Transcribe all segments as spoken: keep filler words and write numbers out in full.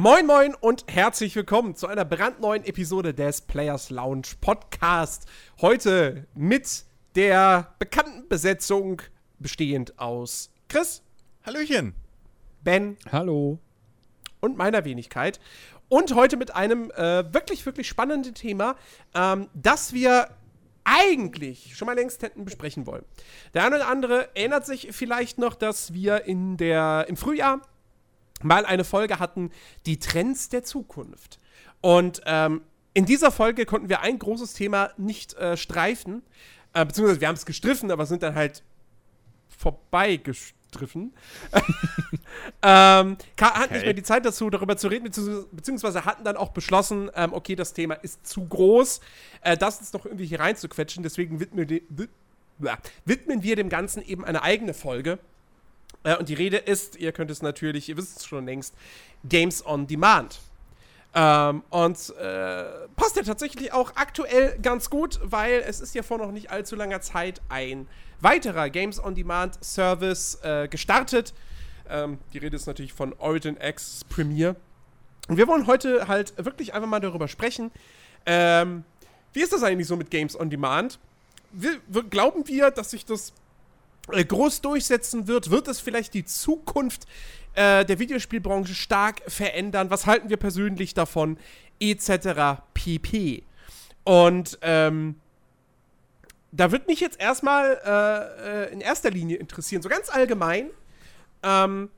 Moin moin und herzlich willkommen zu einer brandneuen Episode des Players Lounge Podcast. Heute mit der bekannten Besetzung bestehend aus Chris. Hallöchen. Ben. Hallo. Und meiner Wenigkeit. Und heute mit einem äh, wirklich, wirklich spannenden Thema, ähm, das wir eigentlich schon mal längst hätten besprechen wollen. Der eine oder andere erinnert sich vielleicht noch, dass wir in der, im Frühjahr mal eine Folge hatten, die Trends der Zukunft. Und ähm, in dieser Folge konnten wir ein großes Thema nicht äh, streifen, äh, beziehungsweise wir haben es gestriffen, aber sind dann halt vorbeigestriffen. ähm, hatten okay. nicht mehr die Zeit dazu, darüber zu reden, beziehungsweise hatten dann auch beschlossen, ähm, okay, das Thema ist zu groß, äh, das jetzt noch irgendwie hier reinzuquetschen, deswegen widmen wir, widmen wir dem Ganzen eben eine eigene Folge. Äh, und die Rede ist, ihr könnt es natürlich, ihr wisst es schon längst, Games on Demand. Ähm, und äh, passt ja tatsächlich auch aktuell ganz gut, weil es ist ja vor noch nicht allzu langer Zeit ein weiterer Games on Demand Service äh, gestartet. Ähm, die Rede ist natürlich von Origin X Premier. Und wir wollen heute halt wirklich einfach mal darüber sprechen. Ähm, wie ist das eigentlich so mit Games on Demand? Wir, wir, glauben wir, dass sich das äh, groß durchsetzen wird? Wird es vielleicht die Zukunft äh, der Videospielbranche stark verändern? Was halten wir persönlich davon? Etc. pp. Und ähm, da wird mich jetzt erstmal äh, in erster Linie interessieren, so ganz allgemein, ähm,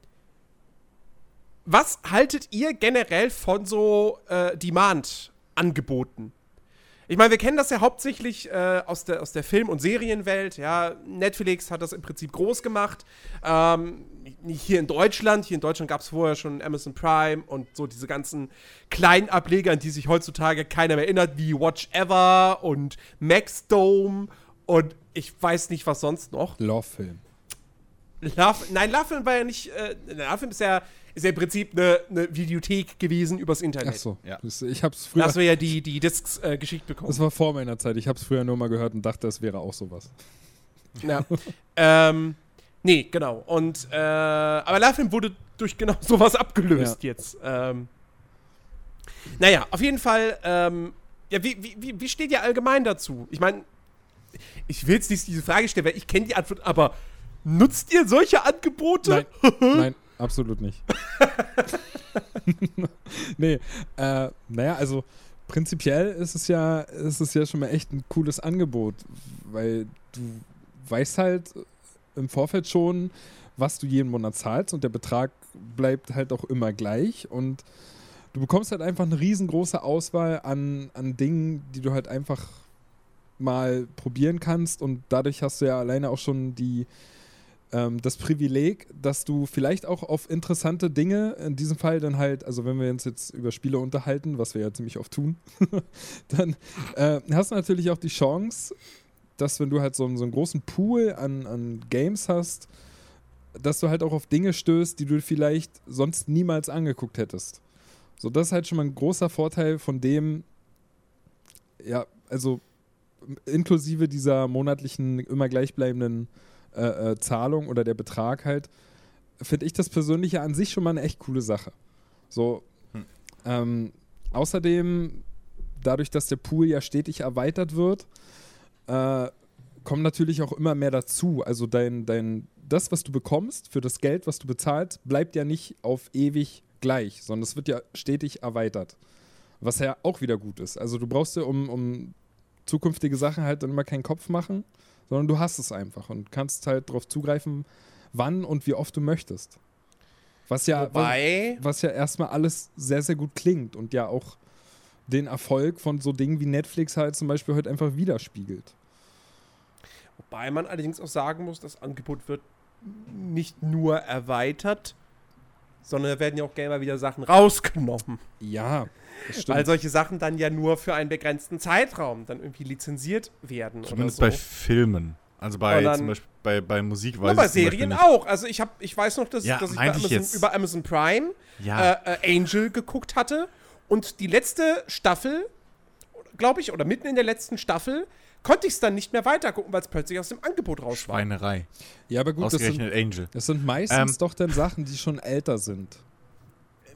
was haltet ihr generell von so äh, Demand-Angeboten? Ich meine, wir kennen das ja hauptsächlich äh, aus der, aus der Film- und Serienwelt. Ja, Netflix hat das im Prinzip groß gemacht. Ähm, nicht hier in Deutschland. Hier in Deutschland gab es vorher schon Amazon Prime und so diese ganzen kleinen Ableger, an die sich heutzutage keiner mehr erinnert, wie Watch Ever und Maxdome und ich weiß nicht, was sonst noch. Love-Film. Love, nein, Love-Film war ja nicht. Äh, Love-Film ist ja, ist ja im Prinzip eine, eine Videothek gewesen übers Internet. Ach so, ja. Das, ich hab's früher. Da hast du ja die, die Discs äh, geschickt bekommen. Das war vor meiner Zeit. Ich hab's früher nur mal gehört und dachte, das wäre auch sowas. Ja. ähm, nee, genau. Und, äh, aber Love-Film wurde durch genau sowas abgelöst ja. jetzt. Ähm, naja, auf jeden Fall, ähm, ja, wie, wie, wie steht ihr allgemein dazu? Ich meine, ich will jetzt nicht diese Frage stellen, weil ich kenne die Antwort, aber nutzt ihr solche Angebote? Nein, Nein absolut nicht. nee, äh, naja, also prinzipiell ist es ja, ist es ja schon mal echt ein cooles Angebot, weil du weißt halt im Vorfeld schon, was du jeden Monat zahlst und der Betrag bleibt halt auch immer gleich und du bekommst halt einfach eine riesengroße Auswahl an, an Dingen, die du halt einfach mal probieren kannst und dadurch hast du ja alleine auch schon die ähm, das Privileg, dass du vielleicht auch auf interessante Dinge, in diesem Fall dann halt, also wenn wir uns jetzt über Spiele unterhalten, was wir ja ziemlich oft tun, dann äh, hast du natürlich auch die Chance, dass wenn du halt so, so einen großen Pool an, an Games hast, dass du halt auch auf Dinge stößt, die du vielleicht sonst niemals angeguckt hättest. So, das ist halt schon mal ein großer Vorteil von dem, ja, also inklusive dieser monatlichen, immer gleichbleibenden äh, äh, Zahlung oder der Betrag halt, finde ich das Persönliche an sich schon mal eine echt coole Sache. So, hm. ähm, außerdem, dadurch, dass der Pool ja stetig erweitert wird, äh, kommen natürlich auch immer mehr dazu. Also dein, dein, das, was du bekommst für das Geld, was du bezahlst, bleibt ja nicht auf ewig gleich, sondern es wird ja stetig erweitert. Was ja auch wieder gut ist. Also du brauchst ja um, um zukünftige Sachen halt dann immer keinen Kopf machen, sondern du hast es einfach und kannst halt darauf zugreifen, wann und wie oft du möchtest. Was ja, Wobei, was, was ja erstmal alles sehr, sehr gut klingt und ja auch den Erfolg von so Dingen wie Netflix halt zum Beispiel heute einfach widerspiegelt. Wobei man allerdings auch sagen muss, das Angebot wird nicht nur erweitert, sondern da werden ja auch gerne mal wieder Sachen rausgenommen. Ja, das stimmt. Weil solche Sachen dann ja nur für einen begrenzten Zeitraum dann irgendwie lizenziert werden. Zumindest oder so. bei Filmen. Also bei dann, zum Beispiel bei, bei Musik weiß ich bei Serien auch. Also ich, hab, ich weiß noch, dass, ja, dass ich, bei Amazon, ich über Amazon Prime ja. äh, äh, Angel geguckt hatte und die letzte Staffel, glaube ich, oder mitten in der letzten Staffel, konnte ich es dann nicht mehr weitergucken, weil es plötzlich aus dem Angebot raus war. Schweinerei. Ja, aber gut, das sind, Angel. das sind meistens ähm, doch dann Sachen, die schon älter sind.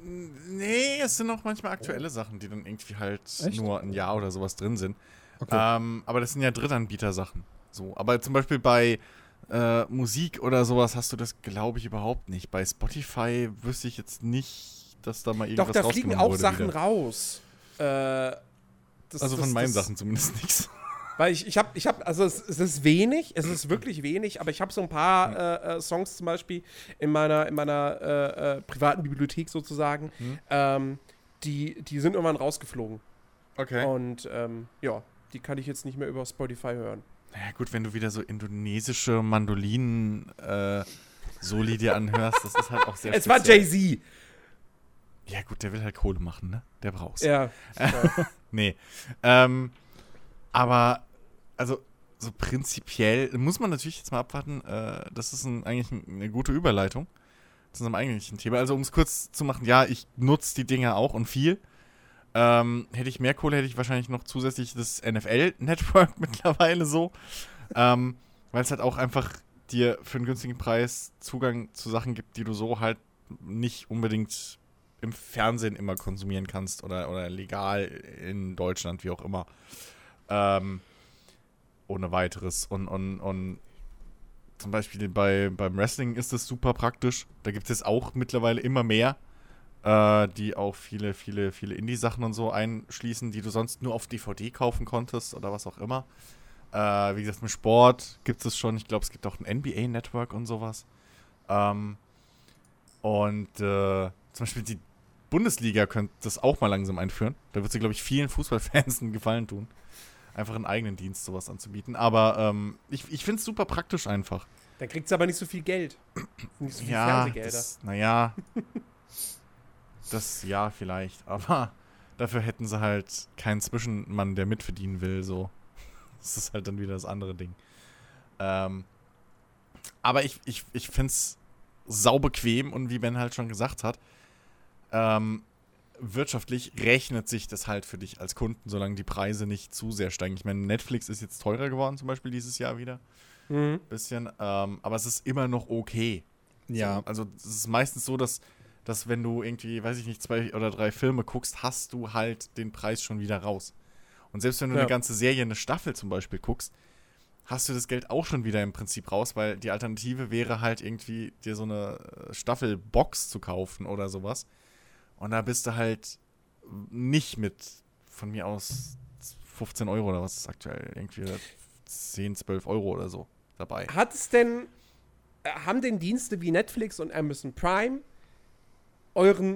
Nee, es sind auch manchmal aktuelle Sachen, die dann irgendwie halt Echt? nur ein Jahr oder sowas drin sind. Okay. Ähm, aber das sind ja Drittanbieter-Sachen. So. Aber zum Beispiel bei äh, Musik oder sowas hast du das, glaube ich, überhaupt nicht. Bei Spotify wüsste ich jetzt nicht, dass da mal irgendwas Doch, da fliegen rausgenommen auch wurde Sachen wieder. raus. Äh, das, Also von das, meinen das, Sachen zumindest nichts. Weil ich, ich habe, ich hab, also es, es ist wenig, es ist wirklich wenig, aber ich habe so ein paar äh, äh, Songs zum Beispiel in meiner, in meiner äh, äh, privaten Bibliothek sozusagen, Hm. ähm, die, die sind irgendwann rausgeflogen. Okay. Und ähm, ja, die kann ich jetzt nicht mehr über Spotify hören. Naja gut, wenn du wieder so indonesische Mandolinen äh, Soli dir anhörst, das ist halt auch sehr Es war speziell. Jay-Z. Ja gut, der will halt Kohle machen, ne? Der braucht's. Ja. Nee. Ähm, aber, also, so prinzipiell muss man natürlich jetzt mal abwarten. Äh, das ist ein, eigentlich ein, eine gute Überleitung zu unserem eigentlichen Thema. Also, um es kurz zu machen, ja, ich nutze die Dinger auch und viel. Ähm, hätte ich mehr Kohle, hätte ich wahrscheinlich noch zusätzlich das N F L-Network mittlerweile so. Ähm, weil es halt auch einfach dir für einen günstigen Preis Zugang zu Sachen gibt, die du so halt nicht unbedingt im Fernsehen immer konsumieren kannst oder, oder legal in Deutschland, wie auch immer. Ähm, ohne weiteres. Und, und, und zum Beispiel bei, beim Wrestling ist das super praktisch. Da gibt es auch mittlerweile immer mehr, äh, die auch viele, viele, viele Indie-Sachen und so einschließen, die du sonst nur auf D V D kaufen konntest oder was auch immer. Äh, wie gesagt, mit Sport gibt es schon. Ich glaube, es gibt auch ein N B A-Network und sowas. Ähm, und äh, zum Beispiel die Bundesliga könnte das auch mal langsam einführen. Da wird sie, glaube ich, vielen Fußballfans einen Gefallen tun. Einfach einen eigenen Dienst sowas anzubieten. Aber ähm, ich, ich finde es super praktisch einfach. Dann kriegt sie aber nicht so viel Geld. Nicht so viel Ja, Fernsehgelder. das, naja. Das ja vielleicht. Aber dafür hätten sie halt keinen Zwischenmann, der mitverdienen will. So. Das ist halt dann wieder das andere Ding. Ähm, aber ich, ich, ich finde es saubequem und wie Ben halt schon gesagt hat, ähm, wirtschaftlich rechnet sich das halt für dich als Kunden, solange die Preise nicht zu sehr steigen. Ich meine, Netflix ist jetzt teurer geworden, zum Beispiel dieses Jahr wieder. Mhm. Bisschen. Ähm, aber es ist immer noch okay. Ja. So, also es ist meistens so, dass, dass wenn du irgendwie, weiß ich nicht, zwei oder drei Filme guckst, hast du halt den Preis schon wieder raus. Und selbst wenn du Ja. eine ganze Serie, eine Staffel zum Beispiel guckst, hast du das Geld auch schon wieder im Prinzip raus, weil die Alternative wäre halt irgendwie, dir so eine Staffelbox zu kaufen oder sowas. Und da bist du halt nicht mit, von mir aus, fünfzehn Euro oder was ist aktuell, irgendwie zehn, zwölf Euro oder so dabei. Hat es denn, äh, haben denn Dienste wie Netflix und Amazon Prime euren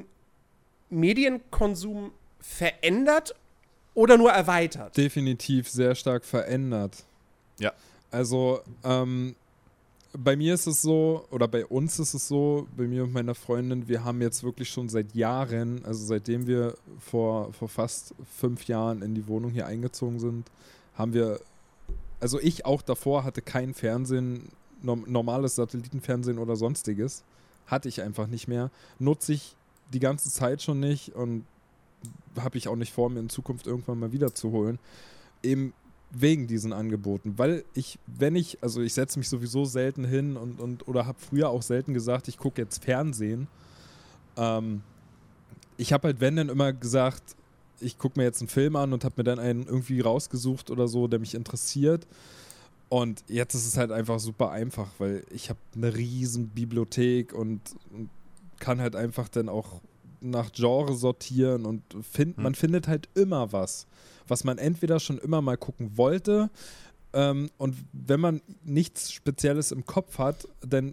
Medienkonsum verändert oder nur erweitert? Definitiv sehr stark verändert. Ja. Also, ähm, bei mir ist es so, oder bei uns ist es so, bei mir und meiner Freundin, wir haben jetzt wirklich schon seit Jahren, also seitdem wir vor, vor fast fünf Jahren in die Wohnung hier eingezogen sind, haben wir, also ich auch davor hatte kein Fernsehen, norm- normales Satellitenfernsehen oder sonstiges, hatte ich einfach nicht mehr, nutze ich die ganze Zeit schon nicht und habe ich auch nicht vor, mir in Zukunft irgendwann mal wieder zu holen. Eben wegen diesen Angeboten, weil ich, wenn ich, also ich setze mich sowieso selten hin und, und oder habe früher auch selten gesagt, ich gucke jetzt Fernsehen. Ähm, ich habe halt, wenn dann immer gesagt, ich gucke mir jetzt einen Film an und habe mir dann einen irgendwie rausgesucht oder so, der mich interessiert. Und jetzt ist es halt einfach super einfach, weil ich habe eine riesen Bibliothek und, und kann halt einfach dann auch nach Genre sortieren und find, Hm. man findet halt immer was, was man entweder schon immer mal gucken wollte ähm, und wenn man nichts Spezielles im Kopf hat, dann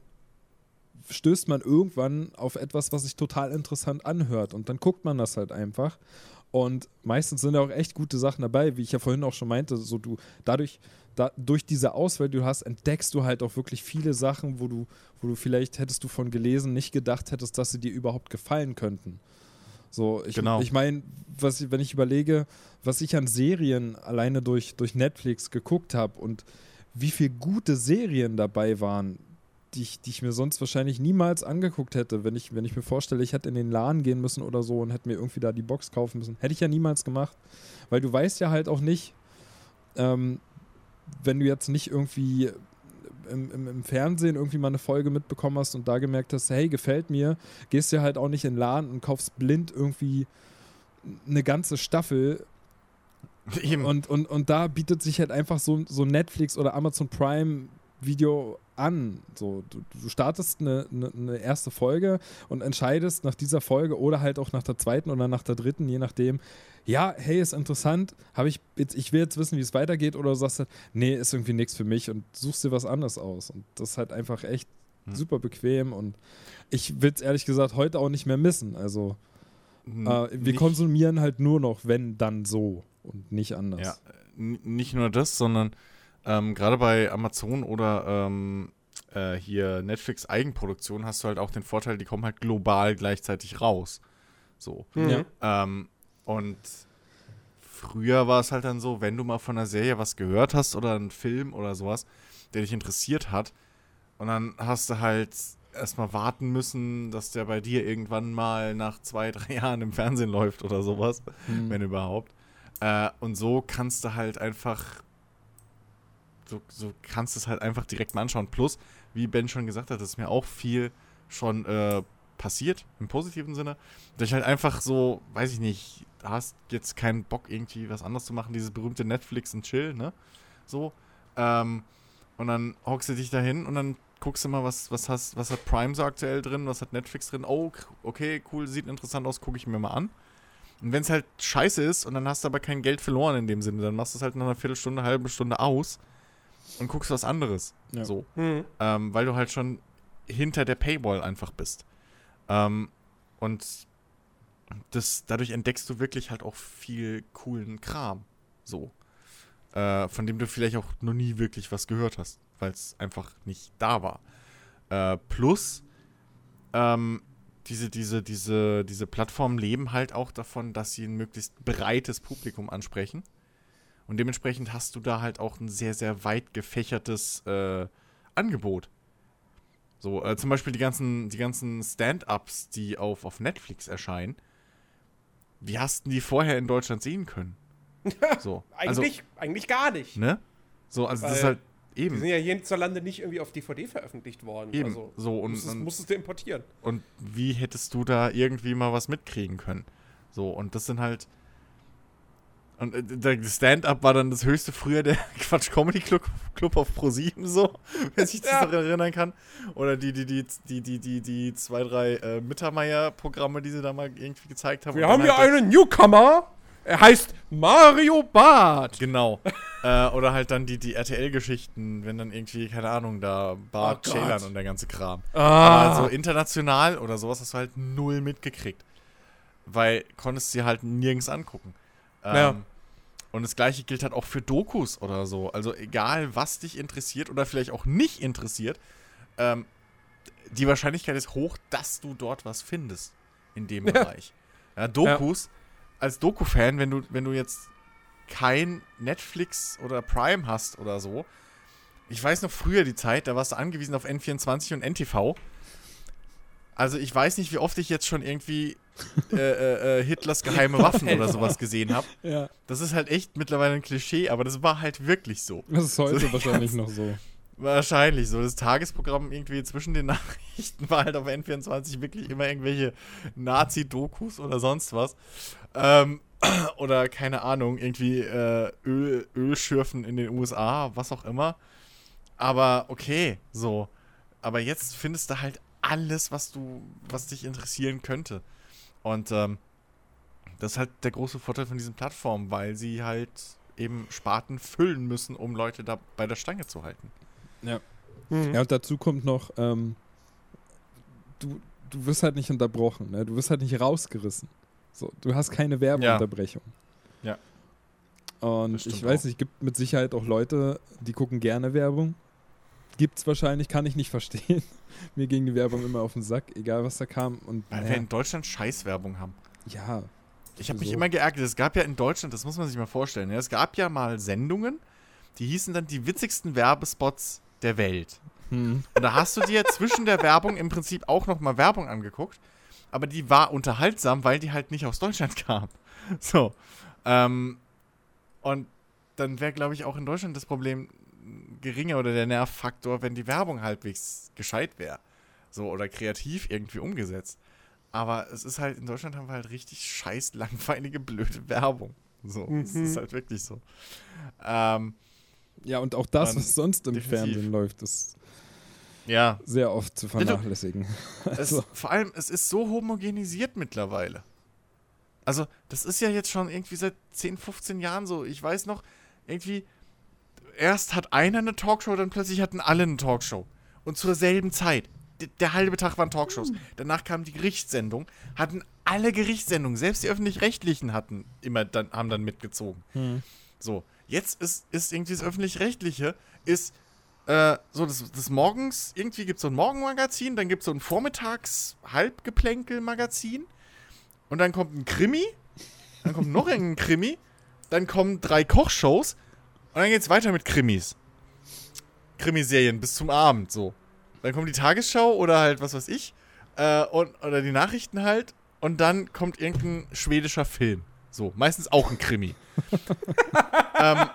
stößt man irgendwann auf etwas, was sich total interessant anhört und dann guckt man das halt einfach und meistens sind ja auch echt gute Sachen dabei, wie ich ja vorhin auch schon meinte, so du dadurch Da, durch diese Auswahl, die du hast, entdeckst du halt auch wirklich viele Sachen, wo du, wo du vielleicht hättest du von gelesen, nicht gedacht hättest, dass sie dir überhaupt gefallen könnten. So, ich, Genau. ich meine, was ich- wenn ich überlege, was ich an Serien alleine durch, durch Netflix geguckt habe und wie viele gute Serien dabei waren, die ich, die ich mir sonst wahrscheinlich niemals angeguckt hätte, wenn ich, wenn ich mir vorstelle, ich hätte in den Laden gehen müssen oder so und hätte mir irgendwie da die Box kaufen müssen. Hätte ich ja niemals gemacht, weil du weißt ja halt auch nicht, ähm, wenn du jetzt nicht irgendwie im, im, im Fernsehen irgendwie mal eine Folge mitbekommen hast und da gemerkt hast, hey, gefällt mir, gehst ja halt auch nicht in den Laden und kaufst blind irgendwie eine ganze Staffel. Eben. Und, und, und da bietet sich halt einfach so, so Netflix oder Amazon Prime Video an. So, du, du startest eine, eine, eine erste Folge und entscheidest nach dieser Folge oder halt auch nach der zweiten oder nach der dritten, je nachdem, ja, hey, ist interessant, habe ich jetzt, ich will jetzt wissen, wie es weitergeht, oder du sagst halt, nee, ist irgendwie nichts für mich und suchst dir was anderes aus. Und das ist halt einfach echt hm. super bequem und ich will es ehrlich gesagt heute auch nicht mehr missen. Also N- äh, wir nicht- konsumieren halt nur noch, wenn, dann so und nicht anders. Ja, n- nicht nur das, sondern ähm, gerade bei Amazon oder ähm, äh, hier Netflix Eigenproduktion hast du halt auch den Vorteil, die kommen halt global gleichzeitig raus. So. Mhm. Ja. Ähm, und früher war es halt dann so, wenn du mal von einer Serie was gehört hast oder einen Film oder sowas, der dich interessiert hat, und dann hast du halt erstmal warten müssen, dass der bei dir irgendwann mal nach zwei, drei Jahren im Fernsehen läuft oder sowas, Mhm. wenn überhaupt. Äh, und so kannst du halt einfach so, so kannst du es halt einfach direkt mal anschauen. Plus, wie Ben schon gesagt hat, ist mir auch viel schon äh, passiert, im positiven Sinne, dass ich halt einfach so, weiß ich nicht, hast jetzt keinen Bock irgendwie was anderes zu machen, dieses berühmte Netflix und Chill, ne? So. Ähm, und dann hockst du dich da hin und dann guckst du mal, was, was, hast, was hat Prime so aktuell drin, was hat Netflix drin. Oh, okay, cool, sieht interessant aus, gucke ich mir mal an. Und wenn es halt scheiße ist und dann hast du aber kein Geld verloren in dem Sinne, dann machst du es halt nach einer Viertelstunde, halbe Stunde aus und guckst was anderes. Ja. So. Mhm. Ähm, weil du halt schon hinter der Paywall einfach bist. Ähm, und das, dadurch entdeckst du wirklich halt auch viel coolen Kram. So. Äh, von dem du vielleicht auch noch nie wirklich was gehört hast, weil es einfach nicht da war. Äh, plus, ähm, diese, diese, diese, diese Plattformen leben halt auch davon, dass sie ein möglichst breites Publikum ansprechen. Und dementsprechend hast du da halt auch ein sehr, sehr weit gefächertes äh, Angebot. So, äh, zum Beispiel die ganzen, die ganzen Stand-Ups, die auf, auf Netflix erscheinen. Wie hast du die vorher in Deutschland sehen können? So, Eigentlich, eigentlich gar nicht. also, ne? So, also das Weil ist halt Die eben. sind ja hierzulande nicht irgendwie auf D V D veröffentlicht worden. Eben, Also, so, und- musstest, und- musstest du importieren. Und wie hättest du da irgendwie mal was mitkriegen können? So, und das sind halt. Und äh, der Stand-Up war dann das höchste früher, der Quatsch Comedy Club, Club auf ProSieben, so, wenn ich das Ja. noch erinnern kann. Oder die, die, die, die, die, die, die zwei, drei äh, Mittermeier-Programme, die sie da mal irgendwie gezeigt haben. Wir Und haben dann hier halt einen Newcomer. Er heißt Mario Barth. Genau. äh, oder halt dann die, die R T L-Geschichten, wenn dann irgendwie, keine Ahnung, da Bart Oh Gott. Ceylan und der ganze Kram. Ah. Aber so international oder sowas hast du halt null mitgekriegt. Weil konntest sie halt nirgends angucken. Ähm, Ja. Und das gleiche gilt halt auch für Dokus oder so. Also egal, was dich interessiert oder vielleicht auch nicht interessiert, ähm, die Wahrscheinlichkeit ist hoch, dass du dort was findest in dem Ja. Bereich. Ja, Dokus, als Doku-Fan, wenn du, wenn du jetzt kein Netflix oder Prime hast oder so, ich weiß noch früher die Zeit, da warst du angewiesen auf N vierundzwanzig und N T V. Also ich weiß nicht, wie oft ich jetzt schon irgendwie äh, äh, äh, Hitlers geheime Waffen oder sowas gesehen habe. Ja, Das ist halt echt mittlerweile ein Klischee, aber das war halt wirklich so. das ist heute So, wahrscheinlich noch so. Wahrscheinlich so. Das Tagesprogramm irgendwie zwischen den Nachrichten war halt auf N vierundzwanzig wirklich immer irgendwelche Nazi-Dokus oder sonst was. Ähm, oder keine Ahnung, irgendwie äh, Öl, Ölschürfen in den U S A, was auch immer. Aber okay, so. Aber jetzt findest du halt alles, was du, was dich interessieren könnte. Und ähm, das ist halt der große Vorteil von diesen Plattformen, weil sie halt eben Sparten füllen müssen, um Leute da bei der Stange zu halten. Ja. Mhm. Ja, und dazu kommt noch, ähm, du, du wirst halt nicht unterbrochen, ne? Du wirst halt nicht rausgerissen. So, du hast keine Werbeunterbrechung. Ja. Und Das stimmt ich weiß auch. nicht, gibt mit Sicherheit auch Leute, die gucken gerne Werbung. Gibt's wahrscheinlich, kann ich nicht verstehen. Mir ging die Werbung immer auf den Sack, egal was da kam. Und Weil naja, wir in Deutschland Scheißwerbung haben. ja, Ich habe mich So. immer geärgert. Es gab ja in Deutschland, das muss man sich mal vorstellen, ja, es gab ja mal Sendungen, die hießen dann die witzigsten Werbespots der Welt. hm. Und da hast du dir zwischen der Werbung im Prinzip auch nochmal Werbung angeguckt, aber die war unterhaltsam, weil die halt nicht aus Deutschland kam. So. Ähm, und dann wäre, glaube ich, auch in Deutschland das Problem geringer oder der Nervfaktor, wenn die Werbung halbwegs gescheit wäre. So, oder kreativ irgendwie umgesetzt. Aber es ist halt, in Deutschland haben wir halt richtig scheiß langweilige, blöde Werbung. So, mhm. Das ist halt wirklich so. Ähm, ja, und auch das, und was sonst im definitiv. Fernsehen läuft, ist ja. sehr oft zu vernachlässigen. Es, vor allem, es ist so homogenisiert mittlerweile. Also, das ist ja jetzt schon irgendwie seit zehn, fünfzehn Jahren so. Ich weiß noch, irgendwie, erst hat einer eine Talkshow, dann plötzlich hatten alle eine Talkshow. Und zur selben Zeit. D- der halbe Tag waren Talkshows. Danach kam die Gerichtssendung, hatten alle Gerichtssendungen, selbst die Öffentlich-Rechtlichen hatten immer dann, haben dann mitgezogen. Hm. So, jetzt ist, ist irgendwie das Öffentlich-Rechtliche, ist äh, so des, des Morgens, irgendwie gibt es so ein Morgenmagazin, dann gibt es so ein Vormittags-Halbgeplänkel-Magazin und dann kommt ein Krimi, dann kommt noch ein Krimi, dann kommen drei Kochshows und dann geht's weiter mit Krimis. Krimiserien bis zum Abend, so. Dann kommt die Tagesschau oder halt, was weiß ich, äh, und, oder die Nachrichten halt und dann kommt irgendein schwedischer Film. So, meistens auch ein Krimi. ähm,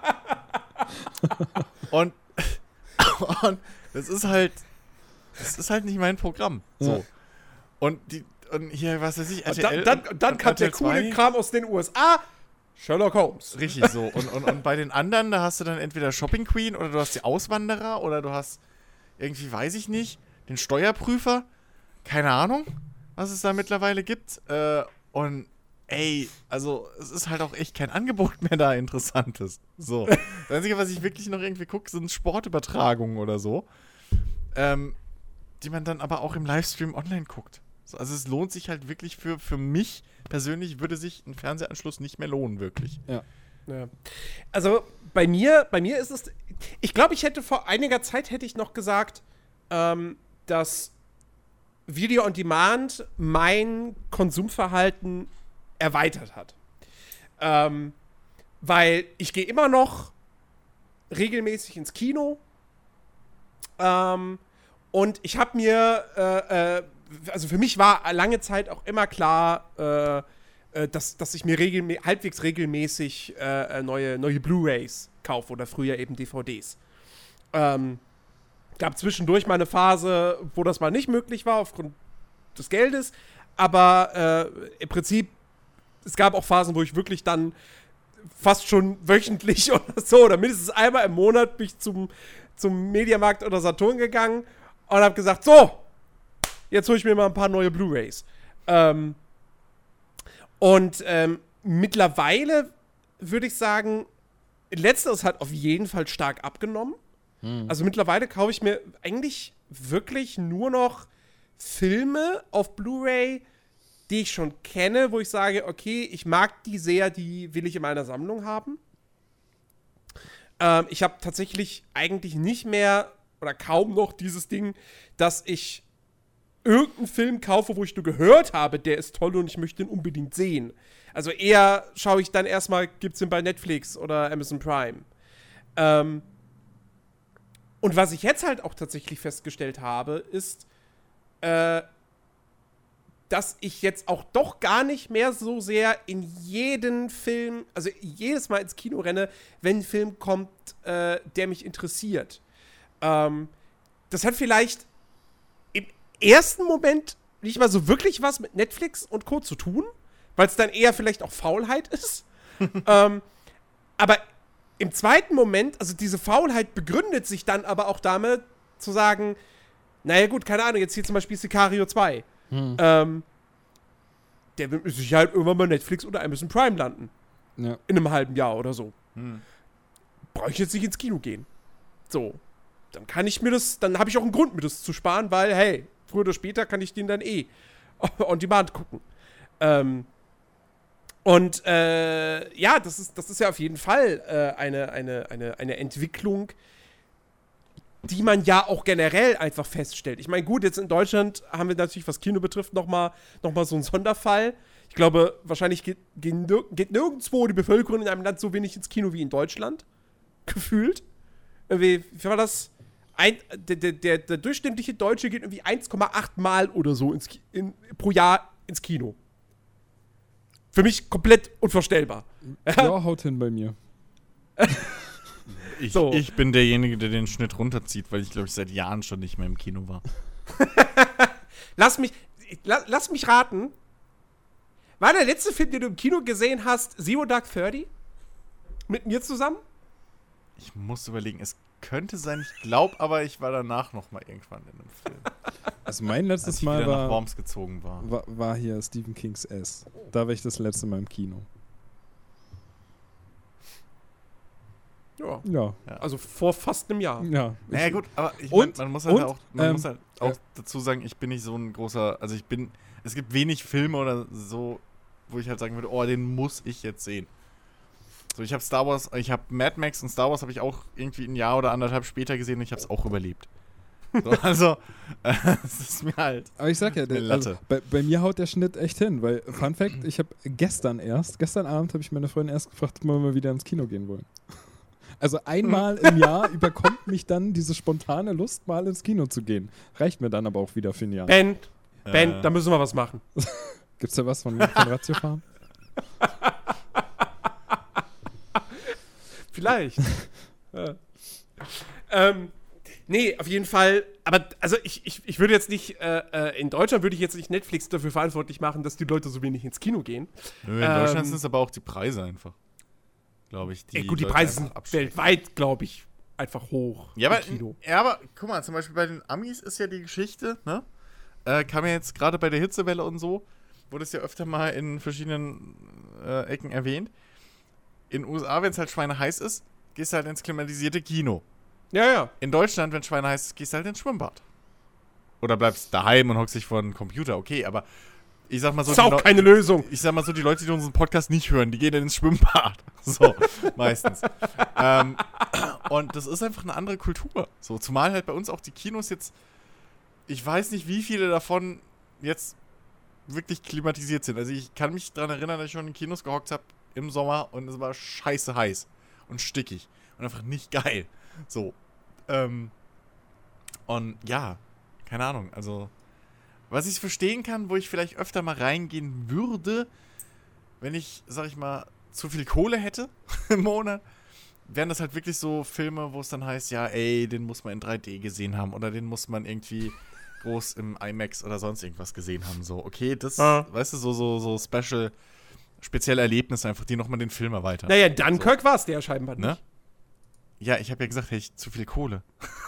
und, und das ist halt, das ist halt nicht mein Programm. So. Ja. Und die, und hier, was weiß ich, R T Und L. dann, dann, dann und kam der R T L zwei. coole Kram aus den U S A. Sherlock Holmes. Richtig so. Und, und, und bei den anderen, da hast du dann entweder Shopping Queen oder du hast die Auswanderer oder du hast irgendwie, weiß ich nicht, den Steuerprüfer. Keine Ahnung, was es da mittlerweile gibt. Äh, und ey, also es ist halt auch echt kein Angebot mehr da Interessantes. So. Das Einzige, was ich wirklich noch irgendwie gucke, sind Sportübertragungen oder so. Ähm, die man dann aber auch im Livestream online guckt. So, also es lohnt sich halt wirklich für, für mich persönlich, würde sich ein Fernsehanschluss nicht mehr lohnen, wirklich. Ja. Ja. Also bei mir, bei mir ist es, ich glaube, ich hätte vor einiger Zeit hätte ich noch gesagt, ähm, dass Video on Demand mein Konsumverhalten erweitert hat. Ähm, weil ich gehe immer noch regelmäßig ins Kino ähm, und ich habe mir, äh, äh, also für mich war lange Zeit auch immer klar, äh, äh, dass, dass ich mir regelmä- halbwegs regelmäßig äh, neue, neue Blu-Rays kaufe oder früher eben D V Ds. Ähm, gab zwischendurch mal eine Phase, wo das mal nicht möglich war aufgrund des Geldes, aber äh, im Prinzip es gab auch Phasen, wo ich wirklich dann fast schon wöchentlich oder so oder mindestens einmal im Monat bin ich zum, zum Mediamarkt oder Saturn gegangen und habe gesagt, so, jetzt hole ich mir mal ein paar neue Blu-Rays. Ähm, und ähm, mittlerweile würde ich sagen, letzteres hat auf jeden Fall stark abgenommen. Hm. Also mittlerweile kaufe ich mir eigentlich wirklich nur noch Filme auf Blu-ray, die ich schon kenne, wo ich sage, okay, ich mag die sehr, die will ich in meiner Sammlung haben. Ähm, ich habe tatsächlich eigentlich nicht mehr oder kaum noch dieses Ding, dass ich irgendeinen Film kaufe, wo ich nur gehört habe, der ist toll und ich möchte ihn unbedingt sehen. Also eher schaue ich dann erstmal, gibt's den bei Netflix oder Amazon Prime. Ähm, und was ich jetzt halt auch tatsächlich festgestellt habe, ist, äh, dass ich jetzt auch doch gar nicht mehr so sehr in jeden Film, also jedes Mal ins Kino renne, wenn ein Film kommt, äh, der mich interessiert. Ähm, das hat vielleicht im ersten Moment nicht mal so wirklich was mit Netflix und Co. zu tun, weil es dann eher vielleicht auch Faulheit ist. ähm, aber im zweiten Moment, also diese Faulheit begründet sich dann aber auch damit, zu sagen, naja gut, keine Ahnung, jetzt hier zum Beispiel Sicario zwei. Hm. Ähm, der wird mit Sicherheit irgendwann bei Netflix oder Amazon Prime landen. Ja. In einem halben Jahr oder so. Hm. Brauche ich jetzt nicht ins Kino gehen. So. Dann kann ich mir das, dann habe ich auch einen Grund, mir das zu sparen, weil, hey, früher oder später kann ich den dann eh on demand gucken. Ähm, und äh, ja, das ist, das ist ja auf jeden Fall äh, eine, eine, eine, eine Entwicklung, die man ja auch generell einfach feststellt. Ich meine, gut, jetzt in Deutschland haben wir natürlich, was Kino betrifft, nochmal noch mal so einen Sonderfall. Ich glaube, wahrscheinlich geht, geht nirgendwo die Bevölkerung in einem Land so wenig ins Kino wie in Deutschland. Gefühlt. Irgendwie, wie war das? Ein, der, der, der durchschnittliche Deutsche geht irgendwie eins Komma acht Mal oder so ins, in, pro Jahr ins Kino. Für mich komplett unvorstellbar. Ja, haut hin bei mir. Ich, So. ich bin derjenige, der den Schnitt runterzieht, weil ich, glaube ich, seit Jahren schon nicht mehr im Kino war. Lass mich, la, lass mich raten. War der letzte Film, den du im Kino gesehen hast, Zero Dark Thirty? Mit mir zusammen? Ich muss überlegen, es könnte sein, ich glaube, aber ich war danach noch mal irgendwann in einem Film. Also mein letztes Als ich Mal wieder nach war, Worms gezogen war. war, war hier Stephen Kings S. Da war ich das letzte Mal im Kino. Ja. Ja. Also vor fast einem Jahr. Ja. Naja Ich- gut, aber ich Und- mein, man muss halt und, auch, man ähm, muss halt auch äh, dazu sagen, ich bin nicht so ein großer, also ich bin, es gibt wenig Filme oder so, wo ich halt sagen würde, oh, den muss ich jetzt sehen. So, ich habe Star Wars, ich habe Mad Max und Star Wars habe ich auch irgendwie ein Jahr oder anderthalb später gesehen und ich habe es auch überlebt. So, also, äh, es ist mir halt. Aber ich sag ja, der, Eine Latte. also, bei, bei mir haut der Schnitt echt hin, weil, Fun Fact, ich habe gestern erst, gestern Abend habe ich meine Freundin erst gefragt, ob wir mal wieder ins Kino gehen wollen. Also einmal im Jahr überkommt mich dann diese spontane Lust, mal ins Kino zu gehen. Reicht mir dann aber auch wieder für ein Jahr. Ben, Ben, Äh. da müssen wir was machen. Gibt's da was von, von Ratiofarm? Vielleicht. ja. ähm, nee, auf jeden Fall. Aber also ich, ich, ich würde jetzt nicht, äh, äh, in Deutschland würde ich jetzt nicht Netflix dafür verantwortlich machen, dass die Leute so wenig ins Kino gehen. Nö, in Ähm, Deutschland sind es aber auch die Preise einfach. Glaube ich. Die Ja, gut, die Leute Preise einfach sind abschrecken. weltweit, glaube ich, einfach hoch Ja, aber, im Kino. ja, aber guck mal, zum Beispiel bei den Amis ist ja die Geschichte, ne? Äh, kam ja jetzt gerade bei der Hitzewelle und so, wurde es ja öfter mal in verschiedenen äh, Ecken erwähnt. In den U S A, wenn es halt schweineheiß ist, gehst du halt ins klimatisierte Kino. Ja, ja. In Deutschland, wenn es schweineheiß ist, gehst du halt ins Schwimmbad. Oder bleibst daheim und hockst dich vor den Computer, okay, aber ich sag mal so, ist auch Leu- keine Lösung. ich sag mal so, die Leute, die unseren Podcast nicht hören, die gehen dann ins Schwimmbad. So, meistens. ähm, und das ist einfach eine andere Kultur. So, zumal halt bei uns auch die Kinos jetzt, ich weiß nicht, wie viele davon jetzt wirklich klimatisiert sind. Also ich kann mich daran erinnern, dass ich schon in Kinos gehockt habe im Sommer und es war scheiße heiß und stickig und einfach nicht geil. So. Ähm, und ja, keine Ahnung, also was ich verstehen kann, wo ich vielleicht öfter mal reingehen würde, wenn ich, sag ich mal, zu viel Kohle hätte im Monat, wären das halt wirklich so Filme, wo es dann heißt, ja, ey, den muss man in drei D gesehen haben oder den muss man irgendwie groß im IMAX oder sonst irgendwas gesehen haben. So, okay, das, Ja. weißt du, so, so, so special, spezielle Erlebnisse einfach, die nochmal den Film erweitern. Naja, Dunkirk war es der scheinbar nicht. Ne? Ja, ich habe ja gesagt, hey, ich zu viel Kohle.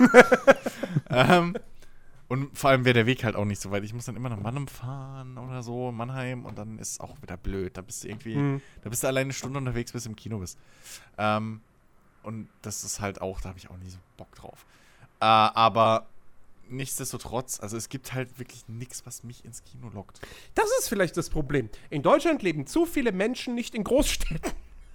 ähm, und vor allem wäre der Weg halt auch nicht so weit. Ich muss dann immer nach Mannheim fahren oder so, Mannheim, und dann ist es auch wieder blöd. Da bist du irgendwie, Hm. da bist du alleine eine Stunde unterwegs, bis du im Kino bist. Ähm, und das ist halt auch, da habe ich auch nie so Bock drauf. Äh, aber nichtsdestotrotz, also es gibt halt wirklich nichts, was mich ins Kino lockt. Das ist vielleicht das Problem. In Deutschland leben zu viele Menschen nicht in Großstädten.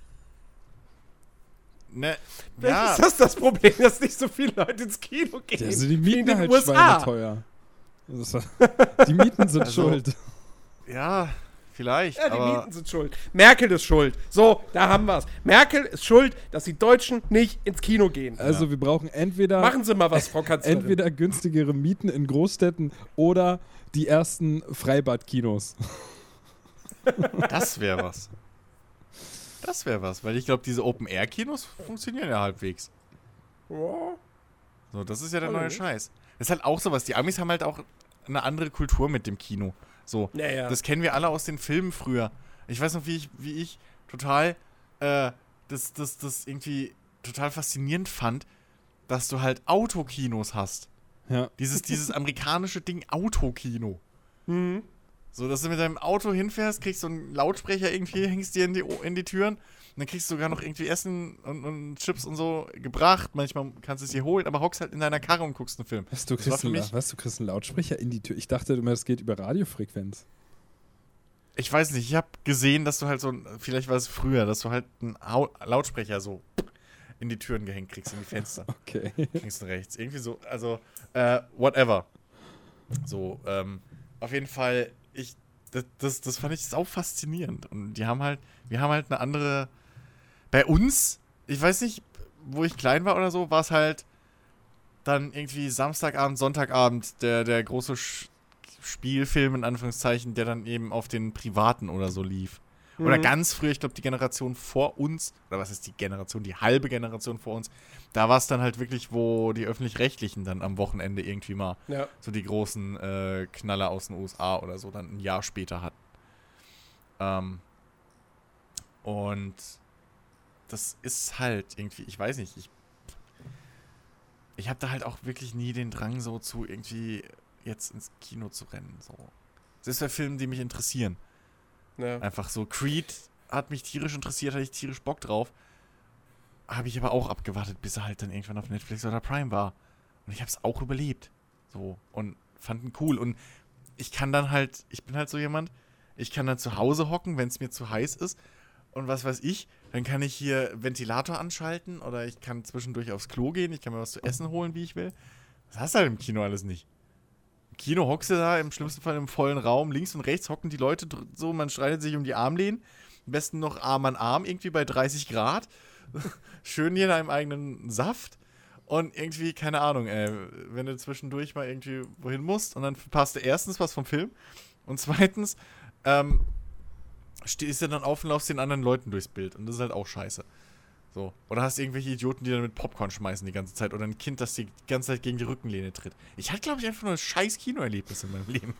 Ne, Vielleicht ja, ist das das Problem, dass nicht so viele Leute ins Kino gehen. Ja, also die wie in Mieten den halt U S A. schweineteuer. Das ist- Die Mieten sind Also, schuld. ja, vielleicht, Ja, die aber Mieten sind schuld. Merkel ist schuld. So, da haben wir es. Merkel ist schuld, dass die Deutschen nicht ins Kino gehen. Also wir brauchen entweder, Machen Sie mal was, Frau Kanzlerin. entweder günstigere Mieten in Großstädten oder die ersten Freibadkinos. das wäre was. Das wäre was, weil ich glaube, diese Open-Air-Kinos funktionieren ja halbwegs. Ja. So, das ist ja der Oder neue nicht? Scheiß. Das ist halt auch sowas. Die Amis haben halt auch eine andere Kultur mit dem Kino. So, Naja. das kennen wir alle aus den Filmen früher. Ich weiß noch, wie ich, wie ich total, äh, das, das, das irgendwie total faszinierend fand, dass du halt Autokinos hast. Ja. Dieses, dieses amerikanische Ding Autokino. Hm. So, dass du mit deinem Auto hinfährst, kriegst so einen Lautsprecher irgendwie, hängst dir in die, O- in die Türen und dann kriegst du sogar noch irgendwie Essen und, und Chips und so gebracht. Manchmal kannst du es dir holen, aber hockst halt in deiner Karre und guckst einen Film. Was, du Das war kriegst, für einen, mich- was, du kriegst einen Lautsprecher in die Tür? Ich dachte immer, das geht über Radiofrequenz. Ich weiß nicht, ich habe gesehen, dass du halt so, ein- vielleicht war es früher, dass du halt einen Au- Lautsprecher so in die Türen gehängt kriegst, in die Fenster. Okay. Links und rechts. Irgendwie so, also, äh, whatever. So, ähm, auf jeden Fall, ich, das, das, das fand ich sau faszinierend. Und die haben halt, wir haben halt eine andere, bei uns, ich weiß nicht, wo ich klein war oder so, war es halt dann irgendwie Samstagabend, Sonntagabend der, der große Sch Spielfilm, in Anführungszeichen, der dann eben auf den Privaten oder so lief. Oder ganz früher, ich glaube, die Generation vor uns, oder was ist die Generation, die halbe Generation vor uns, da war es dann halt wirklich, wo die Öffentlich-Rechtlichen dann am Wochenende irgendwie mal Ja. so die großen äh, Knaller aus den U S A oder so dann ein Jahr später hatten. Ähm, und das ist halt irgendwie, ich weiß nicht, ich ich habe da halt auch wirklich nie den Drang so zu irgendwie jetzt ins Kino zu rennen. So. Das ist bei Filmen, die mich interessieren. Ja. Einfach so, Creed hat mich tierisch interessiert, hatte ich tierisch Bock drauf. Habe ich aber auch abgewartet, bis er halt dann irgendwann auf Netflix oder Prime war. Und ich habe es auch überlebt. So. Und fand ihn cool. Und ich kann dann halt, ich bin halt so jemand, ich kann dann zu Hause hocken, wenn es mir zu heiß ist. Und was weiß ich, dann kann ich hier Ventilator anschalten oder ich kann zwischendurch aufs Klo gehen, ich kann mir was zu essen holen, wie ich will. Das hast du halt im Kino alles nicht. Im Kino hockst du da, im schlimmsten Fall im vollen Raum, links und rechts hocken die Leute so, man streitet sich um die Armlehnen. Am besten noch Arm an Arm, irgendwie bei dreißig Grad. Schön hier in einem eigenen Saft. Und irgendwie, keine Ahnung, ey, wenn du zwischendurch mal irgendwie wohin musst und dann verpasst du erstens was vom Film und zweitens, ähm, stehst du dann auf und laufst den anderen Leuten durchs Bild. Und das ist halt auch scheiße. So. Oder hast irgendwelche Idioten, die dann mit Popcorn schmeißen die ganze Zeit. Oder ein Kind, das die ganze Zeit gegen die Rückenlehne tritt. Ich hatte, glaube ich, einfach nur ein scheiß Kinoerlebnis in meinem Leben.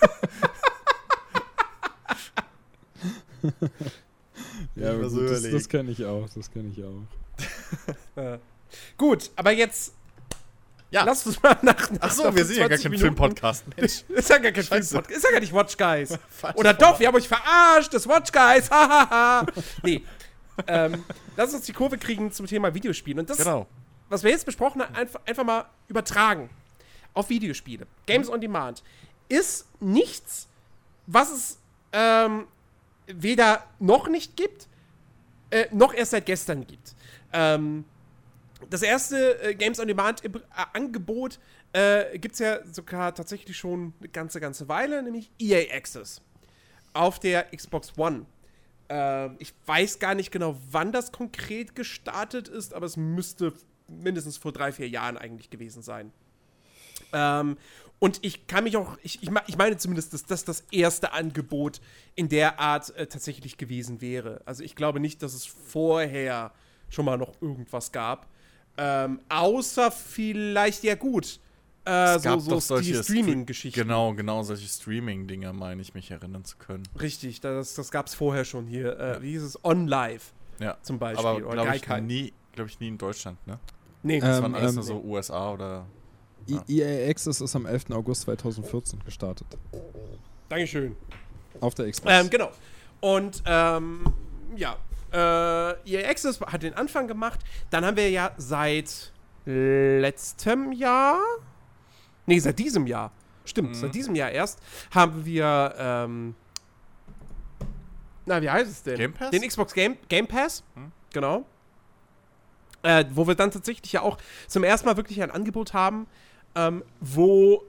Ja, mal so gut, das, überlegen. das kenne ich auch, das kenne ich auch. Ja. Gut, aber jetzt Ja. lass uns mal nach. nach Ach so, wir sind ja gar kein Minuten- Film-Podcast. Mensch. Ist ja gar kein Scheiße. Film-Podcast. Ist ja gar nicht Watch Guys. Falsch Oder Format. doch, wir haben euch verarscht, das Watch Guys. Hahaha. Nee. ähm, lass uns die Kurve kriegen zum Thema Videospiele. Und das, Genau. was wir jetzt besprochen haben, einfach, einfach mal übertragen auf Videospiele. Games on Demand ist nichts, was es ähm, weder noch nicht gibt, äh, noch erst seit gestern gibt. Ähm, das erste äh, Games on Demand äh, Angebot äh, gibt es ja sogar tatsächlich schon eine ganze, ganze Weile, nämlich E A Access auf der Xbox One. Äh, ich weiß gar nicht genau, wann das konkret gestartet ist, aber es müsste mindestens vor drei, vier Jahren eigentlich gewesen sein. Ähm, und ich kann mich auch, ich, ich, ich meine zumindest, dass das das erste Angebot in der Art äh, tatsächlich gewesen wäre. Also ich glaube nicht, dass es vorher schon mal noch irgendwas gab. Ähm, außer vielleicht, ja gut, äh, Es so, gab so doch die solche Streaming-Geschichten. Genau, genau solche Streaming-Dinger, meine ich, mich erinnern zu können. Richtig, das, das gab es vorher schon hier. Äh, wie hieß es? OnLive Ja. zum Beispiel. Aber oder glaube ich, Gaikai. nie, glaub ich nie in Deutschland, ne? Nee, Das Ähm, waren alles ähm, nur so U S A oder... E- E A Access ist am elften August zweitausendvierzehn gestartet. Dankeschön. Auf der Xbox. Ähm, genau. Und ähm, ja, äh, E A Access hat den Anfang gemacht. Dann haben wir ja seit letztem Jahr, nee, seit diesem Jahr, stimmt, Mhm. seit diesem Jahr erst, haben wir, ähm, na, wie heißt es denn? Game Pass? Den Xbox Game, Game Pass, Mhm. genau. Äh, wo wir dann tatsächlich ja auch zum ersten Mal wirklich ein Angebot haben, ähm, wo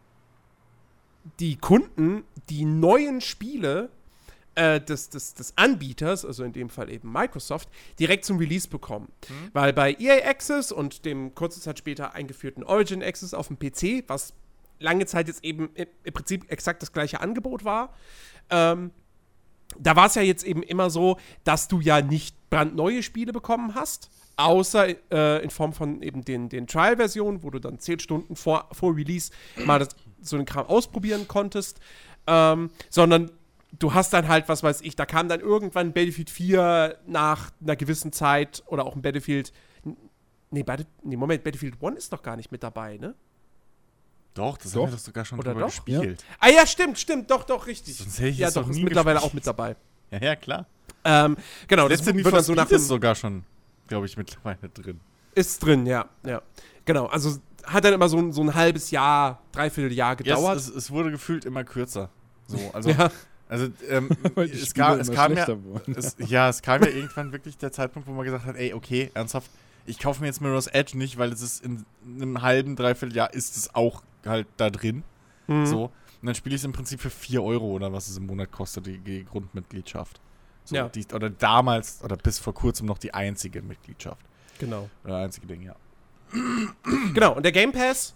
die Kunden die neuen Spiele äh, des, des, des Anbieters, also in dem Fall eben Microsoft, direkt zum Release bekommen. Mhm. Weil bei E A Access und dem kurze Zeit später eingeführten Origin Access auf dem P C, was lange Zeit jetzt eben im, im Prinzip exakt das gleiche Angebot war, ähm, da war es ja jetzt eben immer so, dass du ja nicht brandneue Spiele bekommen hast, außer äh, in Form von eben den, den Trial-Versionen, wo du dann zehn Stunden vor, vor Release mal das, so einen Kram ausprobieren konntest, ähm, sondern du hast dann halt, was weiß ich, da kam dann irgendwann Battlefield vier nach einer gewissen Zeit oder auch ein Battlefield, nee, Battle, nee Moment, Battlefield eins ist doch gar nicht mit dabei, ne? Doch, das Doch. haben wir doch sogar schon Oder drüber doch? gespielt. Ah ja, stimmt, stimmt, doch, doch, richtig. Sonst hätte ich ja, es doch, doch ist nie mittlerweile gespielt. auch mit dabei. Ja, ja, klar. Ähm, genau, Das das letzte Need wird for dann so nach Speed ist dem, sogar schon, glaube ich, mittlerweile drin. ist drin, ja, ja. Genau, also hat dann immer so ein, so ein halbes Jahr, dreiviertel Jahr Ja, gedauert. es, es, es wurde gefühlt immer kürzer. So, also, ja, also ähm, Weil die es, Spiele kam, es immer kam ja, schlechter wurden. es, ja, es kam ja irgendwann wirklich der Zeitpunkt, wo man gesagt hat, ey, okay, ernsthaft, ich kaufe mir jetzt Mirror's Edge nicht, weil es ist in einem halben, dreiviertel Jahr ist es auch halt da drin. Mhm. So. Und dann spiele ich es im Prinzip für vier Euro oder was es im Monat kostet, die, die Grundmitgliedschaft. So, Ja. die, oder damals, oder bis vor kurzem noch die einzige Mitgliedschaft. genau. Oder einzige Ding, ja. Genau, und der Game Pass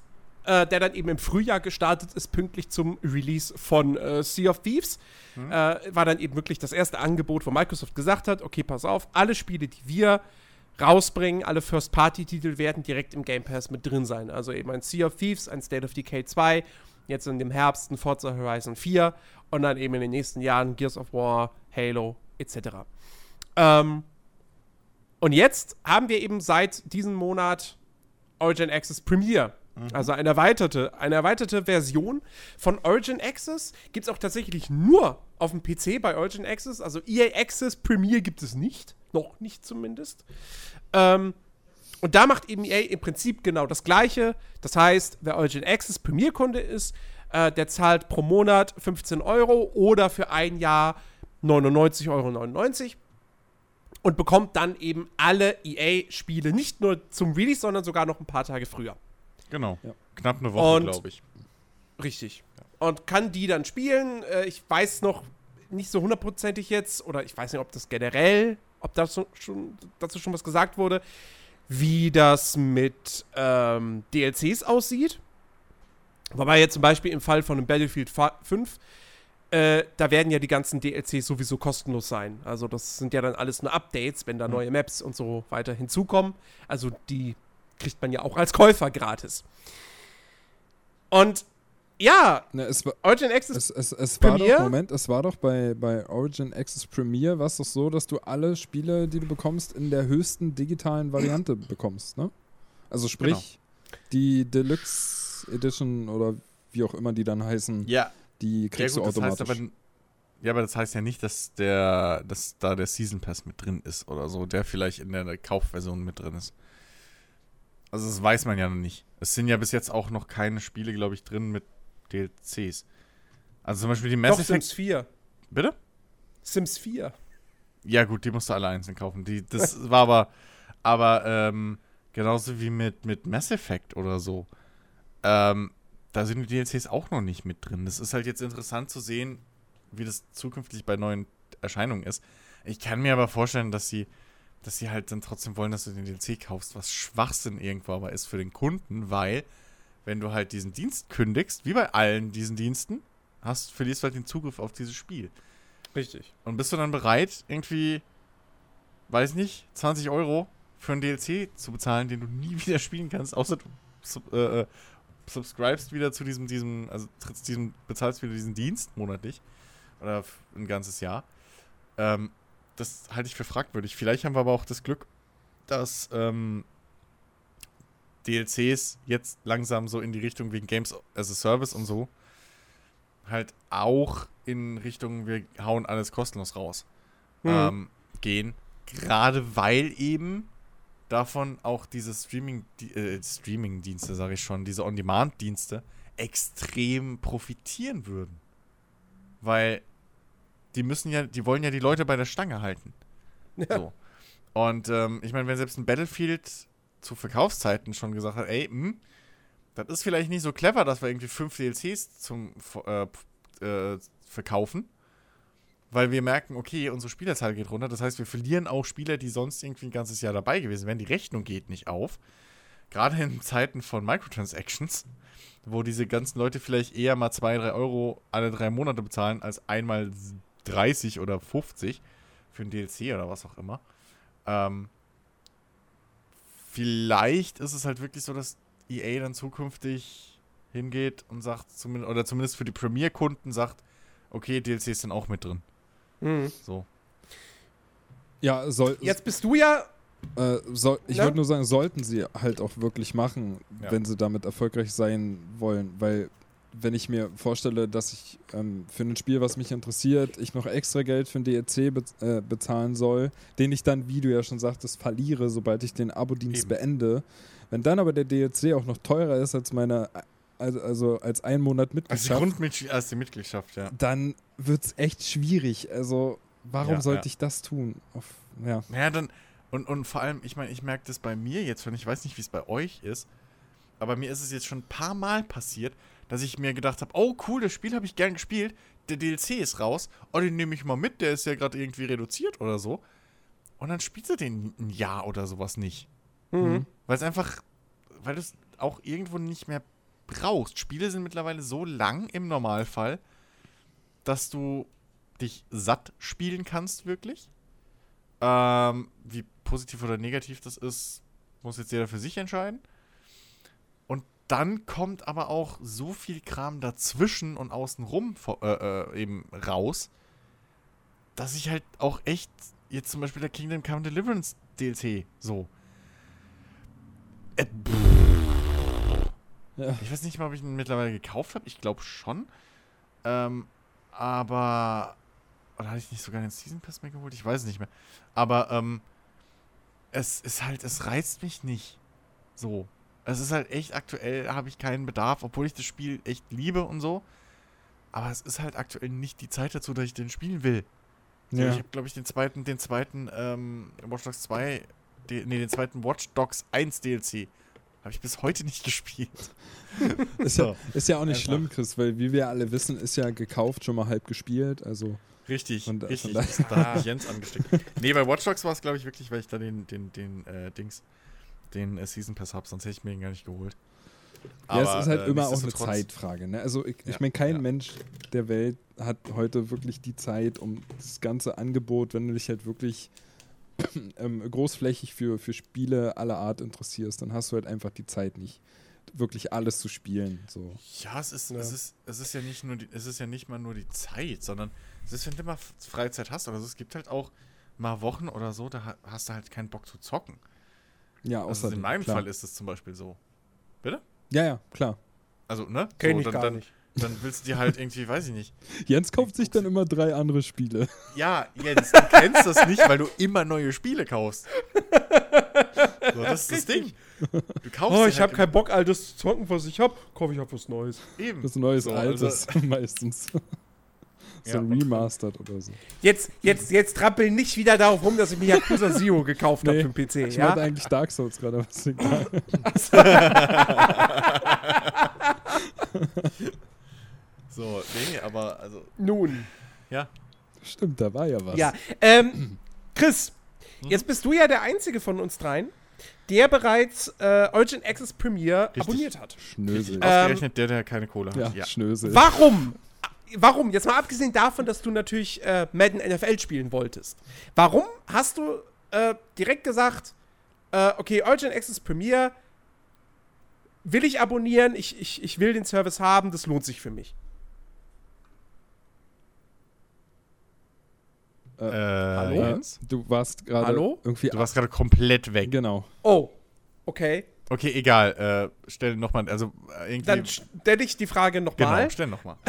äh, der dann eben im Frühjahr gestartet ist, pünktlich zum Release von äh, Sea of Thieves. Mhm. Äh, war dann eben wirklich das erste Angebot, wo Microsoft gesagt hat, okay, pass auf, alle Spiele, die wir rausbringen, alle First-Party-Titel werden direkt im Game Pass mit drin sein. Also eben ein Sea of Thieves, ein State of Decay zwei, jetzt in dem Herbst ein Forza Horizon vier und dann eben in den nächsten Jahren Gears of War, Halo et cetera. Ähm, und jetzt haben wir eben seit diesem Monat Origin Access Premier. Mhm. Also eine erweiterte, eine erweiterte Version von Origin Access. Gibt es auch tatsächlich nur auf dem P C bei Origin Access. Also E A Access Premier gibt es nicht. Noch nicht zumindest. Ähm, und da macht eben E A im Prinzip genau das Gleiche. Das heißt, wer Origin Access Premier-Kunde ist, äh, der zahlt pro Monat fünfzehn Euro oder für ein Jahr neunundneunzig Euro neunundneunzig und bekommt dann eben alle E A-Spiele nicht nur zum Release, sondern sogar noch ein paar Tage früher. Genau. Ja. Knapp eine Woche, glaube ich. Richtig. Ja. Und kann die dann spielen. Äh, ich weiß noch nicht so hundertprozentig jetzt, oder ich weiß nicht, ob das generell, ob das schon, dazu schon was gesagt wurde, wie das mit ähm, D L Cs aussieht. Wobei jetzt zum Beispiel im Fall von einem Battlefield fünf, äh, da werden ja die ganzen D L Cs sowieso kostenlos sein. Also das sind ja dann alles nur Updates, wenn da neue Maps und so weiter hinzukommen. Also die kriegt man ja auch als Käufer gratis. Und ja, Na, es war, Origin Access es, es, es war Premier? doch, Moment, es war doch bei, bei Origin Access Premier, war es doch so, dass du alle Spiele, die du bekommst, in der höchsten digitalen Variante bekommst, ne? Also sprich, genau. Die Deluxe Edition oder wie auch immer die dann heißen, ja. die kriegst ja, gut, du automatisch. Das heißt aber, ja, aber das heißt ja nicht, dass der, dass da der Season Pass mit drin ist oder so, der vielleicht in der Kaufversion mit drin ist. Also das weiß man ja noch nicht. Es sind ja bis jetzt auch noch keine Spiele, glaube ich, drin mit D L Cs. Also zum Beispiel die Mass Doch, Effect. Sims vier. Bitte? Sims vier. Ja gut, die musst du alle einzeln kaufen. Die, das war aber, aber ähm, genauso wie mit, mit Mass Effect oder so. Ähm, da sind die D L Cs auch noch nicht mit drin. Das ist halt jetzt interessant zu sehen, wie das zukünftig bei neuen Erscheinungen ist. Ich kann mir aber vorstellen, dass sie, dass sie halt dann trotzdem wollen, dass du den D L C kaufst, was Schwachsinn irgendwo aber ist für den Kunden, weil wenn du halt diesen Dienst kündigst, wie bei allen diesen Diensten, hast, verlierst du halt den Zugriff auf dieses Spiel. Richtig. Und bist du dann bereit, irgendwie, weiß nicht, zwanzig Euro für einen D L C zu bezahlen, den du nie wieder spielen kannst, außer du sub, äh, subscribest wieder zu diesem, diesem, also trittst diesem, bezahlst wieder diesen Dienst monatlich oder ein ganzes Jahr. Ähm, das halte ich für fragwürdig. Vielleicht haben wir aber auch das Glück, dass ähm, D L Cs jetzt langsam so in die Richtung wegen Games as a Service und so halt auch in Richtung, wir hauen alles kostenlos raus, mhm. ähm, gehen. Gerade weil eben davon auch diese Streaming, äh, Streaming-Dienste, sage ich schon, diese On-Demand-Dienste extrem profitieren würden. Weil die müssen ja, die wollen ja die Leute bei der Stange halten. Ja. So. Und ähm, ich meine, wenn selbst ein Battlefield zu Verkaufszeiten schon gesagt hat, ey, mh, das ist vielleicht nicht so clever, dass wir irgendwie fünf D L Cs zum äh, äh, verkaufen, weil wir merken, okay, unsere Spielerzahl geht runter, das heißt, wir verlieren auch Spieler, die sonst irgendwie ein ganzes Jahr dabei gewesen wären, die Rechnung geht nicht auf. Gerade in Zeiten von Microtransactions, wo diese ganzen Leute vielleicht eher mal zwei, drei Euro alle drei Monate bezahlen, als einmal dreißig oder fünfzig für ein D L C oder was auch immer. Ähm, vielleicht ist es halt wirklich so, dass E A dann zukünftig hingeht und sagt, zumindest, oder zumindest für die Premier-Kunden sagt, okay, D L Cs sind auch mit drin. Mhm. So. Ja, soll. Jetzt bist du ja. Äh, soll, ich Ne? würde nur sagen, sollten sie halt auch wirklich machen, Ja. wenn sie damit erfolgreich sein wollen, weil wenn ich mir vorstelle, dass ich ähm, für ein Spiel, was mich interessiert, ich noch extra Geld für ein D L C be äh, bezahlen soll, den ich dann, wie du ja schon sagtest, verliere, sobald ich den Abo-Dienst Eben. beende. Wenn dann aber der D L C auch noch teurer ist als meine, also, also als ein Monat Also die Mitgliedschaft, Grundmitgliedschaft, als die Mitgliedschaft, ja. dann wird es echt schwierig. Also warum Ja, sollte ja. ich das tun? Auf, ja. Ja, dann, und, und vor allem, ich meine, ich merke das bei mir jetzt schon, ich weiß nicht, wie es bei euch ist, aber mir ist es jetzt schon ein paar Mal passiert, dass ich mir gedacht habe, oh cool, das Spiel habe ich gern gespielt, der D L C ist raus, oh, den nehme ich mal mit, der ist ja gerade irgendwie reduziert oder so. Und dann spielst du den ein Jahr oder sowas nicht. Mhm. Weil es einfach, weil du es auch irgendwo nicht mehr brauchst. Spiele sind mittlerweile so lang im Normalfall, dass du dich satt spielen kannst, wirklich. Ähm, wie positiv oder negativ das ist, muss jetzt jeder für sich entscheiden. Und dann kommt aber auch so viel Kram dazwischen und außenrum vor, äh, äh, eben raus, dass ich halt auch echt, jetzt zum Beispiel der Kingdom Come Deliverance D L C, so. Äh, Ja. Ich weiß nicht mal, ob ich ihn mittlerweile gekauft habe. Ich glaube schon. Ähm, aber. Oder hatte ich nicht sogar den Season Pass mehr geholt? Ich weiß es nicht mehr. Aber, ähm. Es ist halt, es reizt mich nicht. So. Es ist halt echt aktuell, habe ich keinen Bedarf, obwohl ich das Spiel echt liebe und so. Aber es ist halt aktuell nicht die Zeit dazu, dass ich den spielen will. So, Ja. Ich habe, glaube ich, den zweiten, den zweiten, ähm, Watch Dogs zwei, die, nee, den zweiten Watch Dogs eins D L C. Habe ich bis heute nicht gespielt. Ist, ja, So. ist ja auch nicht Einfach. schlimm, Chris, weil wie wir alle wissen, ist ja gekauft, schon mal halb gespielt. Also Richtig, Von da- richtig. von Das, da hat mich Jens angesteckt. Nee, bei Watch Dogs war es, glaube ich, wirklich, weil ich da den, den, den, äh, Dings, den äh, Season Pass habe, sonst hätte ich mir den gar nicht geholt. ja, es ist halt äh, immer auch eine nichtsdestotrotz- Zeitfrage. Ne? Also ich, Ja, ich meine, kein ja. Mensch der Welt hat heute wirklich die Zeit, um das ganze Angebot, wenn du dich halt wirklich ähm, großflächig für, für Spiele aller Art interessierst, dann hast du halt einfach die Zeit nicht, wirklich alles zu spielen. So. Ja, es ist, Ja. Es ist, es ist ja nicht nur die, es ist ja nicht mal nur die Zeit, sondern es ist, wenn du mal Freizeit hast oder so, es gibt halt auch mal Wochen oder so, da ha- hast du halt keinen Bock zu zocken. Ja, Also außerdem. in meinem klar. Fall ist es zum Beispiel so. Bitte? Ja, ja, klar. Also, ne? Kenn so, ich dann, gar dann, nicht. Dann willst du dir halt irgendwie, weiß ich nicht. Jens kauft sich dann immer drei andere Spiele. Ja, Jens, du kennst das nicht, weil du immer neue Spiele kaufst. So, das ist das Ding. Du kaufst Oh, dir ich halt habe keinen Bock, all das zu zocken, was ich hab. Kaufe ich halt was Neues. eben. Das Neues So, Altes also- meistens. So Ja, ein und- Remastered oder so. Jetzt, jetzt, jetzt trappel nicht wieder darauf rum, dass ich mir Yakuza Zero gekauft habe Nee, für den P C. Ich Ja? wollte eigentlich Dark Souls gerade was egal. So, nee, aber also, Nun. ja. Stimmt, da war ja was. Ja. Ähm, Chris, jetzt bist du ja der Einzige von uns dreien, der bereits äh, Origin Access Premier Richtig. abonniert hat. Schnösel. Äh, Ausgerechnet der, der keine Kohle ja, hat. Ja. Schnösel. Warum? Warum? Jetzt mal abgesehen davon, dass du natürlich äh, Madden N F L spielen wolltest. Warum hast du äh, direkt gesagt, äh, okay, Origin Access Premier will ich abonnieren, ich, ich, ich will den Service haben, das lohnt sich für mich. Äh, Hallo? Äh, Jens? du warst gerade Hallo? irgendwie. Du warst gerade komplett weg. Genau. Oh, okay. Okay, egal. Äh, stell nochmal, also äh, irgendwie. Dann stelle ich die Frage nochmal. genau, stell nochmal.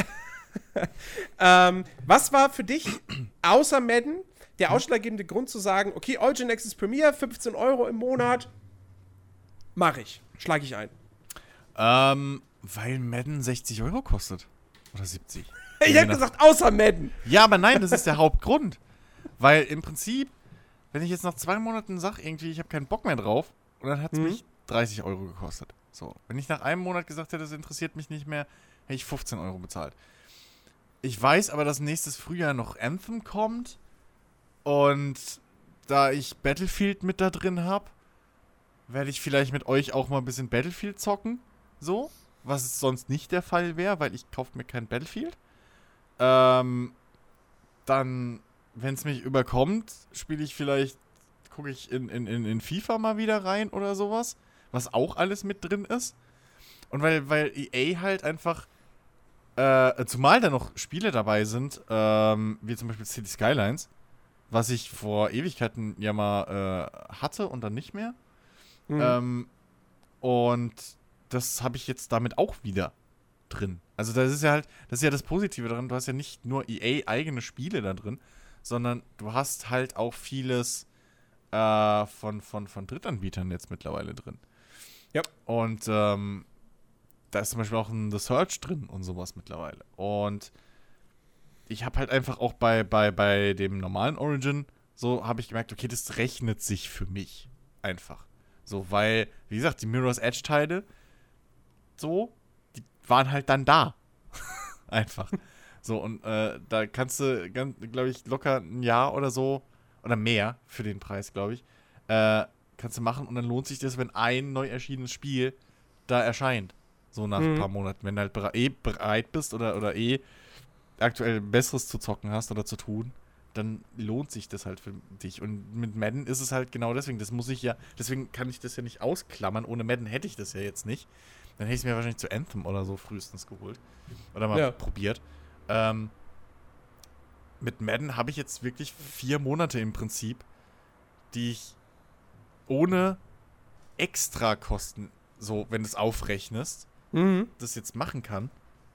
Ähm, was war für dich, außer Madden, der ausschlaggebende Grund zu sagen, okay, Origin Access Premier, fünfzehn Euro im Monat, mache ich, schlage ich ein. ähm, weil Madden sechzig Euro kostet. Oder siebzig. Ich Je habe nach- gesagt, außer Madden. Ja, aber nein, das ist der Hauptgrund. Weil im Prinzip, wenn ich jetzt nach zwei Monaten sage, irgendwie, ich habe keinen Bock mehr drauf, und dann hat es Mhm. mich dreißig Euro gekostet. So. Wenn ich nach einem Monat gesagt hätte, das interessiert mich nicht mehr, hätte ich fünfzehn Euro bezahlt. Ich weiß aber, dass nächstes Frühjahr noch Anthem kommt. Und da ich Battlefield mit da drin habe, werde ich vielleicht mit euch auch mal ein bisschen Battlefield zocken. So. Was sonst nicht der Fall wäre, weil ich kaufe mir kein Battlefield. Ähm, dann, wenn es mich überkommt, spiele ich vielleicht, gucke ich in, in, in, in FIFA mal wieder rein oder sowas, was auch alles mit drin ist. Und weil, weil E A halt einfach, äh, zumal da noch Spiele dabei sind, ähm, wie zum Beispiel City Skylines, was ich vor Ewigkeiten ja mal äh, hatte und dann nicht mehr. Mhm. Ähm, und das habe ich jetzt damit auch wieder drin. Also das ist ja halt, das ist ja das Positive daran, du hast ja nicht nur E A eigene Spiele da drin, sondern du hast halt auch vieles äh, von, von, von Drittanbietern jetzt mittlerweile drin. Ja. Und ähm, da ist zum Beispiel auch ein The Search drin und sowas mittlerweile. Und ich habe halt einfach auch bei, bei, bei dem normalen Origin, so habe ich gemerkt, okay, das rechnet sich für mich einfach. So, weil, wie gesagt, die Mirror's Edge Teile, so, die waren halt dann da. Einfach. So, und äh, da kannst du, glaube ich, locker ein Jahr oder so, oder mehr für den Preis, glaube ich, äh, kannst du machen und dann lohnt sich das, wenn ein neu erschienenes Spiel da erscheint. So nach Mhm. ein paar Monaten. Wenn du halt bere- eh bereit bist oder, oder eh aktuell Besseres zu zocken hast oder zu tun, dann lohnt sich das halt für dich. Und mit Madden ist es halt genau deswegen. Das muss ich ja, deswegen kann ich das ja nicht ausklammern. Ohne Madden hätte ich das ja jetzt nicht. Dann hätte ich es mir wahrscheinlich zu Anthem oder so frühestens geholt. Oder mal Ja. probiert. Ähm, mit Madden habe ich jetzt wirklich vier Monate im Prinzip, die ich ohne Extrakosten, so wenn du es aufrechnest, Mhm. das jetzt machen kann.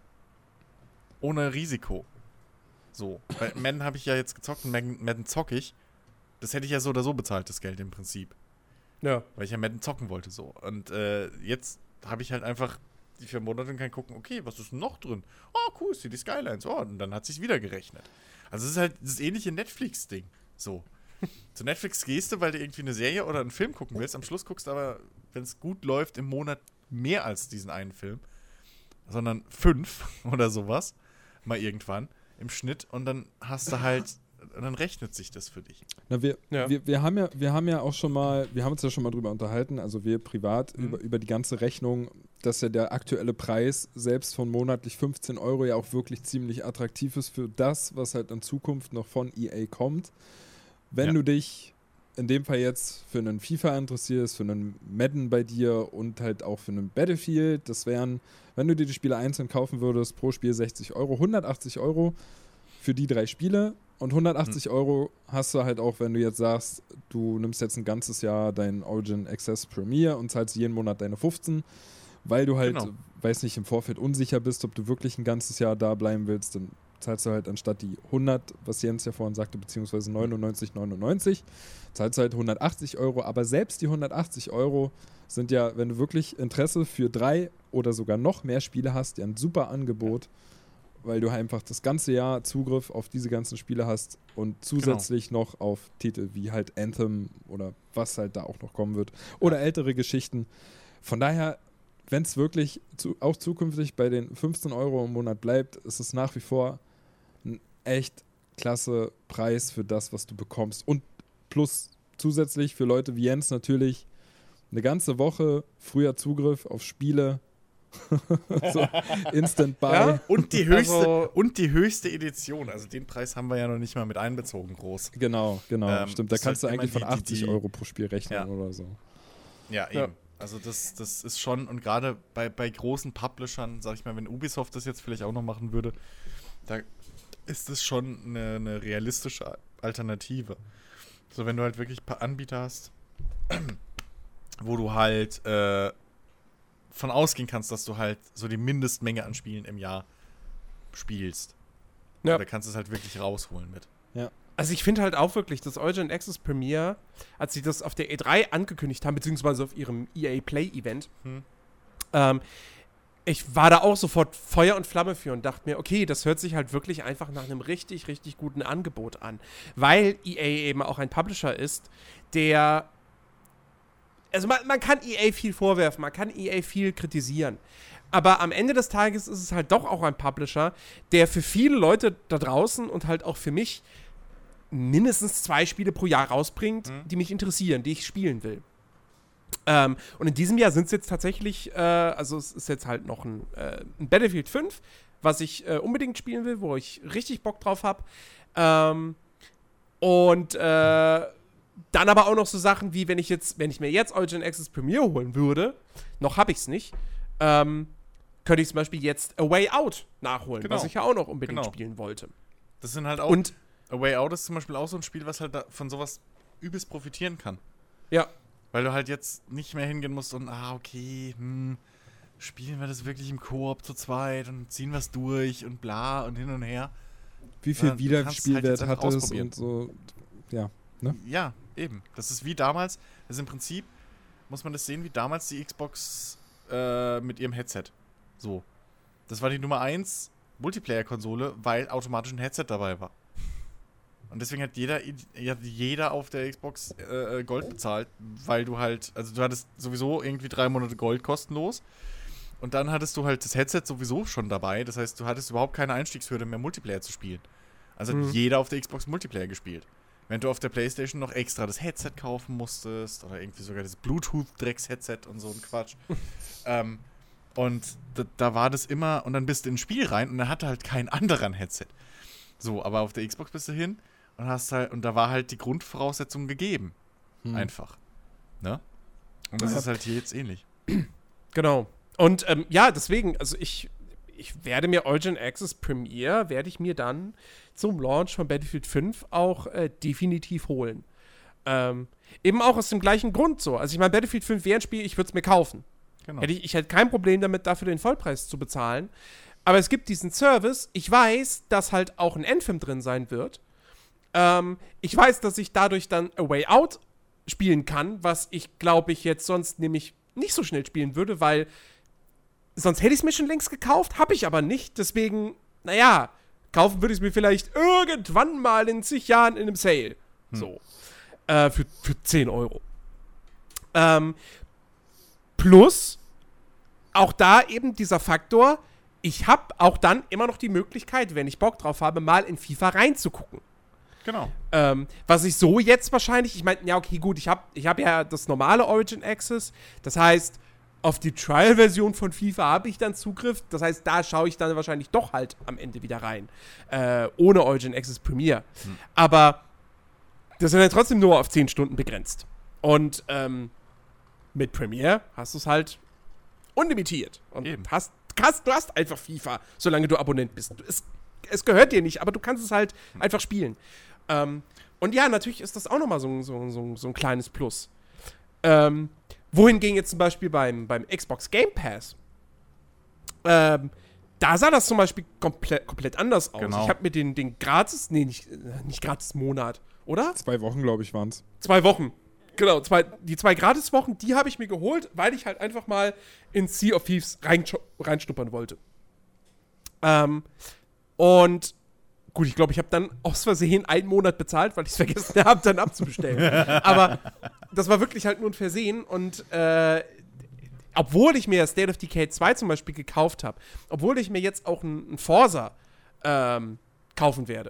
Ohne Risiko. So. Bei Madden habe ich ja jetzt gezockt und Madden, Madden zocke ich. Das hätte ich ja so oder so bezahlt, das Geld im Prinzip. Ja. Weil ich ja Madden zocken wollte so. Und äh, jetzt habe ich halt einfach die vier Monate und kann gucken, okay, was ist denn noch drin? Oh, cool, City Skylines. Oh, und dann hat sich's wieder gerechnet. Also es ist halt das ähnliche Netflix-Ding. So. Zu Netflix gehst du, weil du irgendwie eine Serie oder einen Film gucken willst. Am Schluss guckst du aber, wenn es gut läuft, im Monat mehr als diesen einen Film. Sondern fünf oder sowas. Mal irgendwann im Schnitt. Und dann hast du halt, dann rechnet sich das für dich. Na, wir, Ja. wir, wir, haben ja, wir haben ja auch schon mal, wir haben uns ja schon mal drüber unterhalten, also wir privat, Mhm. über, über die ganze Rechnung, dass ja der aktuelle Preis selbst von monatlich fünfzehn Euro ja auch wirklich ziemlich attraktiv ist für das, was halt in Zukunft noch von E A kommt. Wenn Ja. du dich in dem Fall jetzt für einen FIFA interessierst, für einen Madden bei dir und halt auch für einen Battlefield, das wären, wenn du dir die Spiele einzeln kaufen würdest, pro Spiel sechzig Euro, hundertachtzig Euro für die drei Spiele. Und hundertachtzig Euro hast du halt auch, wenn du jetzt sagst, du nimmst jetzt ein ganzes Jahr dein Origin Access Premier und zahlst jeden Monat deine fünfzehn, weil du halt, Genau. weiß nicht, im Vorfeld unsicher bist, ob du wirklich ein ganzes Jahr da bleiben willst, dann zahlst du halt anstatt die hundert, was Jens ja vorhin sagte, beziehungsweise neunundneunzig neunundneunzig, zahlst du halt hundertachtzig Euro. Aber selbst die hundertachtzig Euro sind ja, wenn du wirklich Interesse für drei oder sogar noch mehr Spiele hast, ja ein super Angebot, weil du einfach das ganze Jahr Zugriff auf diese ganzen Spiele hast und zusätzlich noch auf Titel wie halt Anthem oder was halt da auch noch kommen wird oder ältere Geschichten. Von daher, wenn es wirklich zu, auch zukünftig bei den fünfzehn Euro im Monat bleibt, ist es nach wie vor ein echt klasse Preis für das, was du bekommst. Und plus zusätzlich für Leute wie Jens natürlich eine ganze Woche früher Zugriff auf Spiele. So, Instant Buy. Ja? Und die höchste, Also- und die höchste Edition. Also den Preis haben wir ja noch nicht mal mit einbezogen, groß. Genau, genau, Ähm, stimmt. Da das ist kannst du halt eigentlich immer von die- die- achtzig die- Euro pro Spiel rechnen Ja. oder so. Ja, eben. Ja. Also das, das ist schon, und gerade bei, bei großen Publishern, sag ich mal, wenn Ubisoft das jetzt vielleicht auch noch machen würde, da ist das schon eine, eine realistische Alternative. So, wenn du halt wirklich ein paar Anbieter hast, wo du halt äh, von ausgehen kannst, dass du halt so die Mindestmenge an Spielen im Jahr spielst. Ja. Da kannst du es halt wirklich rausholen mit. Also ich finde halt auch wirklich, das Origin Access Premier, als sie das auf der E drei angekündigt haben, beziehungsweise auf ihrem E A Play Event, Hm. ähm, ich war da auch sofort Feuer und Flamme für und dachte mir, okay, das hört sich halt wirklich einfach nach einem richtig, richtig guten Angebot an. Weil E A eben auch ein Publisher ist, der also man, man kann E A viel vorwerfen, man kann E A viel kritisieren. Aber am Ende des Tages ist es halt doch auch ein Publisher, der für viele Leute da draußen und halt auch für mich mindestens zwei Spiele pro Jahr rausbringt, Mhm. die mich interessieren, die ich spielen will. Ähm, und in diesem Jahr sind es jetzt tatsächlich, äh, also es ist jetzt halt noch ein, äh, ein Battlefield fünf, was ich äh, unbedingt spielen will, wo ich richtig Bock drauf habe. Ähm, und äh, dann aber auch noch so Sachen wie, wenn ich jetzt, wenn ich mir jetzt Origin Access Premier holen würde, noch habe ich es nicht, ähm, könnte ich zum Beispiel jetzt A Way Out nachholen, Genau. was ich ja auch noch unbedingt Genau. spielen wollte. Das sind halt auch. Und A Way Out ist zum Beispiel auch so ein Spiel, was halt da von sowas übelst profitieren kann. ja, Weil du halt jetzt nicht mehr hingehen musst und, ah, okay, hm, spielen wir das wirklich im Koop zu zweit und ziehen wir es durch und bla und hin und her. Wie viel Ja, du kannst halt Wiederspielwert jetzt einfach hat es ausprobieren. und so. Ja, ne? Ja, eben. Das ist wie damals, das ist im Prinzip, muss man das sehen, wie damals die Xbox äh, mit ihrem Headset. So. Das war die Nummer eins Multiplayer-Konsole, weil automatisch ein Headset dabei war. Und deswegen hat jeder, ja, jeder auf der Xbox äh, Gold bezahlt, weil du halt, also du hattest sowieso irgendwie drei Monate Gold kostenlos. Und dann hattest du halt das Headset sowieso schon dabei. Das heißt, du hattest überhaupt keine Einstiegshürde mehr, Multiplayer zu spielen. Also Mhm. hat jeder auf der Xbox Multiplayer gespielt. Wenn du auf der PlayStation noch extra das Headset kaufen musstest oder irgendwie sogar das Bluetooth-Drecks-Headset und so ein Quatsch. ähm, Und da, da war das immer, und dann bist du ins Spiel rein und dann hatte halt kein anderer ein Headset. So, aber auf der Xbox bist du hin und hast halt, und da war halt die Grundvoraussetzung gegeben. Hm. Einfach. Ne? Und das Ja. ist halt hier jetzt ähnlich. Genau. Und ähm, ja, deswegen, also ich, ich werde mir Origin Access Premiere, werde ich mir dann zum Launch von Battlefield fünf auch äh, definitiv holen. Ähm, eben auch aus dem gleichen Grund so. Also ich meine, Battlefield fünf wäre ein Spiel, ich würde es mir kaufen. Genau. Hätte ich, ich hätte kein Problem damit, dafür den Vollpreis zu bezahlen. Aber es gibt diesen Service. Ich weiß, dass halt auch ein Anthem drin sein wird. Ähm, ich weiß, dass ich dadurch dann A Way Out spielen kann, was ich, glaube ich, jetzt sonst nämlich nicht so schnell spielen würde, weil sonst hätte ich es mir schon längst gekauft, habe ich aber nicht. Deswegen, naja, kaufen würde ich es mir vielleicht irgendwann mal in zig Jahren in einem Sale. Hm. So. Äh, für, für zehn Euro. Ähm, plus, auch da eben dieser Faktor, ich habe auch dann immer noch die Möglichkeit, wenn ich Bock drauf habe, mal in FIFA reinzugucken. Genau. Ähm, was ich so jetzt wahrscheinlich, ich meine, ja, okay, gut, ich habe ich hab ja das normale Origin Access. Das heißt, auf die Trial-Version von FIFA habe ich dann Zugriff. Das heißt, da schaue ich dann wahrscheinlich doch halt am Ende wieder rein. Äh, ohne Origin Access Premiere. Hm. Aber das ist ja trotzdem nur auf zehn Stunden begrenzt. Und ähm, mit Premiere hast du es halt unlimitiert. Und Eben. hast, hast, du hast einfach FIFA, solange du Abonnent bist. Es, es gehört dir nicht, aber du kannst es halt hm. einfach spielen. Ähm, und ja, natürlich ist das auch nochmal so, so, so, so ein kleines Plus. Ähm, wohingegen jetzt zum Beispiel beim, beim Xbox Game Pass, ähm, da sah das zum Beispiel komplett, komplett anders aus. Genau. Ich habe mir den, den gratis, nee, nicht, nicht gratis Monat, oder? Zwei Wochen, glaube ich, waren es. Zwei Wochen. Genau, zwei, die zwei Gratiswochen, die habe ich mir geholt, weil ich halt einfach mal in Sea of Thieves reinschu- reinschnuppern wollte. Ähm, und gut, ich glaube, ich habe dann aus Versehen einen Monat bezahlt, weil ich es vergessen habe, dann abzubestellen. Aber das war wirklich halt nur ein Versehen. Und äh, obwohl ich mir State of Decay zwei zum Beispiel gekauft habe, obwohl ich mir jetzt auch einen Forza ähm, kaufen werde,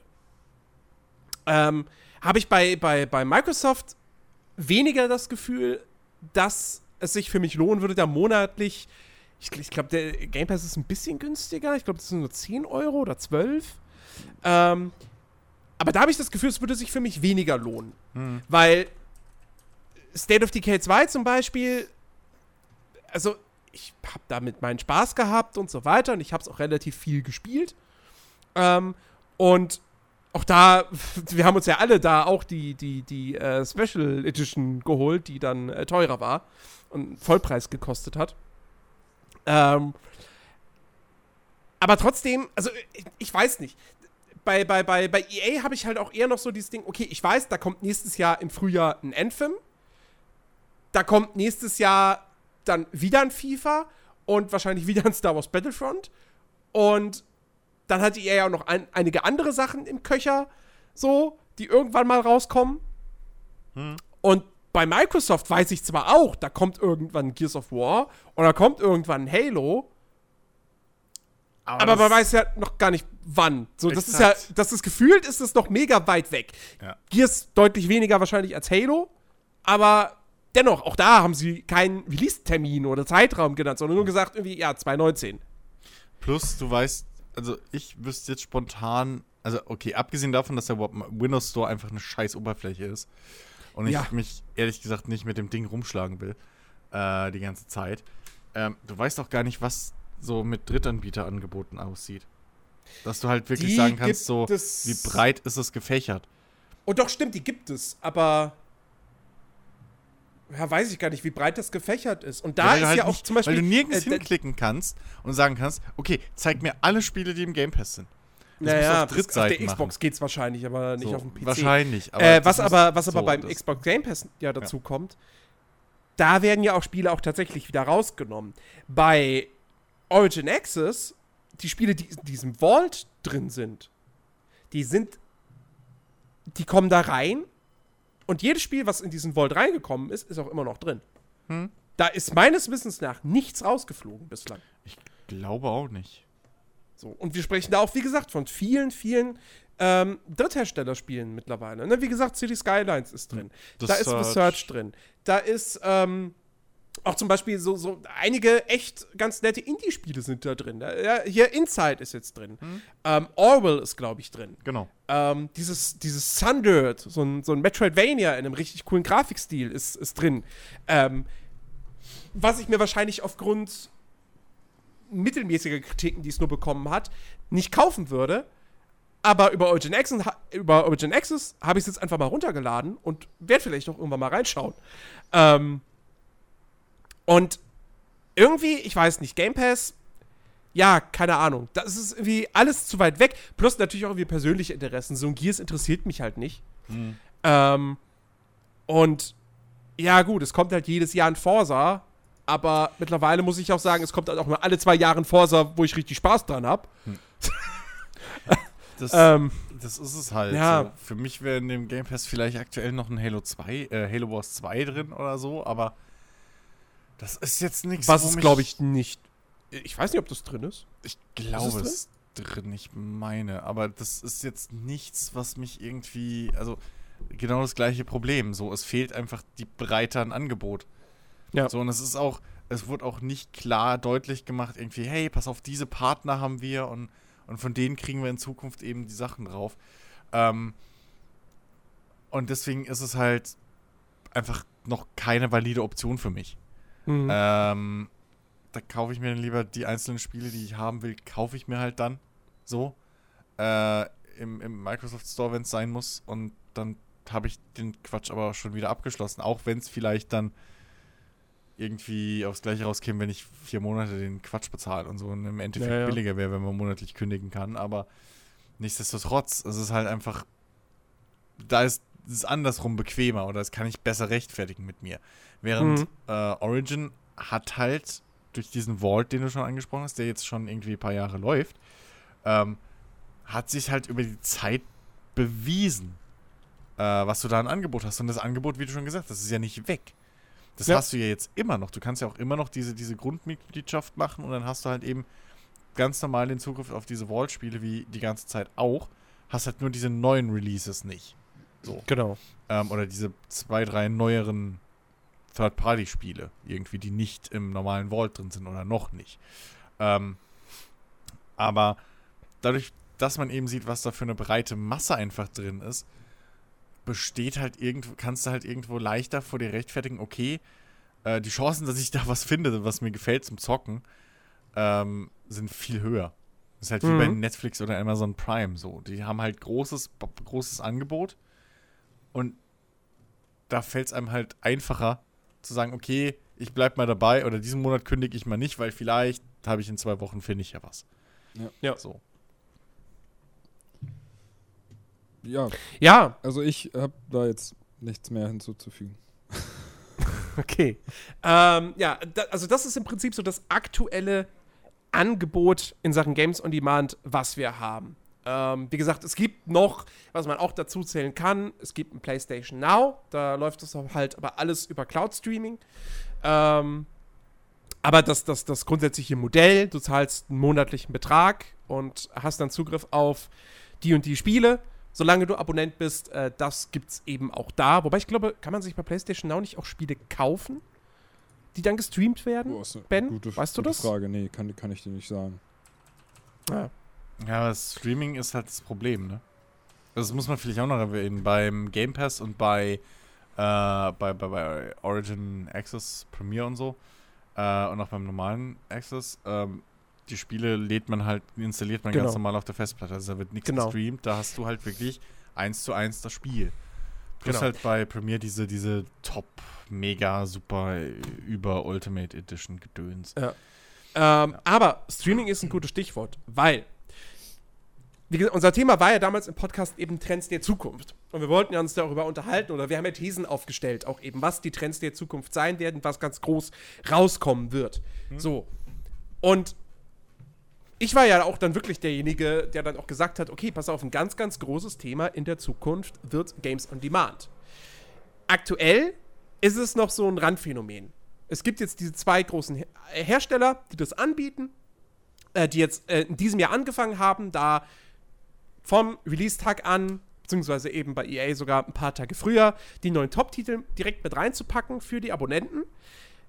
ähm, habe ich bei, bei, bei Microsoft weniger das Gefühl, dass es sich für mich lohnen würde, da monatlich, ich, ich glaube, der Game Pass ist ein bisschen günstiger, ich glaube, das sind nur zehn Euro oder zwölf. Ähm, aber da habe ich das Gefühl, es würde sich für mich weniger lohnen. Hm. Weil State of Decay zwei zum Beispiel, also ich habe damit meinen Spaß gehabt und so weiter und ich habe es auch relativ viel gespielt. Ähm, und auch da, wir haben uns ja alle da auch die, die, die äh, Special Edition geholt, die dann äh, teurer war und Vollpreis gekostet hat. Ähm, aber trotzdem, also ich, ich weiß nicht. Bei, bei, bei, bei E A habe ich halt auch eher noch so dieses Ding, okay, ich weiß, da kommt nächstes Jahr im Frühjahr ein Anthem. Da kommt nächstes Jahr dann wieder ein FIFA und wahrscheinlich wieder ein Star Wars Battlefront. Und dann hat E A ja auch noch ein, einige andere Sachen im Köcher, so, die irgendwann mal rauskommen. Hm. Und bei Microsoft weiß ich zwar auch, da kommt irgendwann Gears of War und da kommt irgendwann Halo, aber, aber man weiß ja noch gar nicht, wann. So, das ist ja, das ist gefühlt, ist es noch mega weit weg. Ja. Gears deutlich weniger wahrscheinlich als Halo, aber dennoch, auch da haben sie keinen Release-Termin oder Zeitraum genannt, sondern nur gesagt, irgendwie, ja, zwanzig neunzehn. Plus, du weißt, also ich wüsste jetzt spontan, also okay, abgesehen davon, dass der Windows Store einfach eine scheiß Oberfläche ist und ich ja. mich ehrlich gesagt nicht mit dem Ding rumschlagen will, äh, die ganze Zeit, ähm, du weißt auch gar nicht, was so mit Drittanbieterangeboten aussieht. Dass du halt wirklich die sagen kannst, so, es. wie breit ist es gefächert. Oh doch, stimmt, die gibt es, aber ja, weiß ich gar nicht, wie breit das gefächert ist. Und da ja, ist halt ja auch nicht, zum Beispiel weil du nirgends äh, hinklicken kannst und sagen kannst, okay, zeig mir alle Spiele, die im Game Pass sind. Das naja, musst du auf das, auf Drittseiten der Xbox machen. geht's wahrscheinlich, aber nicht so, auf dem P C. Wahrscheinlich. Aber äh, was das aber, was so, aber beim das Xbox Game Pass ja dazu ja. kommt, da werden ja auch Spiele auch tatsächlich wieder rausgenommen. Bei Origin Access, die Spiele, die in diesem Vault drin sind, die sind, die kommen da rein und jedes Spiel, was in diesen Vault reingekommen ist, ist auch immer noch drin. Hm? Da ist meines Wissens nach nichts rausgeflogen bislang. Ich glaube auch nicht. So, und wir sprechen da auch, wie gesagt, von vielen, vielen ähm, Drittherstellerspielen mittlerweile. Ne? Wie gesagt, City Skylines ist drin. The da ist Search. The Search drin. Da ist, ähm, auch zum Beispiel so, so einige echt ganz nette Indie-Spiele sind da drin. Ja, hier Inside ist jetzt drin. Mhm. Ähm, Orwell ist, glaube ich, drin. Genau. Ähm, dieses, dieses Sundirt, so ein, so ein Metroidvania in einem richtig coolen Grafikstil ist, ist drin. Ähm, was ich mir wahrscheinlich aufgrund mittelmäßiger Kritiken, die es nur bekommen hat, nicht kaufen würde. Aber über Origin Access, über Origin Access habe ich es jetzt einfach mal runtergeladen und werde vielleicht auch irgendwann mal reinschauen. Ähm, und irgendwie, ich weiß nicht, Game Pass, ja, keine Ahnung. Das ist irgendwie alles zu weit weg. Plus natürlich auch irgendwie persönliche Interessen. So ein Gears interessiert mich halt nicht. Mhm. Ähm, und ja, gut, es kommt halt jedes Jahr ein Forza. Aber mittlerweile muss ich auch sagen, es kommt halt auch mal alle zwei Jahre ein Forza, wo ich richtig Spaß dran habe. Hm. Das, ähm, das ist es halt. ja. So. Für mich wäre in dem Game Pass vielleicht aktuell noch ein Halo zwei, äh, Halo Wars zwei drin oder so, aber das ist jetzt nichts. Was ist, glaube ich, nicht. Ich weiß nicht, ob das drin ist. Ich glaube, Ist es es ist drin, ich meine. Aber das ist jetzt nichts, was mich irgendwie. Also, genau das gleiche Problem. So, es fehlt einfach die Breite an Angebot. Ja. So, und es ist auch. Es wurde auch nicht klar deutlich gemacht, irgendwie, hey, pass auf, diese Partner haben wir und, und von denen kriegen wir in Zukunft eben die Sachen drauf. Ähm, und deswegen ist es halt einfach noch keine valide Option für mich. Mhm. Ähm, da kaufe ich mir dann lieber die einzelnen Spiele, die ich haben will, kaufe ich mir halt dann so äh, im, im Microsoft Store, wenn es sein muss. Und dann habe ich den Quatsch aber schon wieder abgeschlossen. Auch wenn es vielleicht dann irgendwie aufs Gleiche rauskäme, wenn ich vier Monate den Quatsch bezahle und so und im Endeffekt ja, ja. billiger wäre, wenn man monatlich kündigen kann. Aber nichtsdestotrotz, es ist halt einfach, da ist es andersrum bequemer oder das kann ich besser rechtfertigen mit mir. Während Mhm. äh, Origin hat halt durch diesen Vault, den du schon angesprochen hast, der jetzt schon irgendwie ein paar Jahre läuft, ähm, hat sich halt über die Zeit bewiesen, äh, was du da an Angebot hast. Und das Angebot, wie du schon gesagt hast, ist ja nicht weg. Das Ja. hast du ja jetzt immer noch. Du kannst ja auch immer noch diese, diese Grundmitgliedschaft machen und dann hast du halt eben ganz normal in Zukunft auf diese Vault-Spiele wie die ganze Zeit auch. Hast halt nur diese neuen Releases nicht. So. Genau. Ähm, oder diese zwei, drei neueren Third-Party-Spiele irgendwie, die nicht im normalen Vault drin sind oder noch nicht. Ähm, aber dadurch, dass man eben sieht, was da für eine breite Masse einfach drin ist, besteht halt irgendwo, kannst du halt irgendwo leichter vor dir rechtfertigen, okay, äh, die Chancen, dass ich da was finde, was mir gefällt zum Zocken, ähm, sind viel höher. Das ist halt wie Mhm. bei Netflix oder Amazon Prime so. Die haben halt großes, großes Angebot und da fällt es einem halt einfacher zu sagen, okay, ich bleib mal dabei oder diesen Monat kündige ich mal nicht, weil vielleicht habe ich in zwei Wochen, finde ich ja was. Ja. Ja. So. Ja, Ja, also ich habe da jetzt nichts mehr hinzuzufügen. okay. Ähm, ja, da, also das ist im Prinzip so das aktuelle Angebot in Sachen Games on Demand, was wir haben. Ähm, wie gesagt, es gibt noch, was man auch dazu zählen kann, es gibt ein PlayStation Now, da läuft das halt aber alles über Cloud-Streaming. Ähm, aber das, das, das grundsätzliche Modell, du zahlst einen monatlichen Betrag und hast dann Zugriff auf die und die Spiele. Solange du Abonnent bist, äh, das gibt's eben auch da. Wobei ich glaube, kann man sich bei PlayStation Now nicht auch Spiele kaufen, die dann gestreamt werden? Boah, ist eine Ben, gute, weißt du gute das? Frage, nee, kann, kann ich dir nicht sagen. Ja. Ja, aber das Streaming ist halt das Problem, ne? Das muss man vielleicht auch noch erwähnen. Beim Game Pass und bei, äh, bei, bei, bei Origin Access Premiere und so äh, und auch beim normalen Access, ähm, die Spiele lädt man halt, installiert man Genau. ganz normal auf der Festplatte. Also da wird nichts Genau. gestreamt, da hast du halt wirklich eins zu eins das Spiel. Plus Genau. halt bei Premiere diese, diese Top, mega, super, über Ultimate Edition Gedöns. Ja. Ähm, aber Streaming ist ein gutes Stichwort, weil wie gesagt, unser Thema war ja damals im Podcast eben Trends der Zukunft. Und wir wollten ja uns darüber unterhalten, oder wir haben ja Thesen aufgestellt, auch eben, was die Trends der Zukunft sein werden, was ganz groß rauskommen wird. Hm. So. Und ich war ja auch dann wirklich derjenige, der dann auch gesagt hat, okay, pass auf, ein ganz, ganz großes Thema in der Zukunft wird Games on Demand. Aktuell ist es noch so ein Randphänomen. Es gibt jetzt diese zwei großen Her Hersteller, die das anbieten, äh, die jetzt äh, in diesem Jahr angefangen haben, da vom Release-Tag an, beziehungsweise eben bei E A sogar ein paar Tage früher, die neuen Top-Titel direkt mit reinzupacken für die Abonnenten. Wie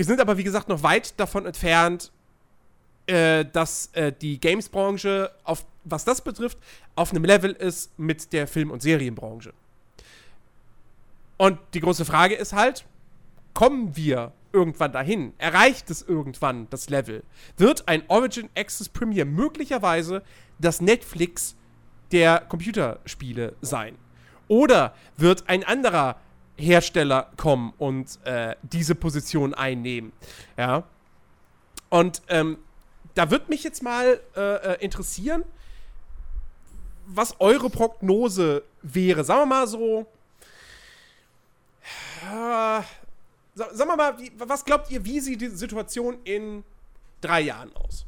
Wir sind aber, wie gesagt, noch weit davon entfernt, äh, dass äh, die Games-Branche, auf, was das betrifft, auf einem Level ist mit der Film- und Serienbranche. Und die große Frage ist halt, kommen wir irgendwann dahin? Erreicht es irgendwann das Level? Wird ein Origin Access Premier möglicherweise das Netflix der Computerspiele sein? Oder wird ein anderer Hersteller kommen und äh, diese Position einnehmen? Ja. Und ähm, da wird mich jetzt mal äh, interessieren, was eure Prognose wäre. Sagen wir mal so, äh, sagen wir mal, wie, was glaubt ihr, wie sieht die Situation in drei Jahren aus?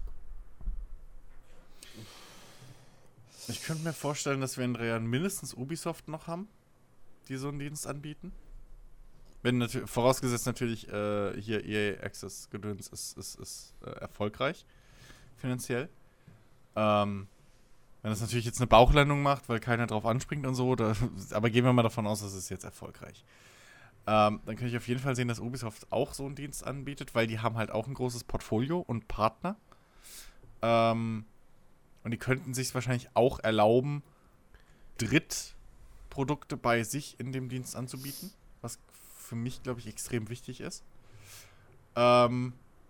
Ich könnte mir vorstellen, dass wir in drei Jahren mindestens Ubisoft noch haben, die so einen Dienst anbieten. Wenn natür- vorausgesetzt natürlich äh, hier E A Access Gedöns ist, ist, ist äh, erfolgreich finanziell. Ähm, wenn das natürlich jetzt eine Bauchlandung macht, weil keiner drauf anspringt und so, da, aber gehen wir mal davon aus, dass es jetzt erfolgreich. Ähm, dann kann ich auf jeden Fall sehen, dass Ubisoft auch so einen Dienst anbietet, weil die haben halt auch ein großes Portfolio und Partner. Ähm, und die könnten sich wahrscheinlich auch erlauben, Drittprodukte bei sich in dem Dienst anzubieten, was für mich, glaube ich, extrem wichtig ist. Ähm,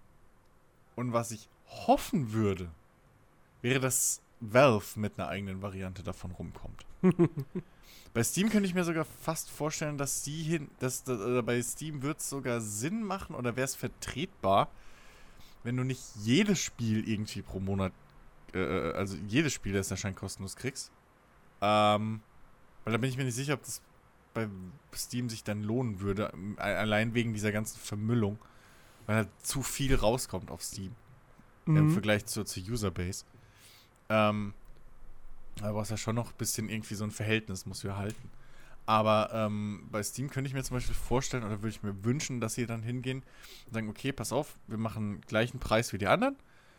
und was ich hoffen würde, wäre, dass Valve mit einer eigenen Variante davon rumkommt. Bei Steam könnte ich mir sogar fast vorstellen, dass sie hin, dass, dass oder bei Steam wird es sogar Sinn machen oder wäre es vertretbar, wenn du nicht jedes Spiel irgendwie pro Monat, äh, also jedes Spiel, das erscheint, kostenlos kriegst. Ähm, weil da bin ich mir nicht sicher, ob das bei Steam sich dann lohnen würde, allein wegen dieser ganzen Vermüllung, weil halt zu viel rauskommt auf Steam mhm. im Vergleich zur, zur Userbase. Ähm, aber es ist ja schon noch ein bisschen irgendwie so ein Verhältnis, muss wir halten. Aber ähm, bei Steam könnte ich mir zum Beispiel vorstellen, oder würde ich mir wünschen, dass sie dann hingehen und sagen, okay, pass auf, wir machen gleichen Preis wie die anderen.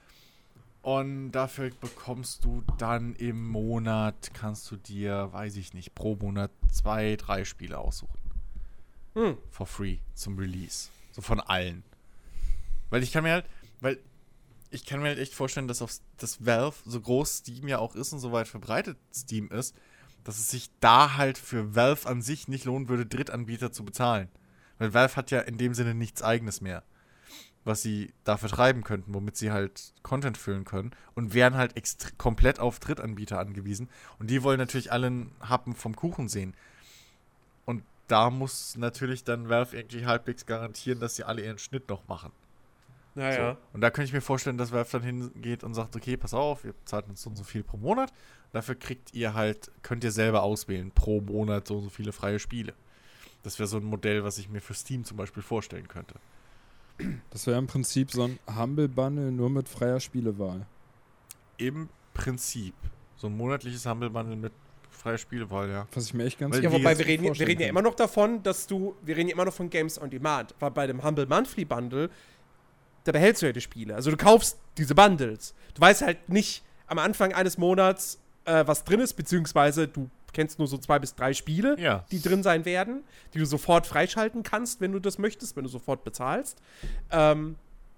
Und dafür bekommst du dann im Monat, kannst du dir, weiß ich nicht, pro Monat zwei, drei Spiele aussuchen. Hm. For free, zum Release. So von allen. Weil ich kann mir halt, weil ich kann mir halt echt vorstellen, dass auf das Valve, so groß Steam ja auch ist und so weit verbreitet Steam ist, dass es sich da halt für Valve an sich nicht lohnen würde, Drittanbieter zu bezahlen. Weil Valve hat ja in dem Sinne nichts Eigenes mehr, was sie da vertreiben könnten, womit sie halt Content füllen können und wären halt extre- komplett auf Drittanbieter angewiesen. Und die wollen natürlich alle einen Happen vom Kuchen sehen. Und da muss natürlich dann Valve irgendwie halbwegs garantieren, dass sie alle ihren Schnitt noch machen. Naja. So. Und da könnte ich mir vorstellen, dass Valve dann hingeht und sagt, okay, pass auf, ihr zahlt uns so und so viel pro Monat. Dafür kriegt ihr halt, könnt ihr selber auswählen, pro Monat so und so viele freie Spiele. Das wäre so ein Modell, was ich mir für Steam zum Beispiel vorstellen könnte. Das wäre im Prinzip so ein Humble Bundle nur mit freier Spielewahl. Im Prinzip. So ein monatliches Humble Bundle mit freier Spielewahl, ja. Was ich mir echt ganz Ja, wobei wir reden, wir reden ja immer noch davon, dass du, wir reden ja immer noch von Games on Demand, weil bei dem Humble Monthly Bundle, da behältst du ja die Spiele. Also du kaufst diese Bundles. Du weißt halt nicht am Anfang eines Monats, äh, was drin ist, beziehungsweise du kennst nur so zwei bis drei Spiele, ja. die drin sein werden, die du sofort freischalten kannst, wenn du das möchtest, wenn du sofort bezahlst. Ähm,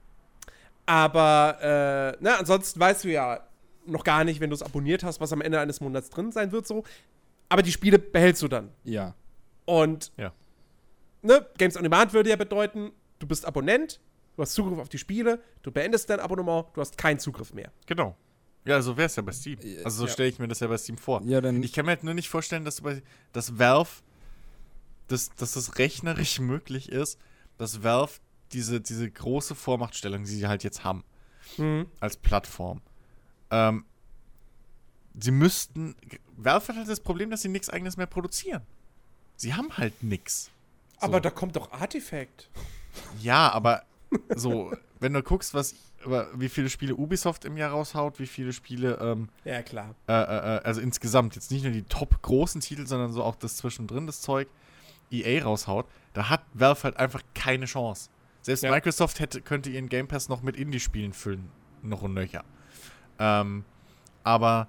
aber äh, na, ansonsten weißt du ja noch gar nicht, wenn du es abonniert hast, was am Ende eines Monats drin sein wird, so. Aber die Spiele behältst du dann. Ja. Und ja. Ne, Games on Demand würde ja bedeuten, du bist Abonnent, du hast Zugriff auf die Spiele, du beendest dein Abonnement, du hast keinen Zugriff mehr. Genau. Ja, so wäre es ja bei Steam. Also so ja. stelle ich mir das ja bei Steam vor. Ja, dann ich kann mir halt nur nicht vorstellen, dass, bei, dass Valve, dass, dass das rechnerisch möglich ist, dass Valve diese, diese große Vormachtstellung, die sie halt jetzt haben, mhm. als Plattform, ähm, sie müssten, Valve hat halt das Problem, dass sie nichts Eigenes mehr produzieren. Sie haben halt nichts. So. Aber da kommt doch Artifact. Ja, aber so, wenn du guckst, was wie viele Spiele Ubisoft im Jahr raushaut, wie viele Spiele, ähm, ja, klar. Äh, äh, also insgesamt, jetzt nicht nur die top großen Titel, sondern so auch das zwischendrin, das Zeug, E A raushaut, da hat Valve halt einfach keine Chance. Selbst ja. Microsoft hätte, könnte ihren Game Pass noch mit Indie-Spielen füllen, noch und nöcher. Ähm, aber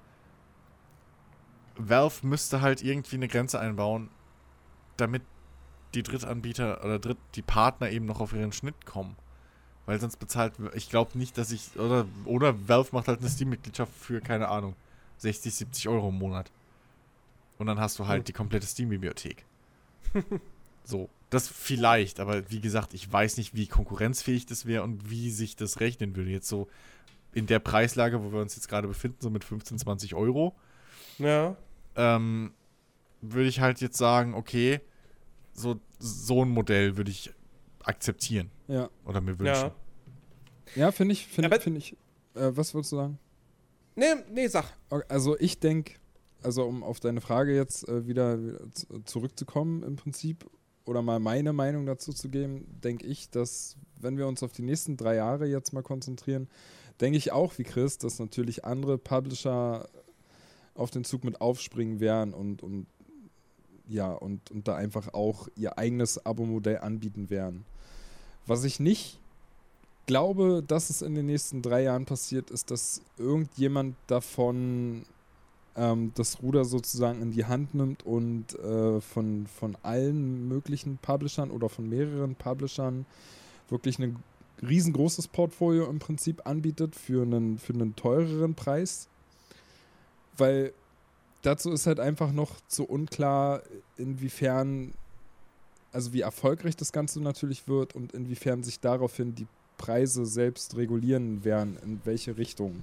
Valve müsste halt irgendwie eine Grenze einbauen, damit die Drittanbieter oder Dritt, die Partner eben noch auf ihren Schnitt kommen. Weil sonst bezahlt, ich glaube nicht, dass ich, oder, oder Valve macht halt eine Steam-Mitgliedschaft für, keine Ahnung, sechzig, siebzig Euro im Monat. Und dann hast du halt Hm. die komplette Steam-Bibliothek. So, das vielleicht, aber wie gesagt, ich weiß nicht, wie konkurrenzfähig das wäre und wie sich das rechnen würde. Jetzt so in der Preislage, wo wir uns jetzt gerade befinden, so mit fünfzehn, zwanzig Euro, Ja. ähm, würde ich halt jetzt sagen, okay, so, so ein Modell würde ich akzeptieren Ja, oder mir wünschen. Ja. ja finde ich, finde Aber- find ich, äh, was würdest du sagen? Nee, nee, sag. Okay, also ich denke, also um auf deine Frage jetzt äh, wieder, wieder z- zurückzukommen im Prinzip oder mal meine Meinung dazu zu geben, denke ich, dass wenn wir uns auf die nächsten drei Jahre jetzt mal konzentrieren, denke ich auch wie Chris, dass natürlich andere Publisher auf den Zug mit aufspringen werden und, und ja, und, und da einfach auch ihr eigenes Abo-Modell anbieten werden. Was ich nicht glaube, dass es in den nächsten drei Jahren passiert, ist, dass irgendjemand davon ähm, das Ruder sozusagen in die Hand nimmt und äh, von, von allen möglichen Publishern oder von mehreren Publishern wirklich ein riesengroßes Portfolio im Prinzip anbietet für einen, für einen teureren Preis. Weil dazu ist halt einfach noch zu unklar, inwiefern, also wie erfolgreich das Ganze natürlich wird und inwiefern sich daraufhin die Preise selbst regulieren werden, in welche Richtung.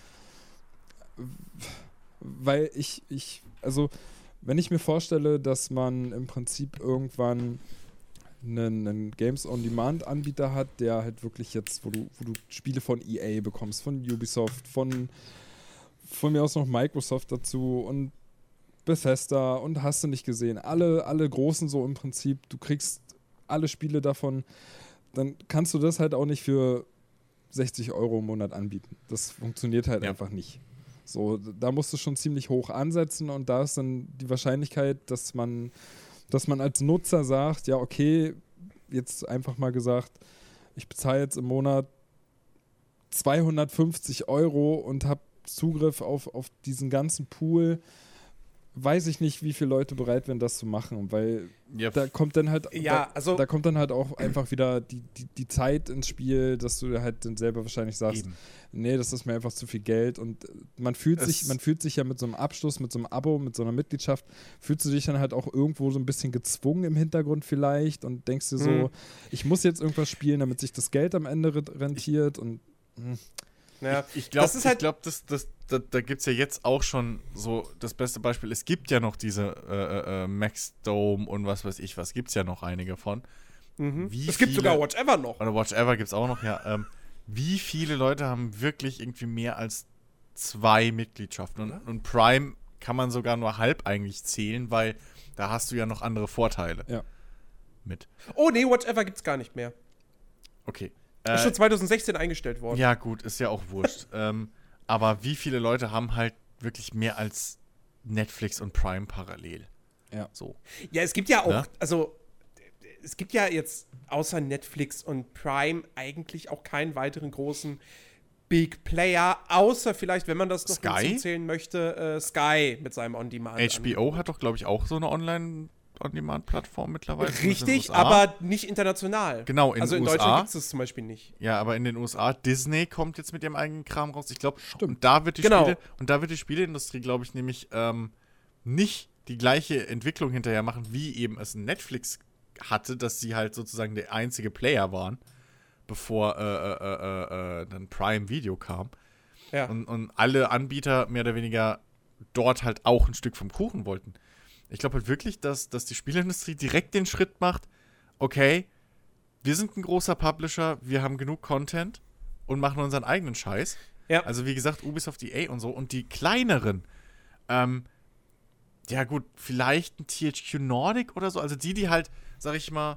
Weil ich, ich, also wenn ich mir vorstelle, dass man im Prinzip irgendwann einen, einen Games-on-Demand-Anbieter hat, der halt wirklich jetzt, wo du, wo du Spiele von E A bekommst, von Ubisoft, von, von mir aus noch Microsoft dazu und Bethesda und hast du nicht gesehen, alle, alle Großen so im Prinzip, du kriegst alle Spiele davon, dann kannst du das halt auch nicht für sechzig Euro im Monat anbieten. Das funktioniert halt Ja. einfach nicht. So, da musst du schon ziemlich hoch ansetzen und da ist dann die Wahrscheinlichkeit, dass man, dass man als Nutzer sagt, ja okay, jetzt einfach mal gesagt, ich bezahle jetzt im Monat zweihundertfünfzig Euro und habe Zugriff auf, auf diesen ganzen Pool, weiß ich nicht, wie viele Leute bereit wären, das zu machen, weil Ja, da kommt dann halt Ja, da, also- da kommt dann halt auch einfach wieder die, die, die Zeit ins Spiel, dass du halt dann selber wahrscheinlich sagst, eben. nee, das ist mir einfach zu viel Geld und man fühlt Es- sich, man fühlt sich ja mit so einem Abschluss, mit so einem Abo, mit so einer Mitgliedschaft, fühlst du dich dann halt auch irgendwo so ein bisschen gezwungen im Hintergrund vielleicht und denkst dir so, Mhm. ich muss jetzt irgendwas spielen, damit sich das Geld am Ende re- rentiert und mh. Ja. Ich glaube, Das ist halt- ich glaub, das, das, da, da gibt es ja jetzt auch schon so das beste Beispiel. Es gibt ja noch diese äh, äh, Max Dome und was weiß ich was. Gibt es ja noch einige von. Mhm. Wie Es gibt viele- sogar Whatever noch. Oder Watch Ever gibt es auch noch, ja. Ähm, wie viele Leute haben wirklich irgendwie mehr als zwei Mitgliedschaften? Und, und Prime kann man sogar nur halb eigentlich zählen, weil da hast du ja noch andere Vorteile Ja. mit. Oh nee, Whatever gibt's gar nicht mehr. Okay. Ist Äh, schon zwanzig sechzehn eingestellt worden. Ja, gut, ist ja auch wurscht. ähm, aber wie viele Leute haben halt wirklich mehr als Netflix und Prime parallel? Ja. So. Ja, es gibt ja auch, Ne? also es gibt ja jetzt außer Netflix und Prime eigentlich auch keinen weiteren großen Big Player, außer vielleicht, wenn man das noch Sky? hinzuzählen möchte, äh, Sky mit seinem On-Demand. H B O hat doch, glaube ich, auch so eine Online-On-Demand-Plattform mittlerweile. zumindest in den Richtig, U S A. aber nicht international. Genau, in also den in U S A. Deutschland gibt es das zum Beispiel nicht. Ja, aber in den U S A, Disney kommt jetzt mit ihrem eigenen Kram raus. Ich glaube, Stimmt. und da wird die Genau. Spiele, und da wird die Spieleindustrie, glaube ich, nämlich ähm, nicht die gleiche Entwicklung hinterher machen, wie eben es Netflix hatte, dass sie halt sozusagen der einzige Player waren, bevor äh, äh, äh, äh, dann Prime Video kam. Ja. Und, und alle Anbieter mehr oder weniger dort halt auch ein Stück vom Kuchen wollten. Ich glaube halt wirklich, dass, dass die Spieleindustrie direkt den Schritt macht, okay, wir sind ein großer Publisher, wir haben genug Content und machen unseren eigenen Scheiß. Ja. Also wie gesagt, Ubisoft, E A und so. Und die kleineren, ähm, ja gut, vielleicht ein T H Q Nordic oder so, also die, die halt, sag ich mal,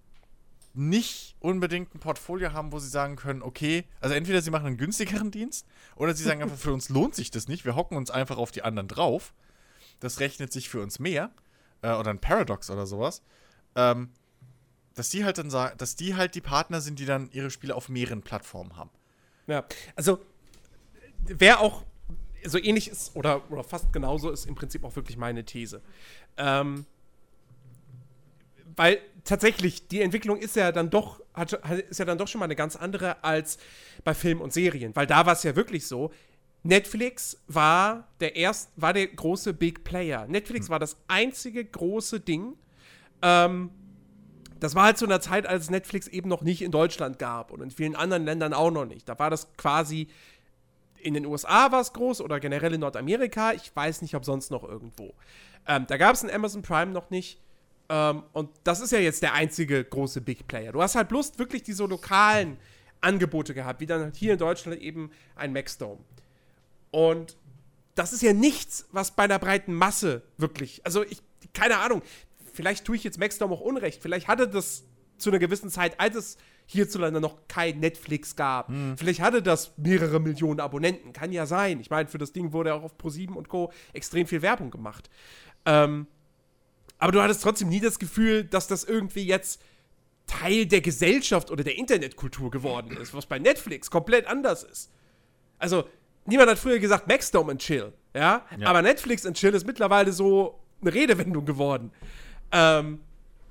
nicht unbedingt ein Portfolio haben, wo sie sagen können, okay, also entweder sie machen einen günstigeren Dienst oder sie sagen einfach, für uns lohnt sich das nicht, wir hocken uns einfach auf die anderen drauf. Das rechnet sich für uns mehr. Äh, oder ein Paradox oder sowas. Ähm, dass die halt dann sagen, dass die halt die Partner sind, die dann ihre Spiele auf mehreren Plattformen haben. Ja, also wer auch so ähnlich ist oder, oder fast genauso ist im Prinzip auch wirklich meine These. Ähm, weil tatsächlich, die Entwicklung ist ja dann doch, hat, ist ja dann doch schon mal eine ganz andere als bei Filmen und Serien. Weil da war es ja wirklich so, Netflix war der erst, war der große Big Player. Netflix hm. war das einzige große Ding. Ähm, das war halt zu einer Zeit, als Netflix eben noch nicht in Deutschland gab und in vielen anderen Ländern auch noch nicht. Da war das quasi, in den U S A war es groß oder generell in Nordamerika. Ich weiß nicht, ob sonst noch irgendwo. Ähm, da gab es ein Amazon Prime noch nicht. Ähm, und das ist ja jetzt der einzige große Big Player. Du hast halt bloß wirklich diese lokalen Angebote gehabt, wie dann halt hier in Deutschland eben ein Maxdome. Und das ist ja nichts, was bei einer breiten Masse wirklich, also ich, keine Ahnung, vielleicht tue ich jetzt Maxdome auch Unrecht, vielleicht hatte das zu einer gewissen Zeit, als es hierzulande noch kein Netflix gab, hm. vielleicht hatte das mehrere Millionen Abonnenten, kann ja sein. Ich meine, für das Ding wurde auch auf ProSieben und Co. extrem viel Werbung gemacht. Ähm, aber du hattest trotzdem nie das Gefühl, dass das irgendwie jetzt Teil der Gesellschaft oder der Internetkultur geworden ist, was bei Netflix komplett anders ist. Also, niemand hat früher gesagt Maxdome and Chill, ja? ja? Aber Netflix and Chill ist mittlerweile so eine Redewendung geworden. Ähm,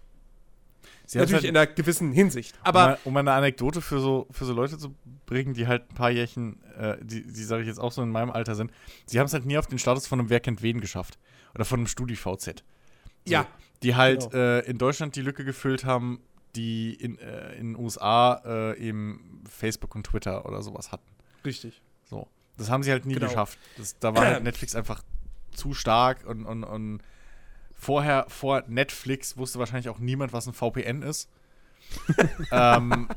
Sie natürlich halt, in einer gewissen Hinsicht. Aber um, mal, um mal eine Anekdote für so, für so Leute zu bringen, die halt ein paar Jährchen, äh, die, die sage ich jetzt auch so in meinem Alter sind, sie haben es halt nie auf den Status von einem Wer kennt wen geschafft. Oder von einem StudiVZ. So, ja. Die halt genau. äh, in Deutschland die Lücke gefüllt haben, die in, äh, in den U S A äh, eben Facebook und Twitter oder sowas hatten. Richtig. So. Das haben sie halt nie genau. geschafft. Das, da war halt Netflix einfach zu stark und, und, und vorher, vor Netflix wusste wahrscheinlich auch niemand, was ein V P N ist. ähm,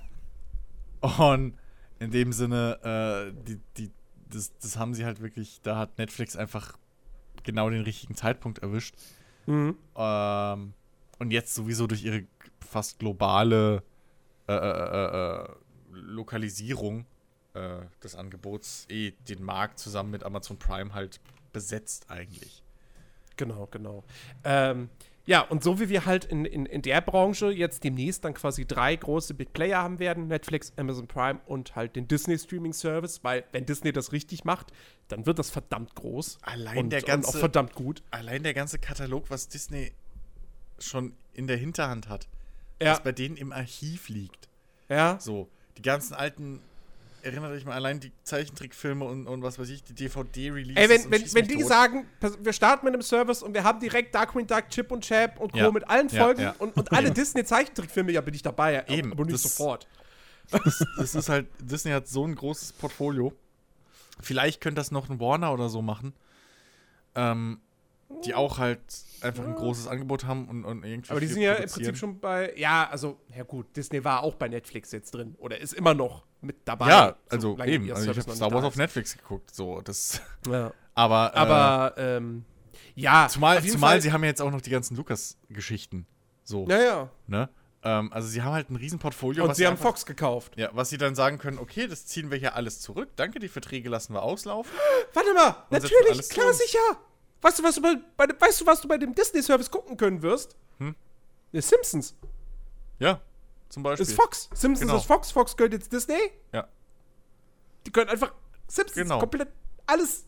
und in dem Sinne, äh, die, die, das, das haben sie halt wirklich, da hat Netflix einfach genau den richtigen Zeitpunkt erwischt. Mhm. Ähm, und jetzt sowieso durch ihre fast globale äh, äh, äh, Lokalisierung äh, des Angebots eh den Markt zusammen mit Amazon Prime halt besetzt eigentlich. Genau, genau. Ähm, ja, und so wie wir halt in, in, in der Branche jetzt demnächst dann quasi drei große Big Player haben werden, Netflix, Amazon Prime und halt den Disney-Streaming-Service, weil wenn Disney das richtig macht, dann wird das verdammt groß. Allein und, der ganze, und auch verdammt gut. Allein der ganze Katalog, was Disney schon in der Hinterhand hat, ja. was bei denen im Archiv liegt. Ja. So, die ganzen alten, erinnert euch mal allein die Zeichentrickfilme und, und was weiß ich, die D V D-Releases. Ey, wenn, wenn, wenn die tot. sagen, wir starten mit einem Service und wir haben direkt Darkwing Duck, Chip und Chap und Co. Ja. mit allen Folgen ja, ja. und, und alle Disney-Zeichentrickfilme, ja, bin ich dabei. Eben. Aber nicht das, sofort. Das, das ist halt, Disney hat so ein großes Portfolio. Vielleicht könnte das noch ein Warner oder so machen. Ähm, die auch halt einfach ein großes Angebot haben und, und irgendwie. Aber die sind ja im Prinzip schon bei, ja, also, ja gut, Disney war auch bei Netflix jetzt drin oder ist immer noch mit dabei. Ja, also so eben. Also ich habe Star Wars auf Netflix geguckt, so das. Ja. Aber, aber äh, ähm, ja. Zumal, zumal sie haben ja jetzt auch noch die ganzen Lucas-Geschichten. So. Naja. Ne? Ähm, also sie haben halt ein Riesenportfolio. Und sie haben einfach, Fox gekauft. Ja, was sie dann sagen können, okay, das ziehen wir hier alles zurück. Danke, die Verträge lassen wir auslaufen. Warte mal, natürlich, klar, sicher. Weißt du, was du bei, bei, weißt du, was du bei dem Disney-Service gucken können wirst? Hm? Die Simpsons. Ja, zum Beispiel. Ist Fox. Simpsons genau. ist Fox, Fox gehört jetzt Disney. Ja. Die können einfach Simpsons genau. komplett alles.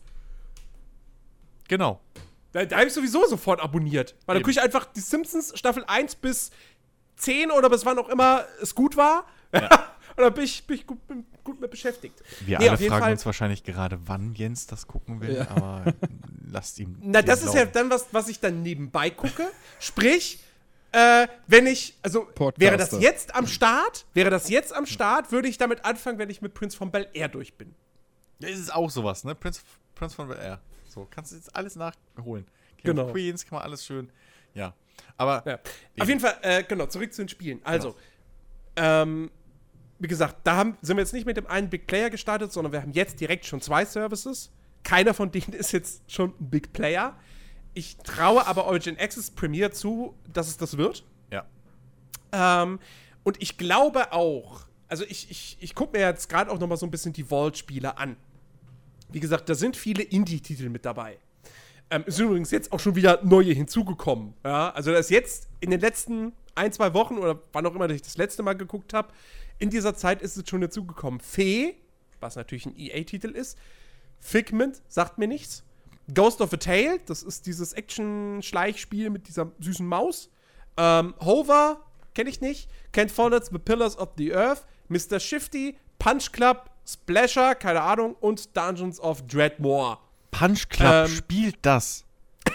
Genau. Da, da habe ich sowieso sofort abonniert. Weil dann gucke ich einfach die Simpsons Staffel eins bis zehn oder bis wann auch immer es gut war. Ja. Und dann bin ich, bin ich gut, bin gut mit beschäftigt. Wir nee, alle fragen uns wahrscheinlich gerade, wann Jens das gucken will, ja. aber lasst ihm. Na, das ist ja dann was, was ich dann nebenbei gucke. Sprich, äh, wenn ich, also Podcaster. wäre das jetzt am Start, wäre das jetzt am Start, würde ich damit anfangen, wenn ich mit Prince von Bel-Air durch bin. Ja, ist es auch sowas, ne? Prince, Prince von Bel-Air. So, kannst du jetzt alles nachholen. Game genau. of Queens, kann man alles schön. Ja. Aber. Ja. Auf jeden Fall, äh, genau, zurück zu den Spielen. Also, genau. ähm, wie gesagt, da haben, sind wir jetzt nicht mit dem einen Big Player gestartet, sondern wir haben jetzt direkt schon zwei Services. Keiner von denen ist jetzt schon ein Big Player. Ich traue aber Origin Access Premier zu, dass es das wird. Ja. Ähm, und ich glaube auch, also ich, ich, ich gucke mir jetzt gerade auch noch mal so ein bisschen die Vault-Spiele an. Wie gesagt, da sind viele Indie-Titel mit dabei. Ähm, ist übrigens jetzt auch schon wieder neue hinzugekommen. Ja? Also da ist jetzt in den letzten ein, zwei Wochen oder wann auch immer ich das letzte Mal geguckt habe, in dieser Zeit ist es schon dazugekommen. Fee, was natürlich ein E A-Titel ist. Figment, sagt mir nichts. Ghost of a Tale, das ist dieses Action-Schleichspiel mit dieser süßen Maus. Ähm, Hover, kenne ich nicht. Can't Follow the Pillars of the Earth, Mister Shifty, Punch Club, Splasher, keine Ahnung, und Dungeons of Dreadmore. Punch Club Ähm. spielt das.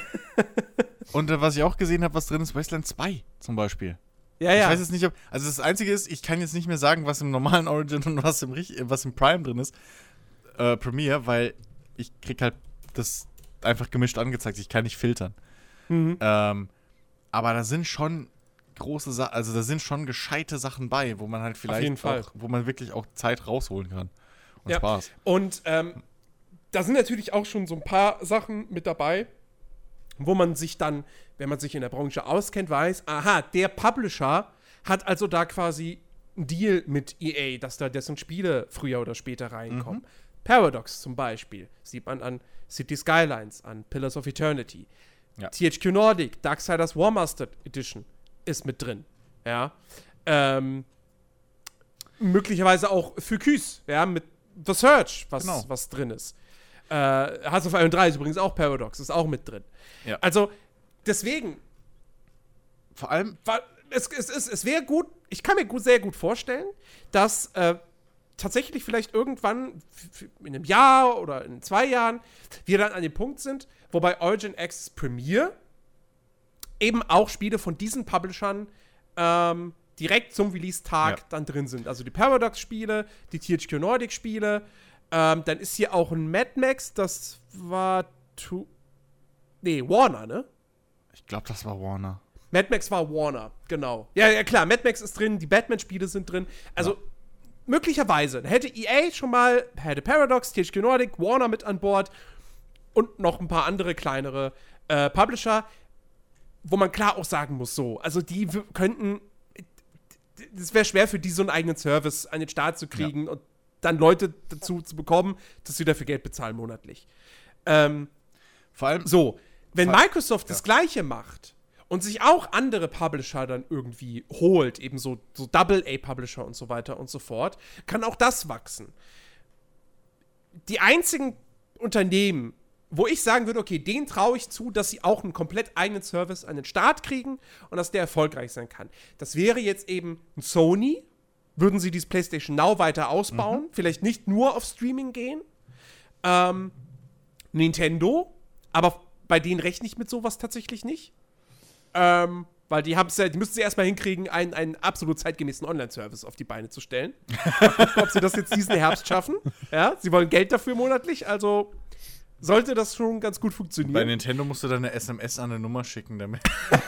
Und äh, was ich auch gesehen habe, was drin ist, Wasteland zwei zum Beispiel. Ja, Ich ja. weiß jetzt nicht, ob. Also das Einzige ist, ich kann jetzt nicht mehr sagen, was im normalen Origin und was im, Richt- was im Prime drin ist. Äh, Premiere, weil ich krieg halt das einfach gemischt angezeigt. Ich kann nicht filtern. Mhm. Ähm, aber da sind schon große Sachen, also da sind schon gescheite Sachen bei, wo man halt vielleicht jeden Fall. auch, wo man wirklich auch Zeit rausholen kann. Und Ja. Spaß. Und ähm, da sind natürlich auch schon so ein paar Sachen mit dabei, wo man sich dann, wenn man sich in der Branche auskennt, weiß, aha, der Publisher hat also da quasi einen Deal mit E A, dass da dessen Spiele früher oder später reinkommen. Paradox zum Beispiel, sieht man an City Skylines, an Pillars of Eternity. Ja. T H Q Nordic, Darksiders Warmastered Edition ist mit drin. Ja. Ähm, möglicherweise auch für Kys, ja, mit The Search, was, Genau. was drin ist. Äh, Hearts of Iron drei ist übrigens auch Paradox, ist auch mit drin. Ja. Also, deswegen, Vor allem, war, es, es, es, es wäre gut, ich kann mir gut, sehr gut vorstellen, dass äh, tatsächlich vielleicht irgendwann f- f- in einem Jahr oder in zwei Jahren wir dann an dem Punkt sind, wo bei Origin Access Premier eben auch Spiele von diesen Publishern ähm, direkt zum Release-Tag Ja. dann drin sind. Also die Paradox-Spiele, die T H Q Nordic-Spiele. Ähm, dann ist hier auch ein Mad Max, das war tu- nee, Warner, ne? ich glaube, das war Warner. Mad Max war Warner, genau. Ja, ja, klar, Mad Max ist drin, die Batman-Spiele sind drin. Also, Ja. möglicherweise hätte E A schon mal, hätte Paradox, T H Q Nordic, Warner mit an Bord und noch ein paar andere kleinere äh, Publisher, wo man klar auch sagen muss, so, also die w- könnten, es wäre schwer für die, so einen eigenen Service an den Start zu kriegen und dann Leute dazu zu bekommen, dass sie dafür Geld bezahlen monatlich. Ähm, Vor allem, so, wenn Fall- Microsoft das Gleiche macht und sich auch andere Publisher dann irgendwie holt, eben so, so Double-A-Publisher und so weiter und so fort, kann auch das wachsen. Die einzigen Unternehmen, wo ich sagen würde, okay, denen traue ich zu, dass sie auch einen komplett eigenen Service an den Start kriegen und dass der erfolgreich sein kann. Das wäre jetzt eben ein Sony, würden sie dieses PlayStation Now weiter ausbauen, Mhm. vielleicht nicht nur auf Streaming gehen. Ähm, Nintendo, aber bei denen rechne ich mit sowas tatsächlich nicht. Ähm, weil die haben's ja, die müssten sie erstmal hinkriegen, einen, einen absolut zeitgemäßen Online-Service auf die Beine zu stellen. Mal gucken, ob sie das jetzt diesen Herbst schaffen. Ja, sie wollen Geld dafür monatlich, also sollte das schon ganz gut funktionieren. bei Nintendo musst du dann eine S M S an eine Nummer schicken, damit.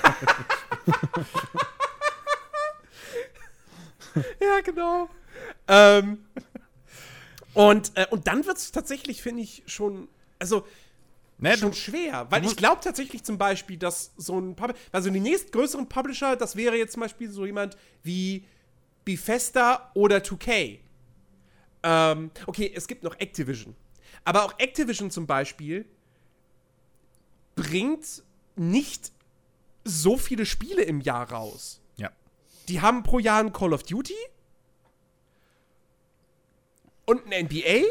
Ja, genau. ähm, und, äh, und dann wird es tatsächlich, finde ich, schon, also Ne, schon du, schwer. Weil du ich musst- glaube tatsächlich zum Beispiel, dass so ein Pub also die nächstgrößeren Publisher, das wäre jetzt zum Beispiel so jemand wie Bethesda oder zwei K. Ähm, okay, es gibt noch Activision. Aber auch Activision zum Beispiel bringt nicht so viele Spiele im Jahr raus. ja. Die haben pro Jahr ein Call of Duty und ein N B A.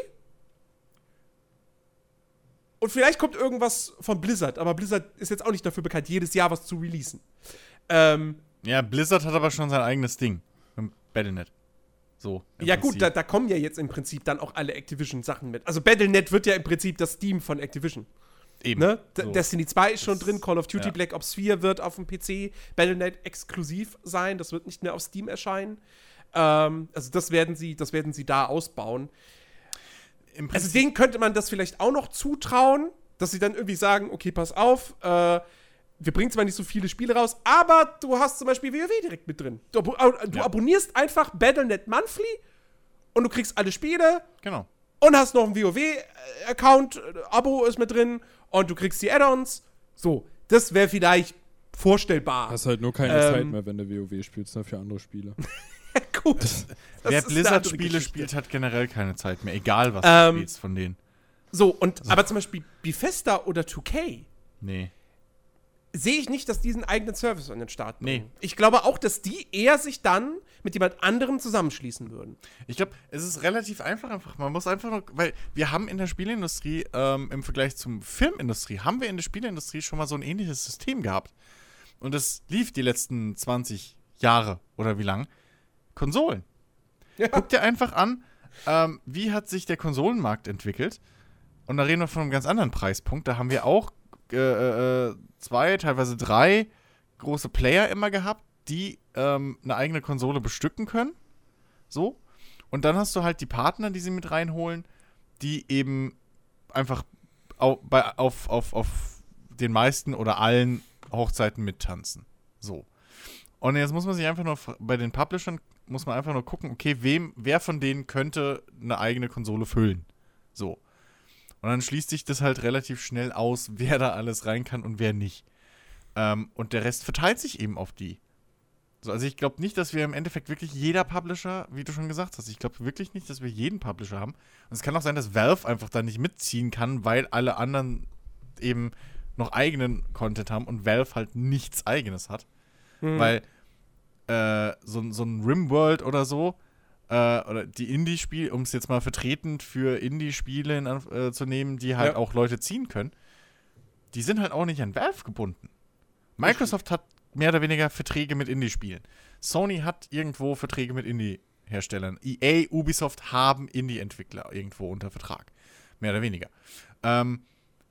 Und vielleicht kommt irgendwas von Blizzard, aber Blizzard ist jetzt auch nicht dafür bekannt, jedes Jahr was zu releasen. Ähm, Ja, Blizzard hat aber schon sein eigenes Ding. Mit Battle Punkt net. So. im ja, gut, Prinzip. da, da kommen ja jetzt im Prinzip dann auch alle Activision-Sachen mit. Also Battle Punkt net wird ja im Prinzip das Steam von Activision. Eben. Ne? D- So. Destiny zwei ist schon Das- drin, Call of Duty ja. Black Ops vier wird auf dem P C Battle Punkt net exklusiv sein, das wird nicht mehr auf Steam erscheinen. Ähm, also das werden sie, das werden sie da ausbauen. Im Also Prinzip, denen könnte man das vielleicht auch noch zutrauen, dass sie dann irgendwie sagen, okay, pass auf, äh, wir bringen zwar nicht so viele Spiele raus, aber du hast zum Beispiel WoW direkt mit drin. Du, abo- äh, du Ja. abonnierst einfach Battle Punkt net Monthly und du kriegst alle Spiele genau. und hast noch einen WoW-Account, äh, Abo ist mit drin und du kriegst die Add-ons. So, das wäre vielleicht vorstellbar. Hast halt nur keine Ähm. Zeit mehr, wenn du WoW spielst, ne, für andere Spiele. Gut. Das Wer ist eine Blizzard-Spiele andere Geschichte. spielt, hat generell keine Zeit mehr. Egal, was Ähm. du spielst von denen. So, und aber zum Beispiel Bethesda oder zwei K Nee. sehe ich nicht, dass die einen eigenen Service an den Start bringen. Nee. Ich glaube auch, dass die eher sich dann mit jemand anderem zusammenschließen würden. Ich glaube, es ist relativ einfach einfach. Man muss einfach nur, weil wir haben in der Spieleindustrie, ähm, im Vergleich zum Filmindustrie, haben wir in der Spieleindustrie schon mal so ein ähnliches System gehabt. und das lief die letzten zwanzig Jahre oder wie lang, Konsolen. Ja. Guck dir einfach an, ähm, wie hat sich der Konsolenmarkt entwickelt. Und da reden wir von einem ganz anderen Preispunkt. Da haben wir auch äh, äh, zwei, teilweise drei große Player immer gehabt, die ähm, eine eigene Konsole bestücken können. So. Und dann hast du halt die Partner, die sie mit reinholen, die eben einfach au- bei, auf, auf, auf den meisten oder allen Hochzeiten mittanzen. So. Und jetzt muss man sich einfach nur, bei den Publishern muss man einfach nur gucken, okay, wem, wer von denen könnte eine eigene Konsole füllen. So. Und dann schließt sich das halt relativ schnell aus, wer da alles rein kann und wer nicht. Ähm, und der Rest verteilt sich eben auf die. So, also ich glaube nicht, dass wir im Endeffekt wirklich jeder Publisher, wie du schon gesagt hast, ich glaube wirklich nicht, dass wir jeden Publisher haben. Und es kann auch sein, dass Valve einfach da nicht mitziehen kann, weil alle anderen eben noch eigenen Content haben und Valve halt nichts Eigenes hat. Hm. Weil äh, so, so ein Rimworld oder so, äh, oder die Indie-Spiele, um es jetzt mal vertretend für Indie-Spiele in Anf- äh, zu nehmen, die halt Ja. auch Leute ziehen können, die sind halt auch nicht an Valve gebunden. Microsoft hat mehr oder weniger Verträge mit Indie-Spielen. Sony hat irgendwo Verträge mit Indie-Herstellern. E A, Ubisoft haben Indie-Entwickler irgendwo unter Vertrag. Mehr oder weniger. Ähm,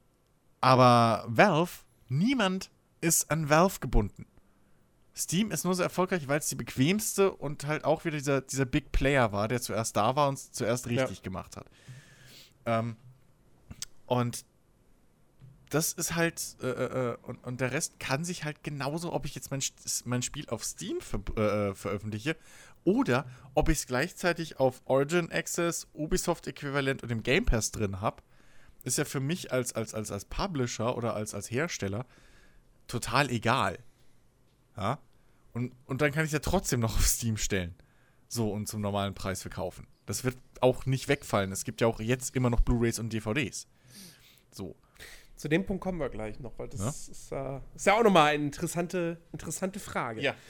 aber Valve, niemand ist an Valve gebunden. Steam ist nur so erfolgreich, weil es die bequemste und halt auch wieder dieser, dieser Big Player war, der zuerst da war und es zuerst richtig Ja. gemacht hat. Ähm, und das ist halt, äh, äh, und, und der Rest kann sich halt genauso, ob ich jetzt mein, mein Spiel auf Steam ver, äh, veröffentliche oder ob ich es gleichzeitig auf Origin Access, Ubisoft-Äquivalent und im Game Pass drin habe, ist ja für mich als, als, als, als Publisher oder als, als Hersteller total egal. Ja? Und, und dann kann ich es ja trotzdem noch auf Steam stellen. So, und zum normalen Preis verkaufen. Das wird auch nicht wegfallen. Es gibt ja auch jetzt immer noch Blu-Rays und D V Ds. So. Zu dem Punkt kommen wir gleich noch, weil das Ja? ist, äh, ist ja auch nochmal eine interessante, interessante Frage. Ja.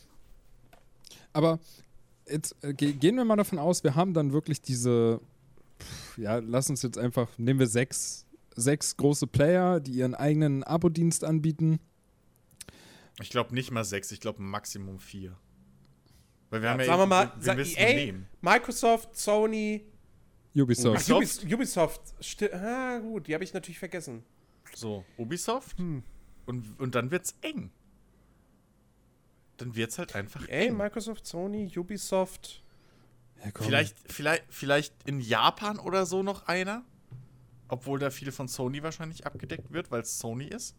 Aber jetzt äh, ge- gehen wir mal davon aus, wir haben dann wirklich diese, pff, ja, lass uns jetzt einfach, nehmen wir sechs, sechs große Player, die ihren eigenen Abo-Dienst anbieten. Ich glaube nicht mal sechs, ich glaube Maximum vier. Weil wir Ja, haben ja sagen wir eben- mal, wir sa- müssen E A, nehmen. Microsoft, Sony, Ubisoft. Ach, Ubis- Ubisoft. Sti- ah, gut, die habe ich natürlich vergessen. So, Ubisoft. Hm. Und, und dann wird's eng. Dann wird's halt einfach E A, eng. Microsoft, Sony, Ubisoft. Ja, komm. Vielleicht, vielleicht, vielleicht in Japan oder so noch einer. Obwohl da viel von Sony wahrscheinlich abgedeckt wird, weil es Sony ist.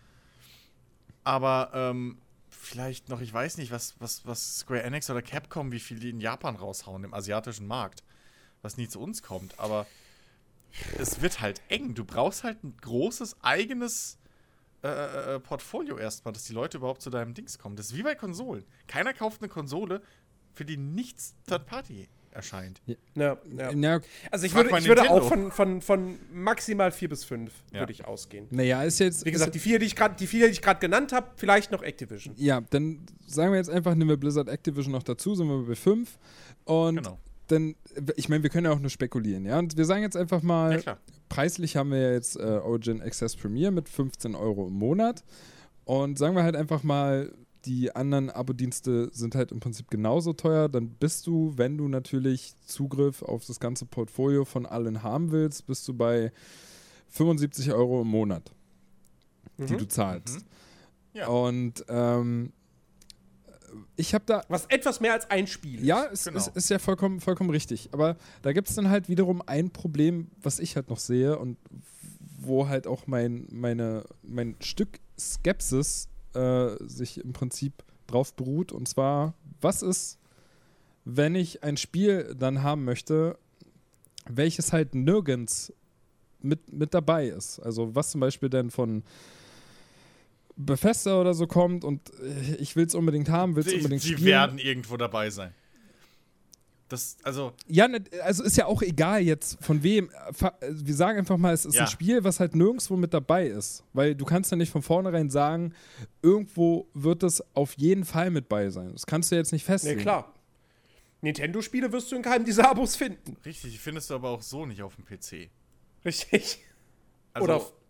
Aber ähm, vielleicht noch, ich weiß nicht, was, was, was Square Enix oder Capcom, wie viel die in Japan raushauen, im asiatischen Markt. Was nie zu uns kommt. Aber es wird halt eng. Du brauchst halt ein großes, eigenes äh, äh, Portfolio erstmal, dass die Leute überhaupt zu deinem Dings kommen. Das ist wie bei Konsolen. Keiner kauft eine Konsole, für die nichts Third-Party erscheint. Ja, ja. Ja, Also ich Frag würde, mal ich würde Nintendo. auch von, von, von maximal vier bis fünf Ja. würde ich ausgehen. naja, ist jetzt. Wie gesagt, ist, die vier, die ich gerade, die vier, die ich gerade genannt habe, vielleicht noch Activision. ja, dann sagen wir jetzt einfach, nehmen wir Blizzard Activision noch dazu, sind wir bei fünf. Und Genau. dann, ich meine, wir können ja auch nur spekulieren, ja. Und wir sagen jetzt einfach mal, Ja, klar. preislich haben wir ja jetzt äh, Origin Access Premier mit fünfzehn Euro im Monat. Und sagen wir halt einfach mal, die anderen Abo-Dienste sind halt im Prinzip genauso teuer. Dann bist du, wenn du natürlich Zugriff auf das ganze Portfolio von allen haben willst, bist du bei fünfundsiebzig Euro im Monat, die Mhm. du zahlst. Mhm. Ja. Und ähm, ich habe da Was etwas mehr als ein Spiel ja, ist. es Genau. ist, ist ja vollkommen, vollkommen richtig. Aber da gibt es dann halt wiederum ein Problem, was ich halt noch sehe und wo halt auch mein, meine, mein Stück Skepsis äh, sich im Prinzip drauf beruht. Und zwar, was ist, wenn ich ein Spiel dann haben möchte, welches halt nirgends mit, mit dabei ist? Also was zum Beispiel denn von Bethesda oder so kommt und äh, ich will es unbedingt haben, will es Die, unbedingt die spielen. werden irgendwo dabei sein. Das, also, Ja, ne, also ist ja auch egal jetzt von wem. Fa- Wir sagen einfach mal, es ist Ja. ein Spiel, was halt nirgendwo mit dabei ist. Weil du kannst ja nicht von vornherein sagen, irgendwo wird es auf jeden Fall mit bei sein. Das kannst du jetzt nicht Nee, festlegen. klar. Nintendo-Spiele wirst du in keinem dieser Abos finden. richtig, die findest du aber auch so nicht auf dem P C. Richtig. Also, Oder auf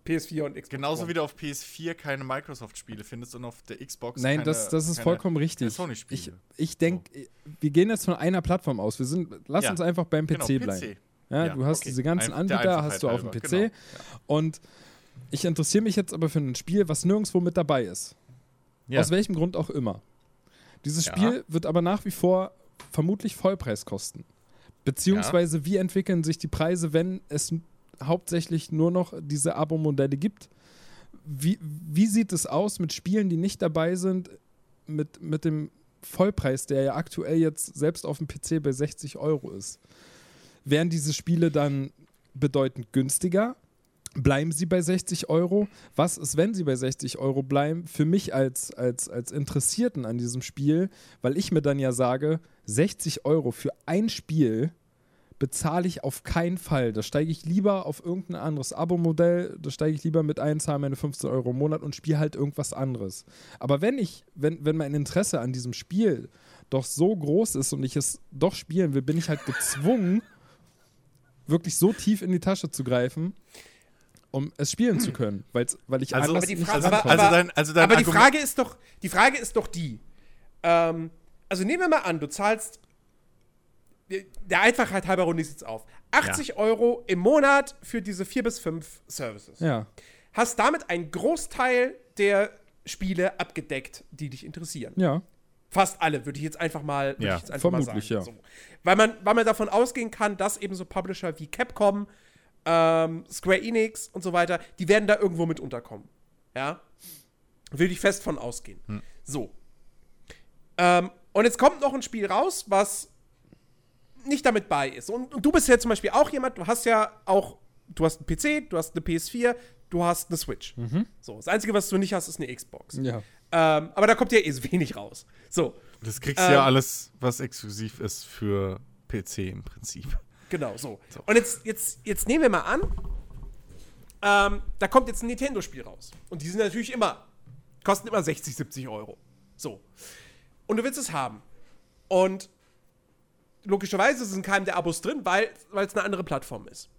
P S vier und Xbox Genauso One. wie du auf P S vier keine Microsoft-Spiele findest und auf der Xbox Nein, keine das, das ist keine, vollkommen keine richtig. Sony-Spiele. Ich, ich denke, wir gehen jetzt von einer Plattform aus. Wir sind, lass Ja. uns einfach beim P C Genau, bleiben. Ja, Ja, du hast okay. diese ganzen Einf- der Anbieter, Einfachheit hast du auf dem halber, P C. genau. Und ich interessiere mich jetzt aber für ein Spiel, was nirgendwo mit dabei ist. Ja. Aus welchem Grund auch immer. Dieses Ja. Spiel wird aber nach wie vor vermutlich Vollpreis kosten. Beziehungsweise, wie entwickeln sich die Preise, wenn es n- hauptsächlich nur noch diese Abo-Modelle gibt? Wie, wie sieht es aus mit Spielen, die nicht dabei sind, mit, mit dem Vollpreis, der ja aktuell jetzt selbst auf dem P C bei sechzig Euro ist? Wären diese Spiele dann bedeutend günstiger? Bleiben sie bei sechzig Euro? Was ist, wenn sie bei sechzig Euro bleiben? Für mich als, als, als Interessierten an diesem Spiel, weil ich mir dann ja sage, sechzig Euro für ein Spiel bezahle ich auf keinen Fall. Da steige ich lieber auf irgendein anderes Abo-Modell, da steige ich lieber mit ein, zahle meine fünfzehn Euro im Monat und spiele halt irgendwas anderes. Aber wenn ich, wenn, wenn mein Interesse an diesem Spiel doch so groß ist und ich es doch spielen will, bin ich halt gezwungen, wirklich so tief in die Tasche zu greifen, um es spielen zu können, weil's, weil ich Also- anders Aber die, nicht Fra rankomme. aber, also aber, dein- also dein aber die Argument- Frage ist doch, die Frage ist doch die. Ähm, also nehmen wir mal an, du zahlst der Einfachheit halber runde ich jetzt auf. achtzig Euro im Monat für diese vier bis fünf Services. Ja. Hast damit einen Großteil der Spiele abgedeckt, die dich interessieren. Ja. Fast alle, würde ich jetzt einfach mal, würde Ja, ich jetzt einfach mal vermutlich, sagen. ja. So. Weil, man, weil man davon ausgehen kann, dass eben so Publisher wie Capcom, ähm, Square Enix und so weiter, die werden da irgendwo mit unterkommen. Ja? Würde ich fest von ausgehen. Hm. So. Ähm, und jetzt kommt noch ein Spiel raus, was nicht damit bei ist. Und, und du bist ja zum Beispiel auch jemand, du hast ja auch, du hast einen P C, du hast eine P S vier, du hast eine Switch. So, das Einzige, was du nicht hast, ist eine Xbox. Ja. Ähm, aber da kommt ja eh so wenig raus. So, Das kriegst Ähm, ja alles, was exklusiv ist für P C im Prinzip. genau, so. So. Und jetzt, jetzt, jetzt nehmen wir mal an, ähm, da kommt jetzt ein Nintendo-Spiel raus. Und die sind natürlich immer, kosten immer sechzig, siebzig Euro. So. Und du willst es haben. Und logischerweise sind keinem der Abos drin, weil es eine andere Plattform ist.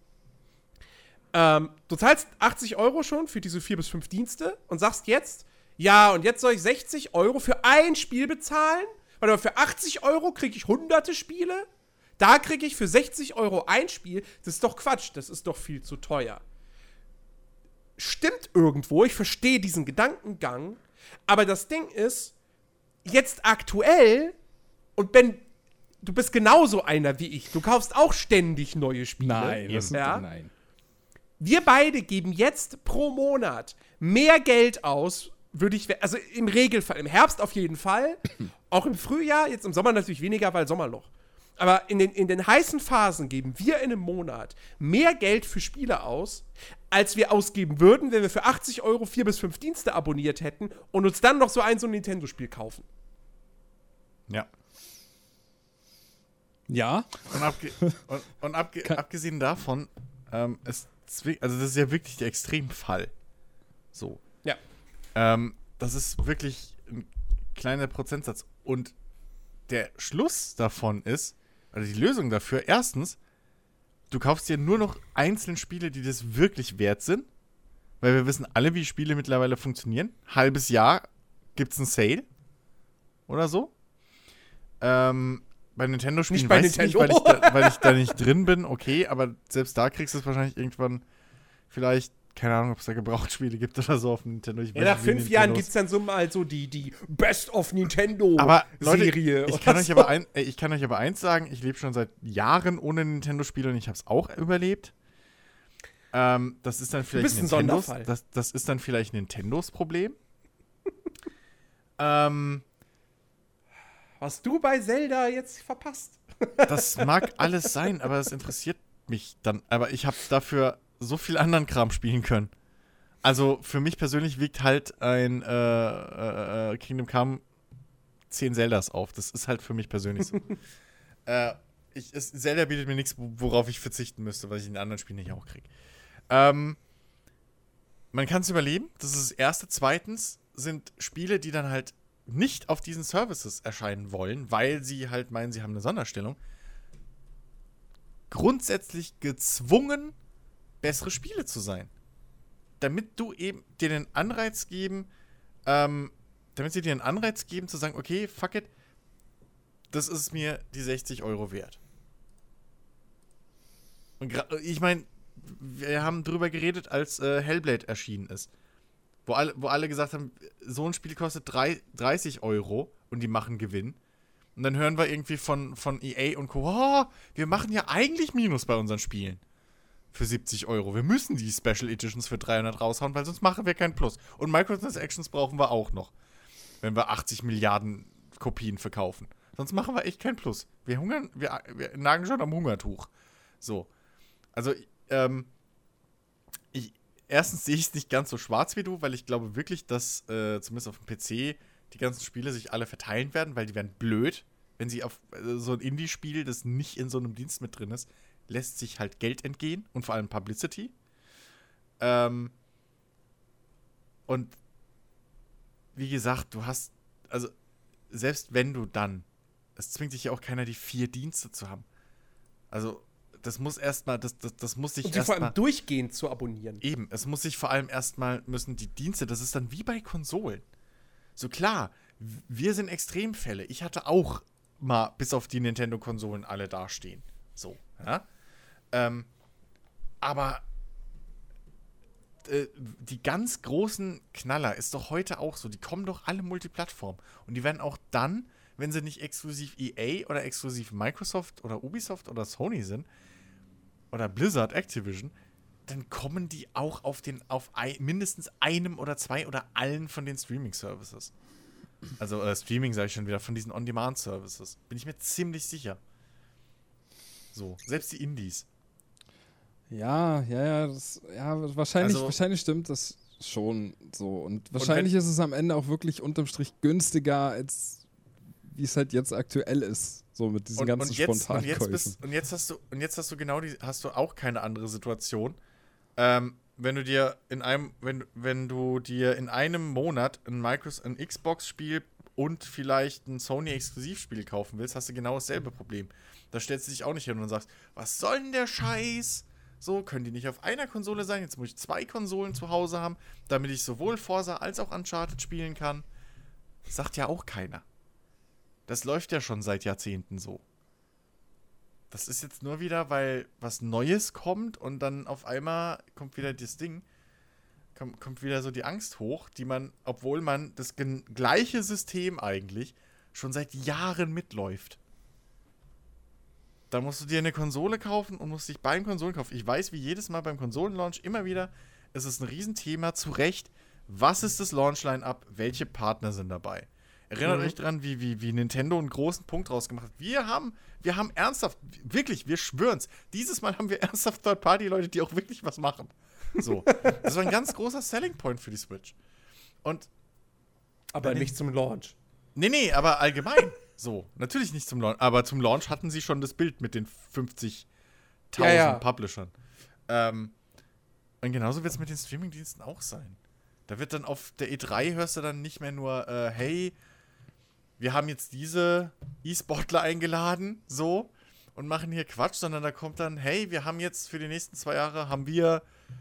Ähm, du zahlst achtzig Euro schon für diese vier bis fünf Dienste und sagst jetzt, ja, und jetzt soll ich sechzig Euro für ein Spiel bezahlen? Weil für achtzig Euro kriege ich hunderte Spiele. Da kriege ich für sechzig Euro ein Spiel. Das ist doch Quatsch, das ist doch viel zu teuer. Stimmt irgendwo, ich verstehe diesen Gedankengang, aber das Ding ist, jetzt aktuell, und Ben, du bist genauso einer wie ich, du kaufst auch ständig neue Spiele. Nein, das sind, Ja? nein. Wir beide geben jetzt pro Monat mehr Geld aus, würde ich, also im Regelfall, im Herbst auf jeden Fall, auch im Frühjahr, jetzt im Sommer natürlich weniger, weil Sommerloch. Aber in den, in den heißen Phasen geben wir in einem Monat mehr Geld für Spiele aus, als wir ausgeben würden, wenn wir für achtzig Euro vier bis fünf Dienste abonniert hätten und uns dann noch so ein so ein Nintendo-Spiel kaufen. Ja. Ja. Und, abge und, und abge Kann- abgesehen davon, ähm, es zwi- also das ist ja wirklich der Extremfall. So. Ja. Ähm, das ist wirklich ein kleiner Prozentsatz. Und der Schluss davon ist, oder die Lösung dafür, erstens, du kaufst dir nur noch einzelne Spiele, die das wirklich wert sind. Weil wir wissen alle, wie Spiele mittlerweile funktionieren. Halbes Jahr gibt's einen Sale. Oder so. Ähm, bei Nintendo-Spielen Nicht bei weiß Nintendo. ich nicht, weil ich, da, weil ich da nicht drin bin. Okay, aber selbst da kriegst du es wahrscheinlich irgendwann vielleicht, keine Ahnung, ob es da Gebrauchtspiele gibt oder so auf dem Nintendo. Ich Ja, weiß nach nicht, wie fünf Jahren Nintendos- gibt es dann so mal so die, die Best of Nintendo Aber Leute, Serie. ich oder kann, euch so. aber ein, äh, ich kann euch aber eins sagen, ich lebe schon seit Jahren ohne Nintendo-Spiele und ich habe es auch überlebt. Ähm, das ist dann vielleicht bist ein Nintendos, Sonderfall. das, das ist dann vielleicht Nintendos Problem. ähm, Was du bei Zelda jetzt verpasst. das mag alles sein, aber es interessiert mich dann. Aber ich habe dafür so viel anderen Kram spielen können. Also für mich persönlich wiegt halt ein äh, äh, Kingdom Come zehn Zeldas auf. Das ist halt für mich persönlich so. äh, ich, es, Zelda bietet mir nichts, worauf ich verzichten müsste, was ich in den anderen Spielen nicht auch kriege. Ähm, man kann es überleben, das ist das Erste. Zweitens sind Spiele, die dann halt nicht auf diesen Services erscheinen wollen, weil sie halt meinen, sie haben eine Sonderstellung, grundsätzlich gezwungen, bessere Spiele zu sein. damit du eben dir den Anreiz geben, ähm, damit sie dir einen Anreiz geben, zu sagen, okay, fuck it, das ist mir die sechzig Euro wert. Und gra- ich meine, wir haben drüber geredet, als äh, Hellblade erschienen ist. Wo alle, wo alle gesagt haben, so ein Spiel kostet drei, dreißig Euro und die machen Gewinn. Und dann hören wir irgendwie von, von E A und Co., oh, wir machen ja eigentlich Minus bei unseren Spielen. Für siebzig Euro. Wir müssen die Special Editions für dreihundert raushauen, weil sonst machen wir kein Plus. Und Microtransactions brauchen wir auch noch. Wenn wir achtzig Milliarden Kopien verkaufen. Sonst machen wir echt kein Plus. Wir hungern, wir, wir nagen schon am Hungertuch. So. Also, ähm, ich, erstens sehe ich es nicht ganz so schwarz wie du, weil ich glaube wirklich, dass äh, zumindest auf dem P C die ganzen Spiele sich alle verteilen werden, weil die werden blöd, wenn sie auf äh, so ein Indie-Spiel, das nicht in so einem Dienst mit drin ist, lässt sich halt Geld entgehen und vor allem Publicity. Ähm, und wie gesagt, du hast, also selbst wenn du dann, es zwingt dich ja auch keiner, die vier Dienste zu haben. Also das muss erstmal, das, das, das muss sich Und die vor allem erstmal durchgehend zu abonnieren. eben, es muss sich vor allem erstmal, müssen die Dienste, das ist dann wie bei Konsolen. So klar, wir sind Extremfälle. Ich hatte auch mal bis auf die Nintendo-Konsolen alle dastehen. So, ja. Ähm, aber äh, die ganz großen Knaller ist doch heute auch so. Die kommen doch alle Multiplattform. Und die werden auch dann, wenn sie nicht exklusiv E A oder exklusiv Microsoft oder Ubisoft oder Sony sind, oder Blizzard, Activision, dann kommen die auch auf den, auf ein, mindestens einem oder zwei oder allen von den Streaming-Services. Also äh, Streaming sage ich schon wieder, von diesen On-Demand-Services. Bin ich mir ziemlich sicher. So, selbst die Indies. Ja, ja, ja, das, ja wahrscheinlich, Also- wahrscheinlich stimmt das schon so. Und wahrscheinlich wenn- ist es am Ende auch wirklich unterm Strich günstiger, als wie es halt jetzt aktuell ist. So mit diesen Und, ganzen und, jetzt, und, Spontankäufen. jetzt bist, und jetzt hast du und jetzt hast du genau die, hast du auch keine andere Situation. Ähm, wenn du dir in einem, wenn, wenn du dir in einem Monat ein Microsoft, ein Xbox-Spiel und vielleicht ein Sony-Exklusivspiel kaufen willst, hast du genau dasselbe Problem. Da stellst du dich auch nicht hin und sagst, was soll denn der Scheiß? So, können die nicht auf einer Konsole sein? Jetzt muss ich zwei Konsolen zu Hause haben, damit ich sowohl Forza als auch Uncharted spielen kann. Sagt ja auch keiner. Das läuft ja schon seit Jahrzehnten so. Das ist jetzt nur wieder, weil was Neues kommt und dann auf einmal kommt wieder das Ding, kommt, kommt wieder so die Angst hoch, die man, obwohl man das gen- gleiche System eigentlich schon seit Jahren mitläuft. Da musst du dir eine Konsole kaufen und musst dich beim Konsolenkauf. Ich weiß, wie jedes Mal beim Konsolenlaunch immer wieder, es ist ein Riesenthema, zu Recht. Was ist das Launch-Line-Up? Welche Partner sind dabei? Erinnert Mhm. euch dran, wie, wie, wie Nintendo einen großen Punkt draus gemacht hat. Wir haben, wir haben ernsthaft, wirklich, wir schwören's, dieses Mal haben wir ernsthaft Third-Party-Leute, die auch wirklich was machen. So. Das war ein ganz großer Selling-Point für die Switch. Und Aber Wenn nicht ich- zum Launch. Nee, nee, aber allgemein. So, natürlich nicht zum Launch. Aber zum Launch hatten sie schon das Bild mit den fünfzigtausend Ja, ja. Publishern. Ähm, und genauso wird es mit den Streamingdiensten auch sein. Da wird dann auf der E drei hörst du dann nicht mehr nur, äh, hey, wir haben jetzt diese E-Sportler eingeladen, so, und machen hier Quatsch, sondern da kommt dann, hey, wir haben jetzt für die nächsten zwei Jahre, haben wir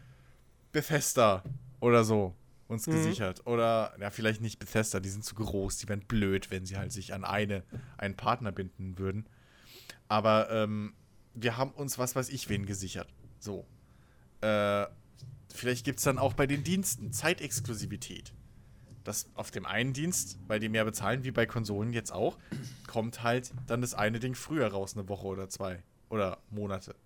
Bethesda oder so uns Mhm. gesichert. Oder, ja, vielleicht nicht Bethesda, die sind zu groß, die wären blöd, wenn sie halt sich an eine, einen Partner binden würden. Aber ähm, wir haben uns was weiß ich wen gesichert. So. Äh, vielleicht gibt es dann auch bei den Diensten Zeitexklusivität. Das auf dem einen Dienst, bei dem wir bezahlen, wie bei Konsolen jetzt auch, kommt halt dann das eine Ding früher raus, eine Woche oder zwei oder Monate.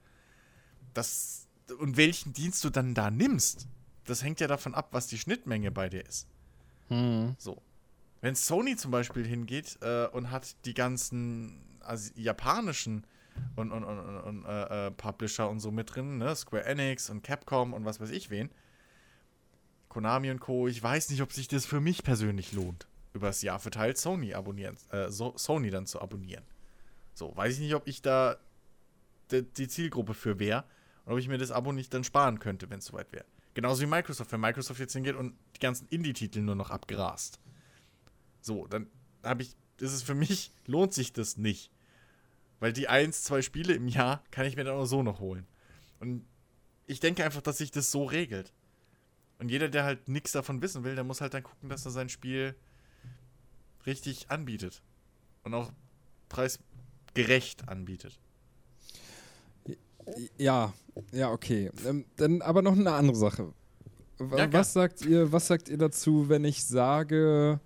Das, und welchen Dienst du dann da nimmst, das hängt ja davon ab, was die Schnittmenge bei dir ist. Hm. So. Wenn Sony zum Beispiel hingeht äh, und hat die ganzen Asi- japanischen und, und, und, und, und äh, äh, Publisher und so mit drin, ne? Square Enix und Capcom und was weiß ich wen, Konami und Co., ich weiß nicht, ob sich das für mich persönlich lohnt, übers Jahr verteilt Sony abonnieren, äh, so, Sony dann zu abonnieren. So, weiß ich nicht, ob ich da de, die Zielgruppe für wäre und ob ich mir das Abo nicht dann sparen könnte, wenn es soweit wäre. Genauso wie Microsoft, wenn Microsoft jetzt hingeht und die ganzen Indie-Titel nur noch abgrast. So, dann habe ich, das ist für mich, lohnt sich das nicht. Weil die eins, zwei Spiele im Jahr kann ich mir dann auch so noch holen. Und ich denke einfach, dass sich das so regelt. Und jeder, der halt nichts davon wissen will, der muss halt dann gucken, dass er sein Spiel richtig anbietet. Und auch preisgerecht anbietet. Ja, ja, okay. Ähm, dann aber noch eine andere Sache. W- Ja, klar. was sagt ihr, was sagt ihr dazu, wenn ich sage,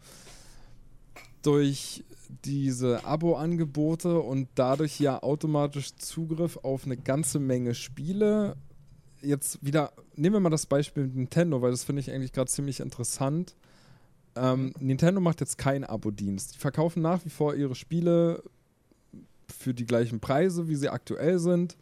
durch diese Abo-Angebote und dadurch ja automatisch Zugriff auf eine ganze Menge Spiele. Jetzt wieder, nehmen wir mal das Beispiel mit Nintendo, weil das finde ich eigentlich gerade ziemlich interessant. Ähm, Nintendo macht jetzt keinen Abo-Dienst. Die verkaufen nach wie vor ihre Spiele für die gleichen Preise, wie sie aktuell sind.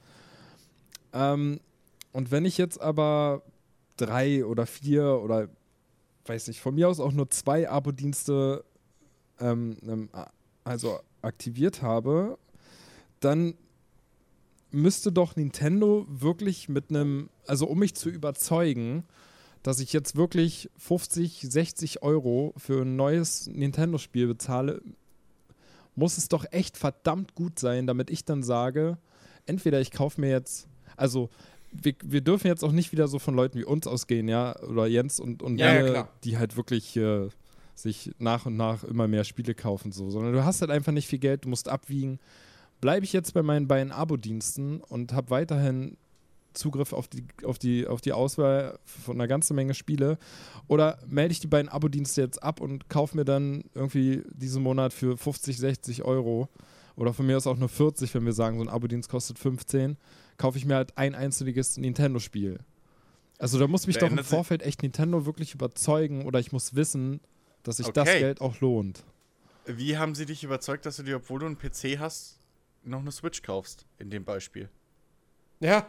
Ähm, und wenn ich jetzt aber drei oder vier oder weiß nicht, von mir aus auch nur zwei Abo-Dienste ähm, ähm, also aktiviert habe, dann müsste doch Nintendo wirklich mit einem, also um mich zu überzeugen, dass ich jetzt wirklich fünfzig, sechzig Euro für ein neues Nintendo-Spiel bezahle, muss es doch echt verdammt gut sein, damit ich dann sage, entweder ich kaufe mir jetzt, also wir, wir dürfen jetzt auch nicht wieder so von Leuten wie uns ausgehen, ja, oder Jens und, und Ja, ja, wir, klar. die halt wirklich äh, sich nach und nach immer mehr Spiele kaufen, so, sondern du hast halt einfach nicht viel Geld, du musst abwiegen. Bleibe ich jetzt bei meinen beiden Abo-Diensten und habe weiterhin Zugriff auf die, auf, die, auf die Auswahl von einer ganzen Menge Spiele, oder melde ich die beiden Abo-Dienste jetzt ab und kaufe mir dann irgendwie diesen Monat für fünfzig, sechzig Euro oder von mir aus auch nur vierzig, wenn wir sagen, so ein Abo-Dienst kostet fünfzehn, kaufe ich mir halt ein einzelnes Nintendo-Spiel. Also da muss mich doch im Verändert sich- Vorfeld echt Nintendo wirklich überzeugen, oder ich muss wissen, dass sich das Okay. Geld auch lohnt. Wie haben sie dich überzeugt, dass du dir, obwohl du einen P C hast, noch eine Switch kaufst, in dem Beispiel? Ja.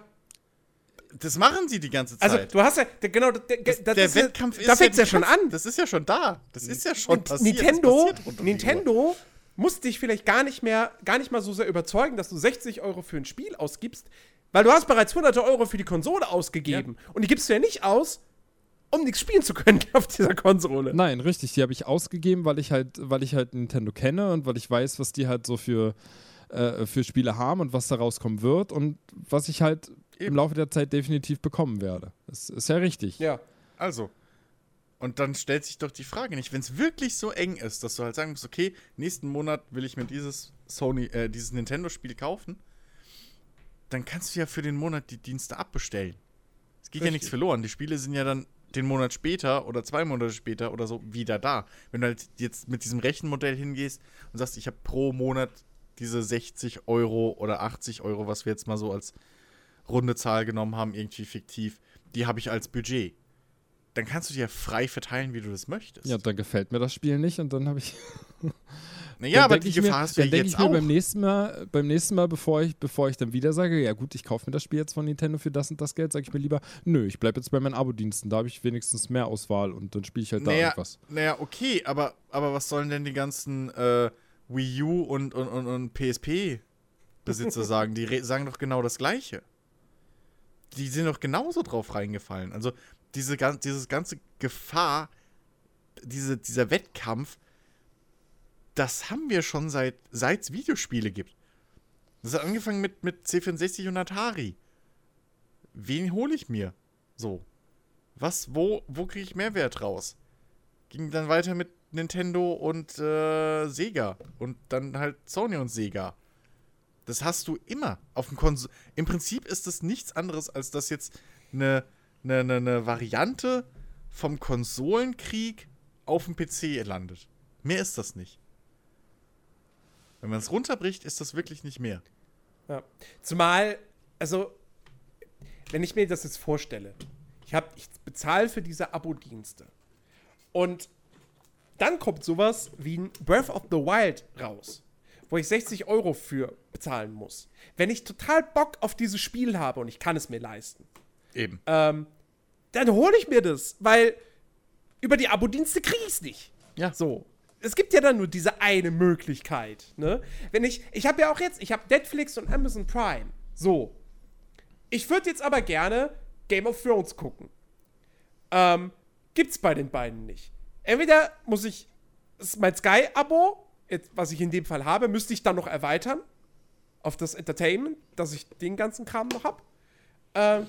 Das machen sie die ganze Also, Zeit. du hast ja, der, genau, der, das, das der ist ja- Wettkampf ist da fängt's ja die schon ganze- an. Das ist ja schon da. Das ist ja schon Und passiert. Nintendo, Das passiert rund um die Uhr. Nintendo muss dich vielleicht gar nicht mehr, gar nicht mal so sehr überzeugen, dass du sechzig Euro für ein Spiel ausgibst, weil du hast bereits hunderte Euro für die Konsole ausgegeben. Und die gibst du ja nicht aus, um nichts spielen zu können auf dieser Konsole. Nein, richtig, die habe ich ausgegeben, weil ich halt, weil ich halt Nintendo kenne und weil ich weiß, was die halt so für, äh, für Spiele haben und was da rauskommen wird und was ich halt im Eben. Laufe der Zeit definitiv bekommen werde. Das ist ja richtig. Ja. Also. Und dann stellt sich doch die Frage nicht, wenn es wirklich so eng ist, dass du halt sagen musst, okay, nächsten Monat will ich mir dieses Sony, äh, dieses Nintendo-Spiel kaufen, dann kannst du ja für den Monat die Dienste abbestellen. Es geht ja Richtig. nichts verloren. Die Spiele sind ja dann den Monat später oder zwei Monate später oder so wieder da. Wenn du halt jetzt mit diesem Rechenmodell hingehst und sagst, ich habe pro Monat diese sechzig Euro oder achtzig Euro, was wir jetzt mal so als runde Zahl genommen haben, irgendwie fiktiv, die habe ich als Budget. Dann kannst du dir frei verteilen, wie du das möchtest. Ja, dann gefällt mir das Spiel nicht und dann habe ich. naja, dann aber denk die ich Gefahr mir, hast du ja dann denke jetzt ich mir auch. beim nächsten Mal, beim nächsten Mal, bevor ich, bevor ich dann wieder sage, ja gut, ich kaufe mir das Spiel jetzt von Nintendo für das und das Geld, sage ich mir lieber, nö, ich bleibe jetzt bei meinen Abo-Diensten, da habe ich wenigstens mehr Auswahl und dann spiele ich halt da Naja, irgendwas. naja, okay, aber, aber was sollen denn die ganzen äh, Wii U und, und, und, und P S P-Besitzer sagen? Die re- sagen doch genau das Gleiche. Die sind doch genauso drauf reingefallen. Also diese, gan- dieses ganze Gefahr, diese, dieser Wettkampf, das haben wir schon seit es Videospiele gibt. Das hat angefangen mit, mit C vierundsechzig und Atari. Wen hole ich mir? So. Was, wo, wo kriege ich Mehrwert raus? Ging dann weiter mit Nintendo und äh, Sega. Und dann halt Sony und Sega. Das hast du immer auf dem Konsol. Im Prinzip ist das nichts anderes, als dass jetzt eine, eine, eine, eine Variante vom Konsolenkrieg auf dem P C landet. Mehr ist das nicht. Wenn man es runterbricht, ist das wirklich nicht mehr. Ja. Zumal, also, wenn ich mir das jetzt vorstelle, ich, hab, ich bezahle für diese Abo-Dienste und dann kommt sowas wie ein Breath of the Wild raus, wo ich sechzig Euro für bezahlen muss. Wenn ich total Bock auf dieses Spiel habe und ich kann es mir leisten, Eben. ähm, dann hole ich mir das, weil über die Abo-Dienste kriege ich es nicht. Ja. So. Es gibt ja dann nur diese eine Möglichkeit, ne? Wenn ich, ich habe ja auch jetzt, ich habe Netflix und Amazon Prime. So. Ich würde jetzt aber gerne Game of Thrones gucken. Ähm, gibt's bei den beiden nicht. Entweder muss ich, das ist mein Sky-Abo, jetzt, was ich in dem Fall habe, müsste ich dann noch erweitern auf das Entertainment, dass ich den ganzen Kram noch hab. Ähm,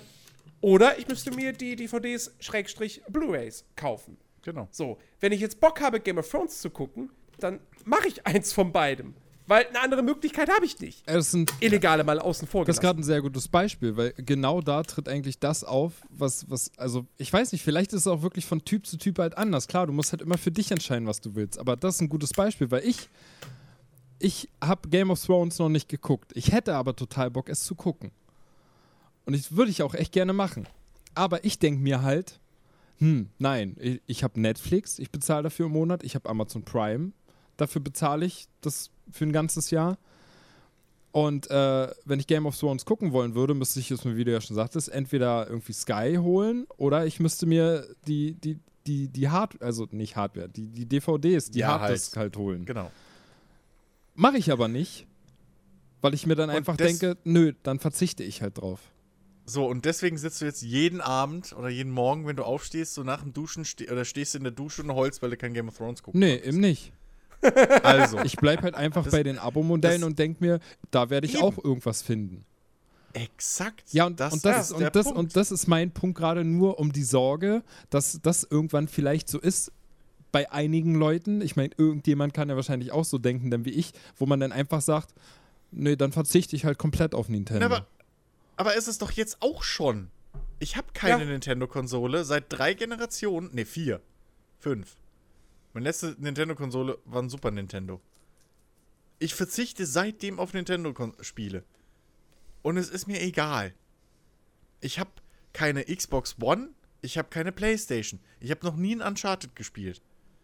Oder ich müsste mir die D V Ds Schrägstrich Blu-rays kaufen. Genau. So, wenn ich jetzt Bock habe, Game of Thrones zu gucken, dann mache ich eins von beidem. Weil eine andere Möglichkeit habe ich nicht. Das sind, Illegale mal außen vor das ist gelassen. gerade ein sehr gutes Beispiel, weil genau da tritt eigentlich das auf, was, was, also ich weiß nicht, vielleicht ist es auch wirklich von Typ zu Typ halt anders. Klar, du musst halt immer für dich entscheiden, was du willst. Aber das ist ein gutes Beispiel, weil ich, ich habe Game of Thrones noch nicht geguckt. Ich hätte aber total Bock, es zu gucken. Und das würde ich auch echt gerne machen. Aber ich denke mir halt, hm, nein, ich, ich habe Netflix, ich bezahle dafür im Monat, ich habe Amazon Prime, dafür bezahle ich das für ein ganzes Jahr. Und äh, wenn ich Game of Thrones gucken wollen würde, müsste ich, wie du ja schon sagtest, entweder irgendwie Sky holen oder ich müsste mir die, die, die, die Hard, also nicht Hardware, die, die D V Ds, die Ja, Harddisk halt holen. Genau. Mache ich aber nicht, weil ich mir dann Und einfach des- denke, nö, dann verzichte ich halt drauf. So, und deswegen sitzt du jetzt jeden Abend oder jeden Morgen, wenn du aufstehst, so nach dem Duschen ste oder stehst in der Dusche und heulst, weil du kein Game of Thrones guckst. Nee, eben nicht. Also, Ich bleibe halt einfach Das- bei den Abo-Modellen das- und denke mir, da werde ich Eben. auch irgendwas finden. exakt. Ja, und das, und das, ist ist, der und das, Punkt. und das ist mein Punkt gerade nur um die Sorge, dass das irgendwann vielleicht so ist bei einigen Leuten. Ich meine, irgendjemand kann ja wahrscheinlich auch so denken, dann wie ich, wo man dann einfach sagt, nee, dann verzichte ich halt komplett auf Nintendo. Na, aber, aber ist es doch jetzt auch schon. Ich habe keine Ja. Nintendo-Konsole seit drei Generationen. Ne, vier. Fünf. Meine letzte Nintendo-Konsole war ein Super Nintendo. Ich verzichte seitdem auf Nintendo-Spiele. Und es ist mir egal. Ich habe keine Xbox One, ich habe keine PlayStation. Ich habe noch nie ein Uncharted gespielt.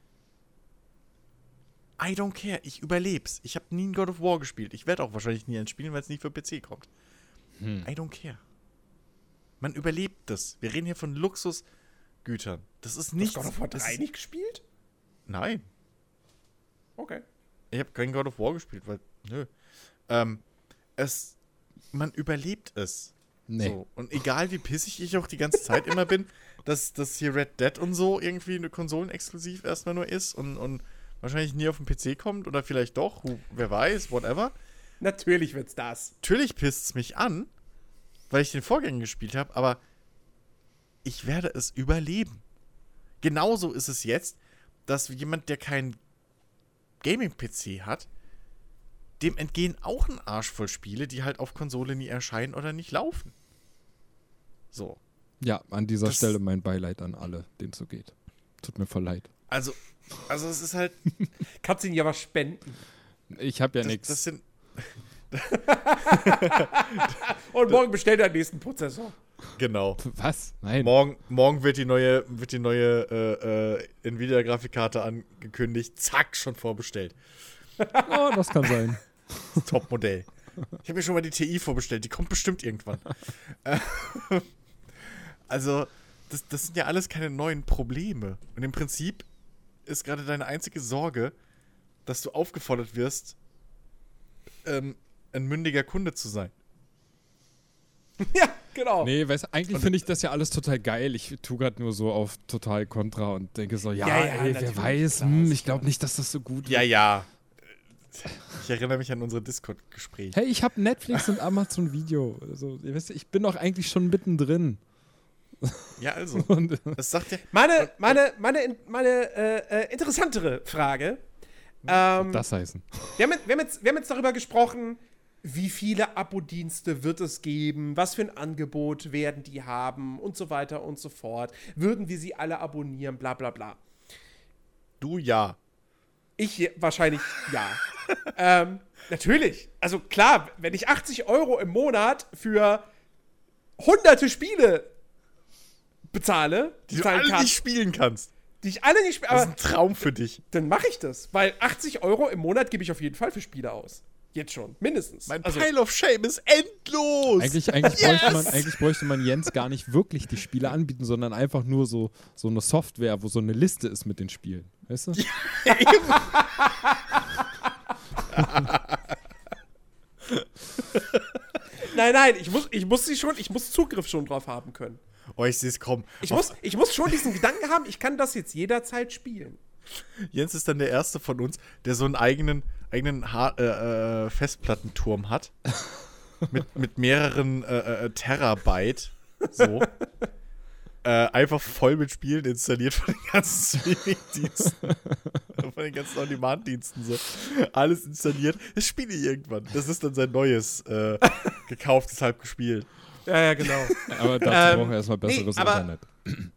I don't care, ich überleb's. Ich habe nie ein God of War gespielt. Ich werde auch wahrscheinlich nie eins spielen, weil es nicht für P C kommt. Hm. I don't care. Man überlebt das. Wir reden hier von Luxusgütern. Das ist Hast nichts. du God of War das drei ist, nicht gespielt? nein. Okay. Ich habe kein God of War gespielt, weil, nö. Ähm, es, man überlebt es. Nee. So. Und egal wie pissig ich auch die ganze Zeit immer bin, dass, dass hier Red Dead und so irgendwie eine Konsolenexklusiv erstmal nur ist und, und wahrscheinlich nie auf den P C kommt oder vielleicht doch, who, wer weiß, whatever. Natürlich wird's das. Natürlich pisst es mich an, weil ich den Vorgänger gespielt habe, aber ich werde es überleben. Genauso ist es jetzt, dass jemand, der keinen Gaming-P C hat, dem entgehen auch ein Arsch voll Spiele, die halt auf Konsole nie erscheinen oder nicht laufen. So. Ja, an dieser Das- Stelle mein Beileid an alle, denen es so geht. Tut mir voll leid. Also, also es ist halt. Kannst ihn ja was spenden. Ich habe ja Das, nichts. das sind. Und morgen bestellt er den nächsten Prozessor. Genau. Was? Nein. Morgen, morgen wird die neue, wird die neue äh, äh, Nvidia-Grafikkarte angekündigt. Zack, schon vorbestellt. Oh, das kann sein. Top-Modell. Ich habe mir schon mal die T I vorbestellt. Die kommt bestimmt irgendwann. Äh, also, das, das sind ja alles keine neuen Probleme. Und im Prinzip ist gerade deine einzige Sorge, dass du aufgefordert wirst, ähm, ein mündiger Kunde zu sein. Ja, genau. Nee, weißt, eigentlich finde ich das ja alles total geil. Ich tue gerade nur so auf total kontra und denke so, ja, Ja, ja, ey, wer natürlich, weiß, klar, hm, ist ich glaube klar. nicht, dass das so gut Ja, wird. ja. Ich erinnere mich an unsere Discord-Gespräche. Hey, ich habe Netflix und Amazon Video. Also, ihr wisst, ich bin doch eigentlich schon mittendrin. Ja, also. Und, Das sagt ja. Meine, meine, meine, meine äh, äh, interessantere Frage. Ähm, das heißen. wir, haben, jetzt- wir, haben jetzt, wir haben jetzt darüber gesprochen, wie viele Abo-Dienste wird es geben, was für ein Angebot werden die haben und so weiter und so fort. Würden wir sie alle abonnieren, bla bla bla. Du ja. Ich je- wahrscheinlich ja. ähm, natürlich. Also klar, wenn ich achtzig Euro im Monat für hunderte Spiele bezahle, Die du bezahlen alle kann, nicht spielen kannst. die ich alle nicht spiele, Das ist aber ein Traum für dich. dann mache ich das, weil achtzig Euro im Monat gebe ich auf jeden Fall für Spiele aus. Jetzt schon, mindestens. Mein also, Pile of Shame ist endlos. Eigentlich, eigentlich, Yes! bräuchte man, eigentlich bräuchte man Jens gar nicht wirklich die Spiele anbieten, sondern einfach nur so, so eine Software, wo so eine Liste ist mit den Spielen. Weißt du? nein, nein, ich muss, ich muss sie schon, ich muss Zugriff schon drauf haben können. Oh, ich sehe es kommen. Ich muss, ich muss schon diesen Gedanken haben, ich kann das jetzt jederzeit spielen. Jens ist dann der Erste von uns, der so einen eigenen, eigenen ha äh, äh, Festplattenturm hat. mit, mit mehreren äh, äh, Terabyte So. äh, einfach voll mit Spielen installiert von den ganzen Streaming-Diensten. Von den ganzen On-Demand-Diensten. So. Alles installiert. Das spiele ich irgendwann. Das ist dann sein neues, äh, gekauft, deshalb gespielt. Ja, ja, genau. Aber dazu Ähm, brauchen wir erstmal besseres nee, aber- Internet.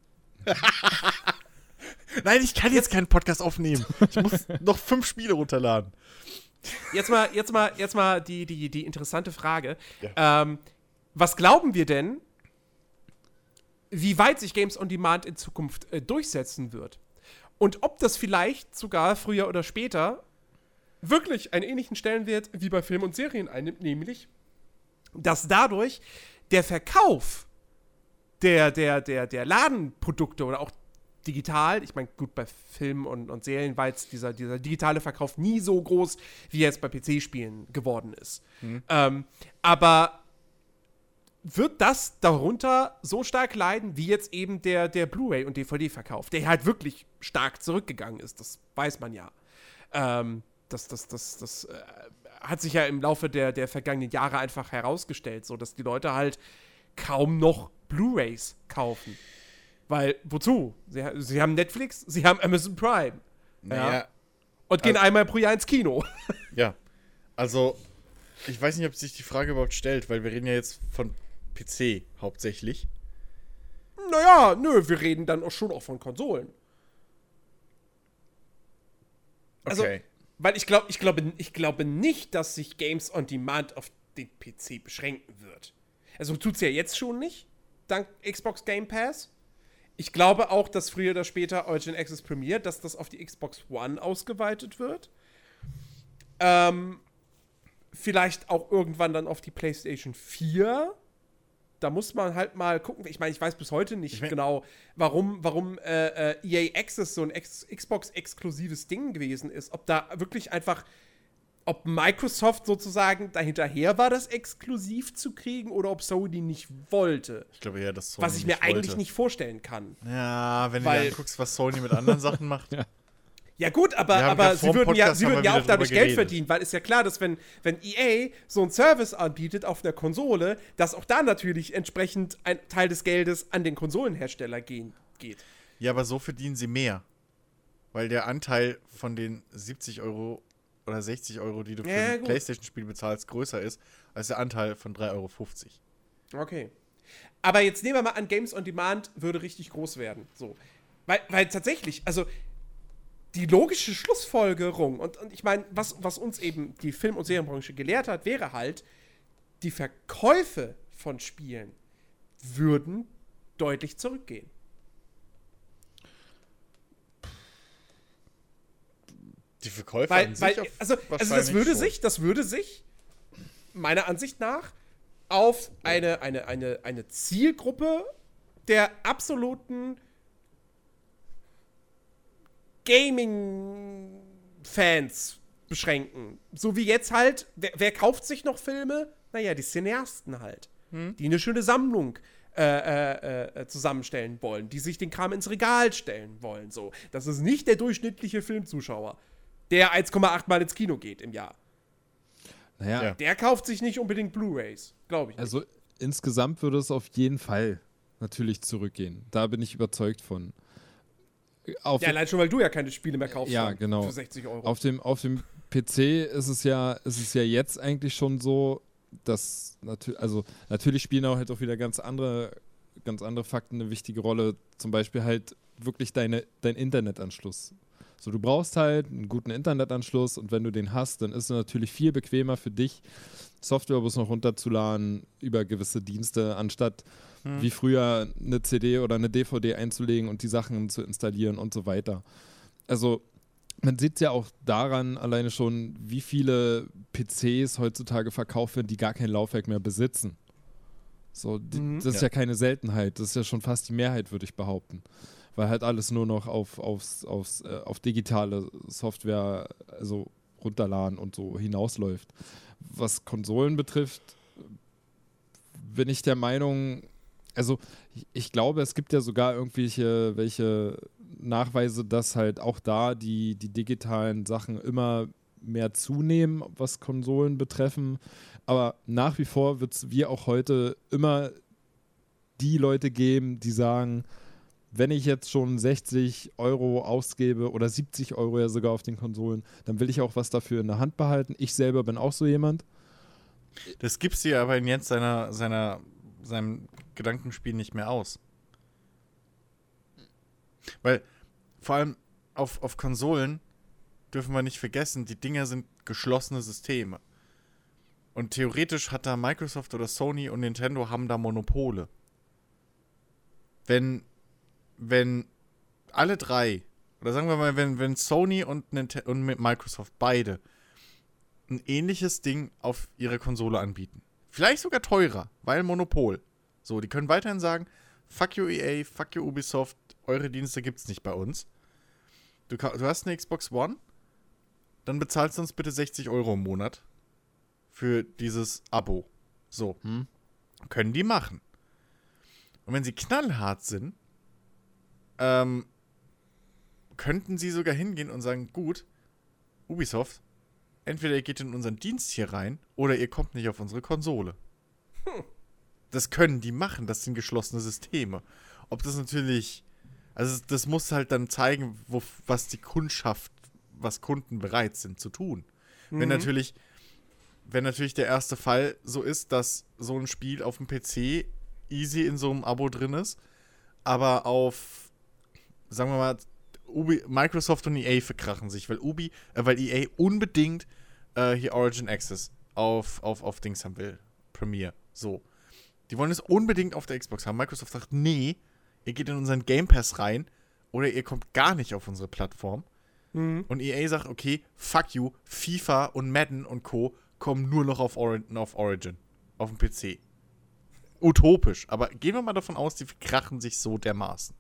Nein, ich kann jetzt keinen Podcast aufnehmen. Ich muss noch fünf Spiele runterladen. Jetzt mal, jetzt mal, jetzt mal die, die, die interessante Frage. Ja. Ähm, was glauben wir denn, wie weit sich Games on Demand in Zukunft äh, durchsetzen wird? Und ob das vielleicht sogar früher oder später wirklich einen ähnlichen Stellenwert wie bei Filmen und Serien einnimmt, nämlich, dass dadurch der Verkauf der, der, der, der Ladenprodukte oder auch digital, ich meine, gut, bei Filmen und, und Serien war jetzt dieser, dieser digitale Verkauf nie so groß, wie er jetzt bei P C-Spielen geworden ist. Mhm. Ähm, aber wird das darunter so stark leiden, wie jetzt eben der, der Blu-ray- und D V D-Verkauf, der halt wirklich stark zurückgegangen ist, das weiß man ja. Ähm, das das, das, das äh, hat sich ja im Laufe der, der vergangenen Jahre einfach herausgestellt, so dass die Leute halt kaum noch Blu-rays kaufen. Weil, wozu? Sie, sie haben Netflix, sie haben Amazon Prime. Naja, ja. Und gehen also, einmal pro Jahr ins Kino. Ja. Also, ich weiß nicht, ob sich die Frage überhaupt stellt, weil wir reden ja jetzt von P C hauptsächlich. Naja, nö, wir reden dann auch schon auch von Konsolen. Also, Okay. weil ich glaube, ich glaube, ich glaube nicht, dass sich Games on Demand auf den P C beschränken wird. Also tut's ja jetzt schon nicht, dank Xbox Game Pass. Ich glaube auch, dass früher oder später Origin Access Premier, dass das auf die Xbox One ausgeweitet wird. Ähm, vielleicht auch irgendwann dann auf die PlayStation vier. Da muss man halt mal gucken. Ich meine, ich weiß bis heute nicht ich mein, genau, warum, warum äh, äh, E A Access so ein Ex- Xbox-exklusives Ding gewesen ist. Ob da wirklich einfach, ob Microsoft sozusagen dahinterher war, das exklusiv zu kriegen oder ob Sony nicht wollte. Ich glaube eher, dass Sony Was ich nicht mir eigentlich wollte. nicht vorstellen kann. Ja, wenn Weil- du dann guckst, was Sony mit anderen Sachen macht. Ja. Ja gut, aber, Wir haben aber grad sie vorm würden ja, Podcast sie haben würden wir ja auch wieder dadurch drüber Geld geredet. verdienen, weil ist ja klar, dass wenn, wenn E A so einen Service anbietet auf einer Konsole, dass auch da natürlich entsprechend ein Teil des Geldes an den Konsolenhersteller gehen, geht. Ja, aber so verdienen sie mehr. Weil der Anteil von den siebzig Euro oder sechzig Euro, die du für Ja, ein gut. PlayStation-Spiel bezahlst, größer ist als der Anteil von drei Euro fünfzig. Okay. Aber jetzt nehmen wir mal an, Games on Demand würde richtig groß werden. So. Weil, weil tatsächlich, also die logische Schlussfolgerung, und, und ich meine, was, was uns eben die Film- und Serienbranche gelehrt hat, wäre halt, die Verkäufe von Spielen würden deutlich zurückgehen. Die Verkäufe Weil, an weil sich auf also, also das wahrscheinlich würde schon. sich, das würde sich, meiner Ansicht nach, auf eine, eine, eine, eine Zielgruppe der absoluten Gaming-Fans beschränken. So wie jetzt halt, wer, wer kauft sich noch Filme? Naja, die Cineasten halt. Hm. Die eine schöne Sammlung äh, äh, äh, zusammenstellen wollen, die sich den Kram ins Regal stellen wollen. So. Das ist nicht der durchschnittliche Filmzuschauer, der eins Komma acht Mal ins Kino geht im Jahr. Naja, Ja. Der kauft sich nicht unbedingt Blu-Rays, glaube ich. Nicht. also insgesamt würde es auf jeden Fall natürlich zurückgehen. Da bin ich überzeugt von. Auf Ja, allein schon, weil du ja keine Spiele mehr kaufst. Ja, dann genau. Für sechzig Euro. Auf dem, auf dem P C ist es ja, ist es ja jetzt eigentlich schon so, dass natürlich, also natürlich spielen auch halt auch wieder ganz andere, ganz andere Fakten eine wichtige Rolle. Zum Beispiel halt wirklich deine, dein Internetanschluss. So, du brauchst halt einen guten Internetanschluss und wenn du den hast, dann ist es natürlich viel bequemer für dich, Software bloß noch runterzuladen über gewisse Dienste, anstatt Hm. wie früher eine C D oder eine D V D einzulegen und die Sachen zu installieren und so weiter. Also man sieht es ja auch daran alleine schon, wie viele P Cs heutzutage verkauft werden, die gar kein Laufwerk mehr besitzen. So, die, Mhm. das ist Ja. ja keine Seltenheit, das ist ja schon fast die Mehrheit, würde ich behaupten. Weil halt alles nur noch auf, aufs, aufs, äh, auf digitale Software, also runterladen und so hinausläuft. Was Konsolen betrifft, bin ich der Meinung, also ich, ich glaube, es gibt ja sogar irgendwelche welche Nachweise, dass halt auch da die, die digitalen Sachen immer mehr zunehmen, was Konsolen betreffen. Aber nach wie vor wird es wie auch heute immer die Leute geben, die sagen, wenn ich jetzt schon sechzig Euro ausgebe oder siebzig Euro ja sogar auf den Konsolen, dann will ich auch was dafür in der Hand behalten. Ich selber bin auch so jemand. Das gibst du ja aber in Jens seiner, seiner, seinem Gedankenspiel nicht mehr aus. Weil vor allem auf, auf Konsolen dürfen wir nicht vergessen, die Dinger sind geschlossene Systeme. Und theoretisch hat da Microsoft oder Sony und Nintendo haben da Monopole. Wenn, wenn alle drei, oder sagen wir mal, wenn, wenn Sony und, Nintendo und Microsoft beide ein ähnliches Ding auf ihrer Konsole anbieten, vielleicht sogar teurer, weil Monopol. So, die können weiterhin sagen, fuck you E A, fuck you Ubisoft, eure Dienste gibt's nicht bei uns. Du, du hast eine Xbox One, dann bezahlst du uns bitte sechzig Euro im Monat für dieses Abo. So. Hm. Können die machen. Und wenn sie knallhart sind, ähm, könnten sie sogar hingehen und sagen, gut, Ubisoft, entweder ihr geht in unseren Dienst hier rein oder ihr kommt nicht auf unsere Konsole. Hm. Das können die machen, das sind geschlossene Systeme. Ob das natürlich, also das muss halt dann zeigen, wo, was die Kundschaft, was Kunden bereit sind zu tun. Mhm. Wenn natürlich, wenn natürlich der erste Fall so ist, dass so ein Spiel auf dem P C easy in so einem Abo drin ist, aber auf, sagen wir mal, Ubi, Microsoft und E A verkrachen sich, weil Ubi, äh, weil E A unbedingt äh, hier Origin Access auf, auf, auf Dings haben will. Premiere. So. Die wollen es unbedingt auf der Xbox haben. Microsoft sagt, nee, ihr geht in unseren Game Pass rein oder ihr kommt gar nicht auf unsere Plattform. Mhm. Und E A sagt, okay, fuck you, FIFA und Madden und Co. kommen nur noch auf, Ori- auf Origin. Auf dem P C. Utopisch. Aber gehen wir mal davon aus, die verkrachen sich so dermaßen.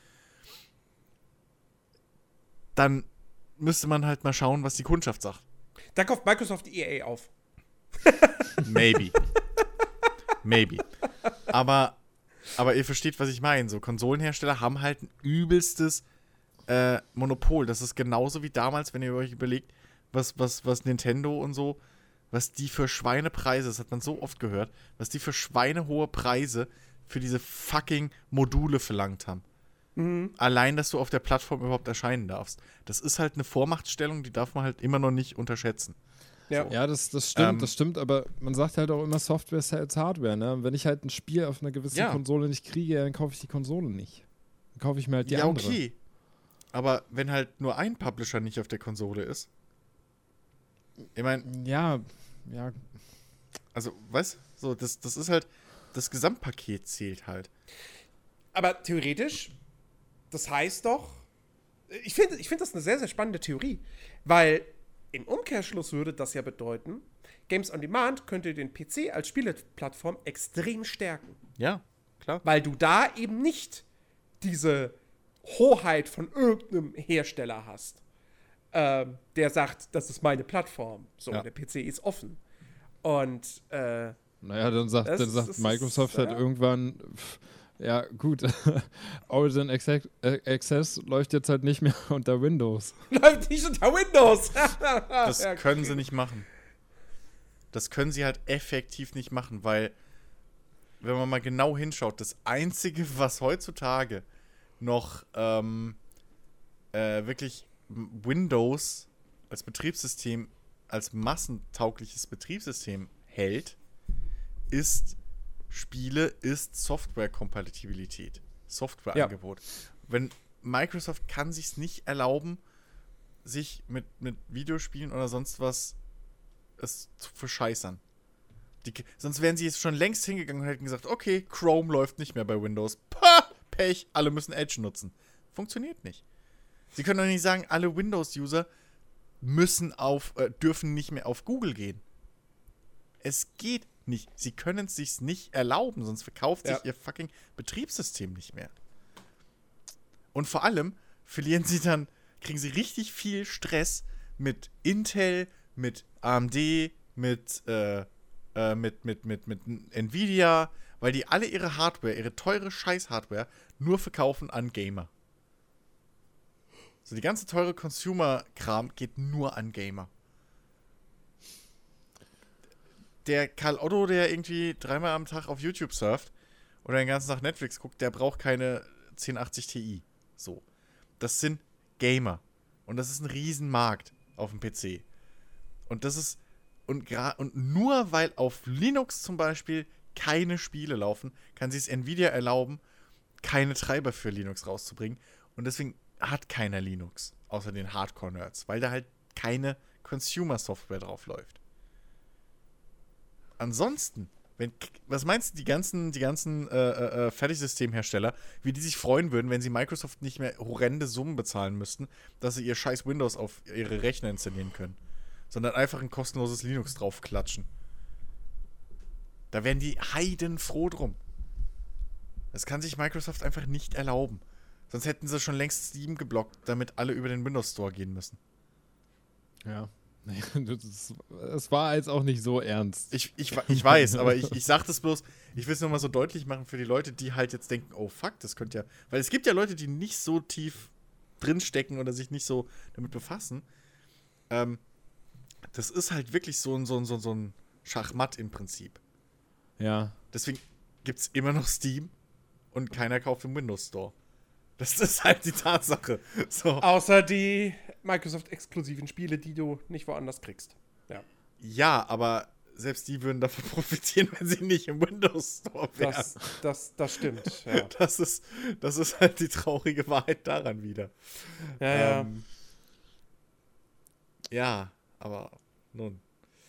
Dann müsste man halt mal schauen, was die Kundschaft sagt. Da kauft Microsoft E A auf. Maybe. Maybe. Aber, aber ihr versteht, was ich meine. So, Konsolenhersteller haben halt ein übelstes äh, Monopol. Das ist genauso wie damals, wenn ihr euch überlegt, was, was, was Nintendo und so, was die für Schweinepreise, das hat man so oft gehört, was die für schweinehohe Preise für diese fucking Module verlangt haben. Mhm. Allein, dass du auf der Plattform überhaupt erscheinen darfst. Das ist halt eine Vormachtstellung, die darf man halt immer noch nicht unterschätzen. Ja, so. ja das, das stimmt, ähm, das stimmt, aber man sagt halt auch immer, Software sells Hardware, ne? Wenn ich halt ein Spiel auf einer gewissen ja. Konsole nicht kriege, dann kaufe ich die Konsole nicht. Dann kaufe ich mir halt die ja, andere. Ja, okay. Aber wenn halt nur ein Publisher nicht auf der Konsole ist, ich meine... Ja, ja. Also, weißt du, so, das, das ist halt, das Gesamtpaket zählt halt. Aber theoretisch, das heißt doch, ich finde ich find das eine sehr, sehr spannende Theorie, weil im Umkehrschluss würde das ja bedeuten, Games on Demand könnte den P C als Spieleplattform extrem stärken. Ja, klar. Weil du da eben nicht diese Hoheit von irgendeinem Hersteller hast, ähm, der sagt, das ist meine Plattform. So, ja. Der P C ist offen. Und, äh, Naja, dann sagt, dann sagt ist, Microsoft ist, halt ja. irgendwann, pff, ja gut, Origin Access läuft jetzt halt nicht mehr unter Windows. Läuft nicht unter Windows! Das ja, können okay. sie nicht machen. Das können sie halt effektiv nicht machen, weil, wenn man mal genau hinschaut, das Einzige, was heutzutage noch ähm, äh, wirklich Windows als Betriebssystem, als massentaugliches Betriebssystem hält, ist Spiele, ist Software-Kompatibilität, Softwareangebot. Ja. Wenn Microsoft kann sich's nicht erlauben, sich mit, mit Videospielen oder sonst was es zu verscheißern. Die, sonst wären sie jetzt schon längst hingegangen und hätten gesagt, okay, Chrome läuft nicht mehr bei Windows. Pah, Pech, alle müssen Edge nutzen. Funktioniert nicht. Sie können doch nicht sagen, alle Windows-User müssen auf, äh, dürfen nicht mehr auf Google gehen. Es geht nicht. Sie können es sich nicht erlauben, sonst verkauft ja. sich ihr fucking Betriebssystem nicht mehr. Und vor allem verlieren sie dann, kriegen sie richtig viel Stress mit Intel, mit A M D, mit, äh, äh, mit, mit, mit, mit Nvidia, weil die alle ihre Hardware, ihre teure Scheiß-Hardware nur verkaufen an Gamer. So, die ganze teure Consumer-Kram geht nur an Gamer. Der Karl Otto, der irgendwie dreimal am Tag auf YouTube surft oder den ganzen Tag Netflix guckt, der braucht keine zehn achtzig Ti. So. Das sind Gamer. Und das ist ein Riesenmarkt auf dem P C. Und das ist, und, gra- und nur weil auf Linux zum Beispiel keine Spiele laufen, kann sich Nvidia erlauben, keine Treiber für Linux rauszubringen. Und deswegen hat keiner Linux, außer den Hardcore-Nerds, weil da halt keine Consumer-Software drauf läuft. Ansonsten, wenn, was meinst du, die ganzen, die ganzen äh, äh, Fertigsystemhersteller, wie die sich freuen würden, wenn sie Microsoft nicht mehr horrende Summen bezahlen müssten, dass sie ihr scheiß Windows auf ihre Rechner installieren können, sondern einfach ein kostenloses Linux draufklatschen. Da wären die heidenfroh drum. Das kann sich Microsoft einfach nicht erlauben. Sonst hätten sie schon längst Steam geblockt, damit alle über den Windows Store gehen müssen. Ja. Es war jetzt auch nicht so ernst. Ich, ich, ich weiß, aber ich, ich sag das bloß, ich will es nur mal so deutlich machen für die Leute, die halt jetzt denken, oh fuck, das könnte ja, weil es gibt ja Leute, die nicht so tief drinstecken oder sich nicht so damit befassen. Ähm, das ist halt wirklich so ein, so ein, so ein, so ein Schachmatt im Prinzip. Ja. Deswegen gibt es immer noch Steam und keiner kauft im Windows Store. Das ist halt die Tatsache. So. Außer die Microsoft-exklusiven Spiele, die du nicht woanders kriegst. Ja, ja, aber selbst die würden davon profitieren, wenn sie nicht im Windows Store wären. Das, das, das stimmt. Ja, Das ist, das ist halt die traurige Wahrheit daran wieder. ja. Ähm, ja, aber nun.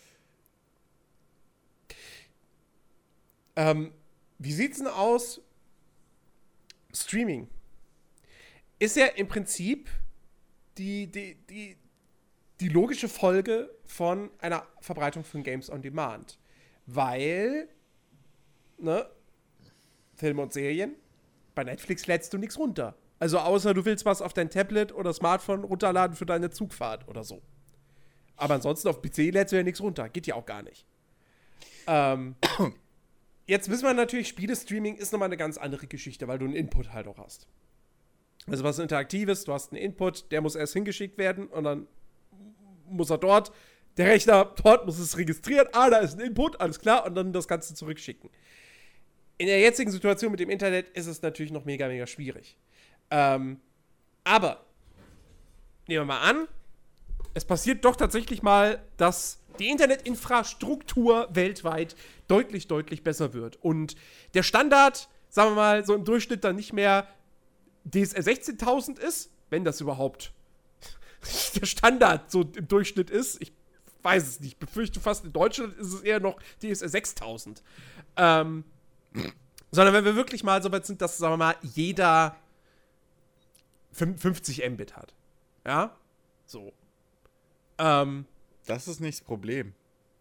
ja. Ähm, wie sieht's denn aus? Streaming. Ist ja im Prinzip die, die, die, die logische Folge von einer Verbreitung von Games on Demand. Weil, ne, Filme und Serien, bei Netflix lädst du nichts runter. Also außer du willst was auf dein Tablet oder Smartphone runterladen für deine Zugfahrt oder so. Aber ansonsten auf P C lädst du ja nichts runter. Geht ja auch gar nicht. Ähm, jetzt wissen wir natürlich, Spiele-Streaming ist nochmal eine ganz andere Geschichte, weil du einen Input halt auch hast. Also was Interaktives, du hast einen Input, der muss erst hingeschickt werden und dann muss er dort, der Rechner dort muss es registrieren, ah, da ist ein Input, alles klar, und dann das Ganze zurückschicken. In der jetzigen Situation mit dem Internet ist es natürlich noch mega, mega schwierig. Ähm, aber, nehmen wir mal an, es passiert doch tatsächlich mal, dass die Internetinfrastruktur weltweit deutlich, deutlich besser wird. Und der Standard, sagen wir mal, so im Durchschnitt dann nicht mehr D S L sechzehntausend ist, wenn das überhaupt der Standard so im Durchschnitt ist. Ich weiß es nicht. Ich befürchte fast, in Deutschland ist es eher noch D S L sechstausend. Ähm, sondern wenn wir wirklich mal so weit sind, dass, sagen wir mal, jeder fünfzig Mbit hat. Ja? So. Ähm, Das ist nicht das Problem.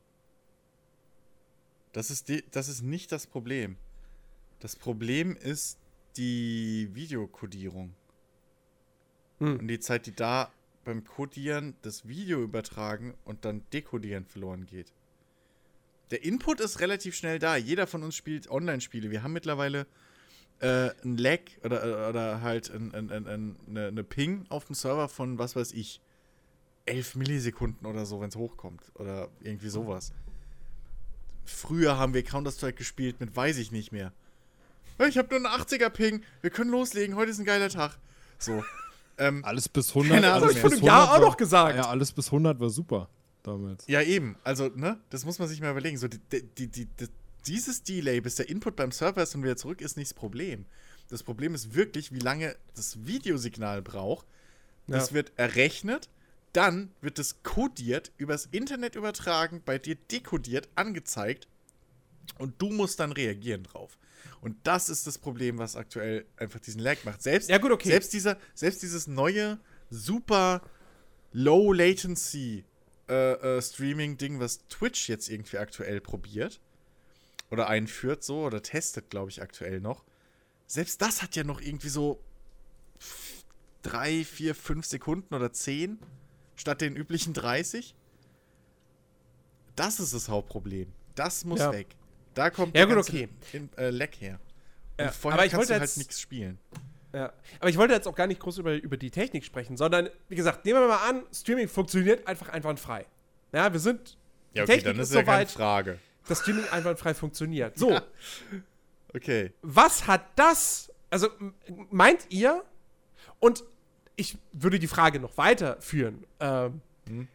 Das ist, die, das ist nicht das Problem. Das Problem ist die Videokodierung. Hm. Und die Zeit, die da beim Codieren das Video übertragen und dann dekodieren verloren geht. Der Input ist relativ schnell da. Jeder von uns spielt Online-Spiele. Wir haben mittlerweile äh, ein Lag oder, oder halt ein, ein, ein, ein, eine, eine Ping auf dem Server von, was weiß ich, elf Millisekunden oder so, wenn es hochkommt. Oder irgendwie sowas. Früher haben wir Counter-Strike gespielt mit weiß ich nicht mehr. Ich habe nur einen achtziger-Ping. Wir können loslegen. Heute ist ein geiler Tag. So. Ähm, Alles bis hundert. Keine Ahnung, das alles habe bis ich vor einem Jahr auch hundert war- noch gesagt. Ja, alles bis hundert war super damals. ja, eben. Also, ne? Das muss man sich mal überlegen. So, die, die, die, die, dieses Delay, bis der Input beim Server ist und wieder zurück, ist nicht das Problem. Das Problem ist wirklich, wie lange das Videosignal braucht. Das Ja. wird errechnet. Dann wird es kodiert, übers Internet übertragen, bei dir dekodiert, angezeigt. Und du musst dann reagieren drauf. Und das ist das Problem, was aktuell einfach diesen Lag macht. Selbst, Ja, gut, okay. selbst, dieser, selbst dieses neue, super Low Latency äh, äh, Streaming-Ding, was Twitch jetzt irgendwie aktuell probiert oder einführt, so, oder testet, glaube ich, aktuell noch. Selbst das hat ja noch irgendwie so drei, vier, fünf Sekunden oder zehn statt den üblichen dreißig. Das ist das Hauptproblem. Das muss Ja. weg. Da kommt Ja, der gut, ganze okay. in, äh, Lag her. Und Ja, vorher aber ich kannst wollte du halt jetzt- nichts spielen. Ja. Aber ich wollte jetzt auch gar nicht groß über, über die Technik sprechen, sondern, wie gesagt, nehmen wir mal an, Streaming funktioniert einfach einwandfrei. Ja, wir sind, die Technik ist, ja keine soweit, Frage. dass Streaming einwandfrei funktioniert. So, Ja. Okay. Was hat das, also m- meint ihr, und ich würde die Frage noch weiterführen, ähm, Hm.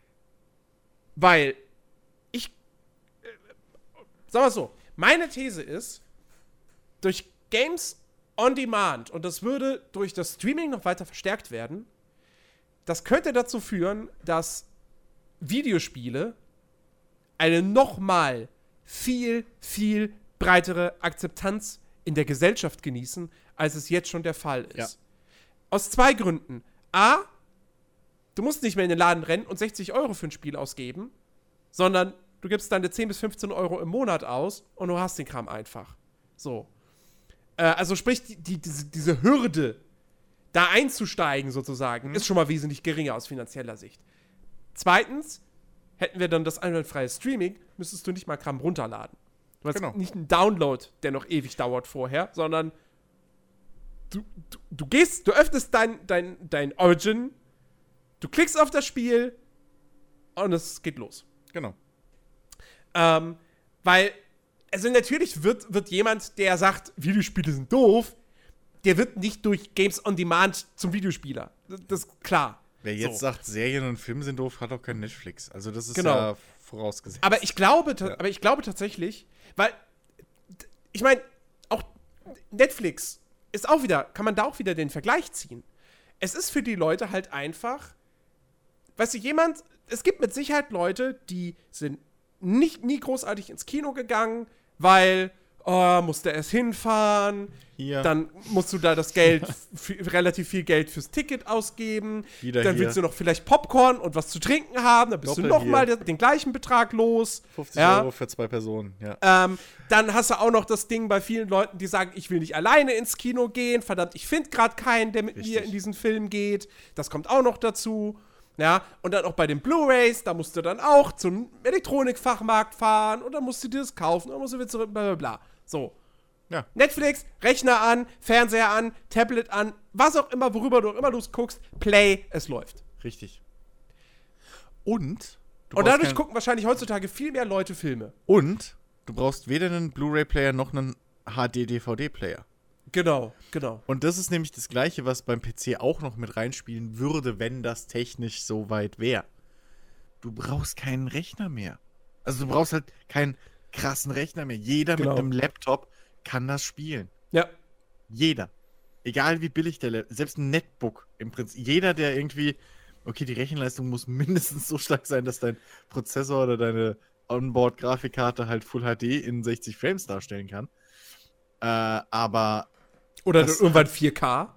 weil ich, äh, sagen wir es so, meine These ist, durch Games on Demand, und das würde durch das Streaming noch weiter verstärkt werden, das könnte dazu führen, dass Videospiele eine nochmal viel, viel breitere Akzeptanz in der Gesellschaft genießen, als es jetzt schon der Fall ist. Ja. Aus zwei Gründen. A, du musst nicht mehr in den Laden rennen und sechzig Euro für ein Spiel ausgeben, sondern du gibst deine zehn bis fünfzehn Euro im Monat aus und du hast den Kram einfach. So. Äh, also sprich, die, die, diese, diese Hürde, da einzusteigen sozusagen, Mhm. ist schon mal wesentlich geringer aus finanzieller Sicht. Zweitens, hätten wir dann das einwandfreie Streaming, müsstest du nicht mal Kram runterladen. Du hast Genau. nicht einen Download, der noch ewig dauert vorher, sondern du, du, du gehst, du öffnest dein, dein, dein Origin, du klickst auf das Spiel und es geht los. Genau. Ähm, weil, also natürlich wird, wird jemand, der sagt, Videospiele sind doof, der wird nicht durch Games on Demand zum Videospieler. Das, das ist klar. Wer jetzt So. sagt, Serien und Filme sind doof, hat auch kein Netflix. Also das ist Genau. ja vorausgesetzt. Aber ich glaube, ta- Ja. aber ich glaube tatsächlich, weil ich meine, auch Netflix ist auch wieder, kann man da auch wieder den Vergleich ziehen. Es ist für die Leute halt einfach, weißt du, jemand, es gibt mit Sicherheit Leute, die sind nicht nie großartig ins Kino gegangen, weil oh, musste erst hinfahren, Hier. dann musst du da das Geld, f- relativ viel Geld fürs Ticket ausgeben, Wieder dann hier. willst du noch vielleicht Popcorn und was zu trinken haben, dann bist Doppel du noch hier. mal den, den gleichen Betrag los. fünfzig ja. Euro für zwei Personen, ja. Ähm, dann hast du auch noch das Ding bei vielen Leuten, die sagen, ich will nicht alleine ins Kino gehen, verdammt, ich finde gerade keinen, der mit Richtig. mir in diesen Film geht. Das kommt auch noch dazu. Ja, und dann auch bei den Blu-Rays, da musst du dann auch zum Elektronikfachmarkt fahren und dann musst du dir das kaufen und dann musst du wieder zurück, bla bla bla. So. Ja. Netflix, Rechner an, Fernseher an, Tablet an, was auch immer, worüber du auch immer du es guckst, Play, es läuft. Richtig. Und du Und brauchst dadurch kein- gucken wahrscheinlich heutzutage viel mehr Leute Filme. Und du brauchst weder einen Blu-ray-Player noch einen H D-D V D-Player. Genau, genau. Und das ist nämlich das Gleiche, was beim P C auch noch mit reinspielen würde, wenn das technisch so weit wäre. Du brauchst keinen Rechner mehr. Also du brauchst halt keinen krassen Rechner mehr. Jeder Genau. mit einem Laptop kann das spielen. Ja. Jeder. Egal wie billig der Laptop, selbst ein Netbook im Prinzip. Jeder, der irgendwie, okay, die Rechenleistung muss mindestens so stark sein, dass dein Prozessor oder deine Onboard-Grafikkarte halt Full H D in sechzig Frames darstellen kann. Äh, aber Oder Das irgendwann vier K.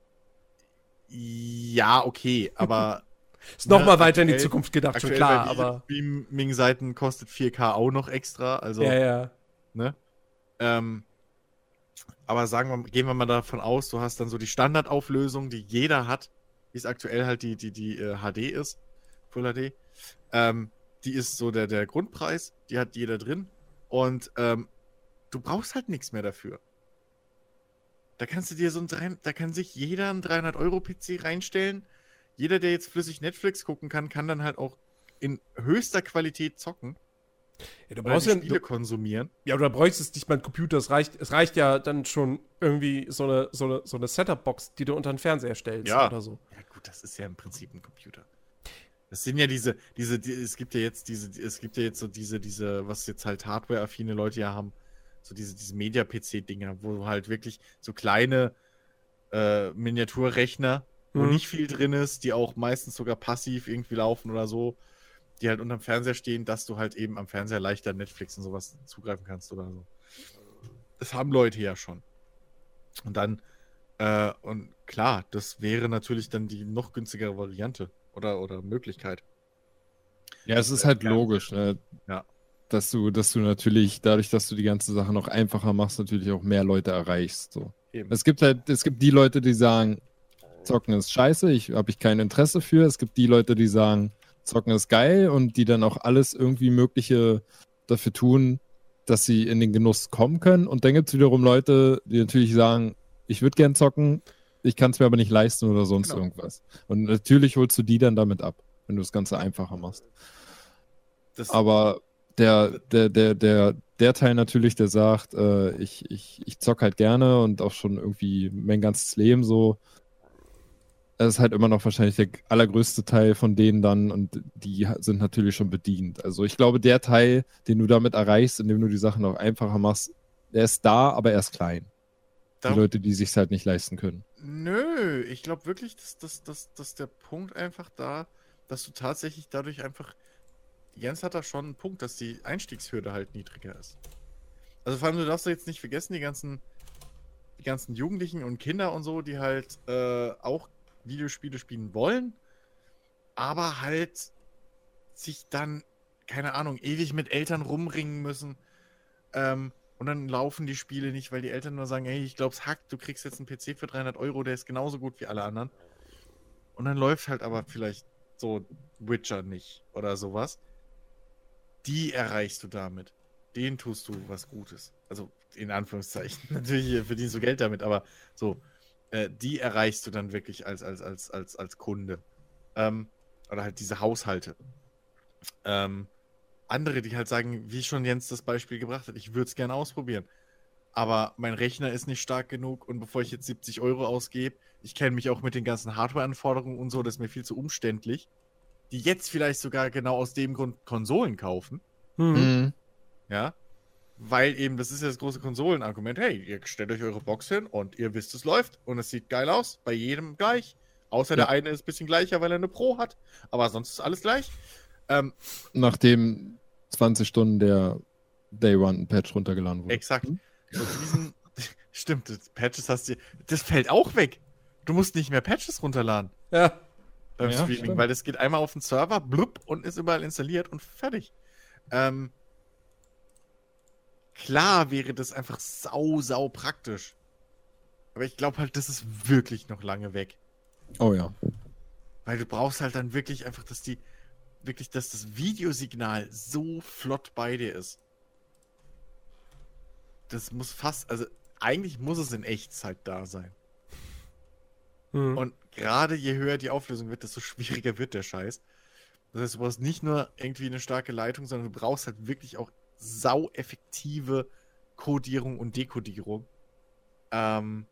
ja, okay, aber Ist noch Ne, mal weiter in die aktuell- Zukunft gedacht, schon aktuell klar, bei aber. Streaming-Seiten kostet vier K auch noch extra, also, Ja, ja. ne? Ähm, aber sagen wir, gehen wir mal davon aus, du hast dann so die Standardauflösung, die jeder hat, wie es aktuell halt die, die, die äh, H D ist, Full H D. Ähm, die ist so der, der Grundpreis, die hat jeder drin und ähm, du brauchst halt nichts mehr dafür. Da kannst du dir so ein, drei- da kann sich jeder einen dreihundert Euro P C reinstellen. Jeder, der jetzt flüssig Netflix gucken kann, kann dann halt auch in höchster Qualität zocken Ja, du oder brauchst die ja, Spiele du, konsumieren. ja, oder bräuchtest nicht mal einen Computer. Es reicht, es reicht ja dann schon irgendwie so eine, so eine, so eine Setup-Box, die du unter den Fernseher stellst Ja. oder so. Ja gut, das ist ja im Prinzip ein Computer. Das sind ja diese, diese, die, es gibt ja jetzt diese, es gibt ja jetzt so diese, diese, was jetzt halt Hardware-affine Leute ja haben, so diese, diese Media-P C-Dinger, wo halt wirklich so kleine äh, Miniaturrechner, wo Mhm. nicht viel drin ist, die auch meistens sogar passiv irgendwie laufen oder so, die halt unterm Fernseher stehen, dass du halt eben am Fernseher leichter Netflix und sowas zugreifen kannst oder so. Das haben Leute ja schon. Und dann, äh, und klar, das wäre natürlich dann die noch günstigere Variante oder, oder Möglichkeit. Ja, es ist halt logisch, ne? Ja. Dass du, dass du natürlich, dadurch, dass du die ganze Sache noch einfacher machst, natürlich auch mehr Leute erreichst. So. Eben. Es gibt halt, es gibt die Leute, die sagen, Zocken ist scheiße, ich habe ich kein Interesse für. Es gibt die Leute, die sagen, Zocken ist geil und die dann auch alles irgendwie Mögliche dafür tun, dass sie in den Genuss kommen können. Und dann gibt es wiederum Leute, die natürlich sagen, ich würde gern zocken, ich kann es mir aber nicht leisten oder sonst Genau. irgendwas. Und natürlich holst du die dann damit ab, wenn du das Ganze einfacher machst. Das, Aber der, der, der, der, der Teil natürlich, der sagt, äh, ich, ich, ich zock halt gerne und auch schon irgendwie mein ganzes Leben so. Das ist halt immer noch wahrscheinlich der allergrößte Teil von denen dann und die ha- sind natürlich schon bedient. Also ich glaube, der Teil, den du damit erreichst, indem du die Sachen auch einfacher machst, der ist da, aber er ist klein. Die Da- Leute, die sich halt nicht leisten können. Nö, ich glaube wirklich, dass, dass, dass, dass der Punkt einfach da, dass du tatsächlich dadurch einfach. Jens hat da schon einen Punkt, dass die Einstiegshürde halt niedriger ist. Also vor allem, du darfst jetzt nicht vergessen, die ganzen, die ganzen Jugendlichen und Kinder und so, die halt äh, auch Videospiele spielen wollen, aber halt sich dann, keine Ahnung, ewig mit Eltern rumringen müssen. Ähm, und dann laufen die Spiele nicht, weil die Eltern nur sagen, hey, ich glaub's hackt, du kriegst jetzt einen P C für dreihundert Euro, der ist genauso gut wie alle anderen. Und dann läuft halt aber vielleicht so Witcher nicht oder sowas. Die erreichst du damit. Den tust du was Gutes. Also in Anführungszeichen. Natürlich verdienst du Geld damit, aber so, äh, die erreichst du dann wirklich als, als, als, als, als Kunde. Ähm, oder halt diese Haushalte. Ähm, andere, die halt sagen, wie schon Jens das Beispiel gebracht hat, ich würde es gerne ausprobieren. Aber mein Rechner ist nicht stark genug und bevor ich jetzt siebzig Euro ausgebe, ich kenne mich auch mit den ganzen Hardware-Anforderungen und so, das ist mir viel zu umständlich. Die jetzt vielleicht sogar genau aus dem Grund Konsolen kaufen. Mhm. Ja, weil eben, das ist ja das große Konsolenargument, hey, ihr stellt euch eure Box hin und ihr wisst, es läuft und es sieht geil aus, bei jedem gleich. Außer Ja. der eine ist ein bisschen gleicher, weil er eine Pro hat, aber sonst ist alles gleich. Ähm, Nachdem zwanzig Stunden der Day One Patch runtergeladen wurde. exakt. Hm? So diesen, stimmt, das Patches hast du, das fällt auch weg. Du musst nicht mehr Patches runterladen Ja. beim Ja, Streaming, stimmt. weil das geht einmal auf den Server, blub, und ist überall installiert und fertig. Ähm, Klar wäre das einfach sau, sau praktisch. Aber ich glaube halt, das ist wirklich noch lange weg. Oh ja. Weil du brauchst halt dann wirklich einfach, dass die, wirklich, dass das Videosignal so flott bei dir ist. Das muss fast, also eigentlich muss es in Echtzeit da sein. Mhm. Und gerade je höher die Auflösung wird, desto schwieriger wird der Scheiß. Das heißt, du brauchst nicht nur irgendwie eine starke Leitung, sondern du brauchst halt wirklich auch sau effektive Codierung und Dekodierung. Ähm,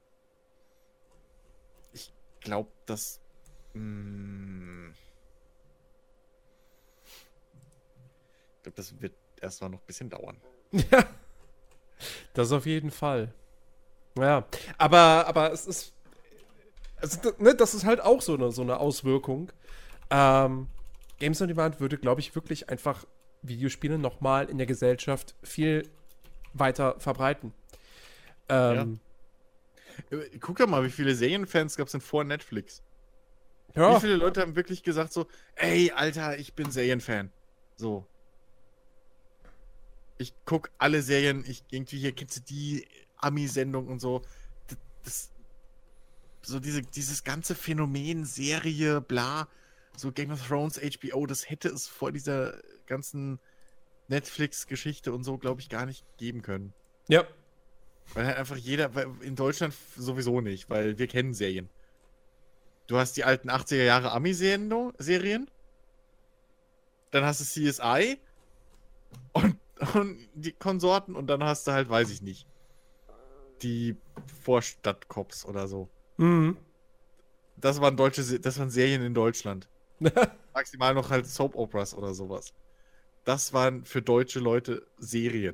ich glaube, dass mh, ich glaube, das wird erstmal noch ein bisschen dauern. Ja. Das auf jeden Fall. Ja. Aber, aber es ist. Also, d- ne, das ist halt auch so eine, so eine Auswirkung. Ähm, Games on Demand würde, glaube ich, wirklich einfach Videospiele nochmal in der Gesellschaft viel weiter verbreiten. Ähm, Äh, Guck doch mal, wie viele Serienfans gab es denn vor Netflix? ja. Wie viele Leute haben wirklich gesagt so, ey, Alter, ich bin Serienfan. So. Ich guck alle Serien, ich irgendwie hier kennst du die Ami-Sendung und so. Das, das, so diese, dieses ganze Phänomen, Serie, bla, so Game of Thrones, H B O, das hätte es vor dieser ganzen Netflix-Geschichte und so, glaube ich, gar nicht geben können. Ja. Weil halt einfach jeder, weil in Deutschland sowieso nicht, weil wir kennen Serien. Du hast die alten achtziger Jahre Ami-Serien, Serien, dann hast du C S I und, und die Konsorten und dann hast du halt, weiß ich nicht, die Vorstadtcops oder so. Mhm. Das waren deutsche, Se- das waren Serien in Deutschland. Maximal noch halt Soap Operas oder sowas. Das waren für deutsche Leute Serien.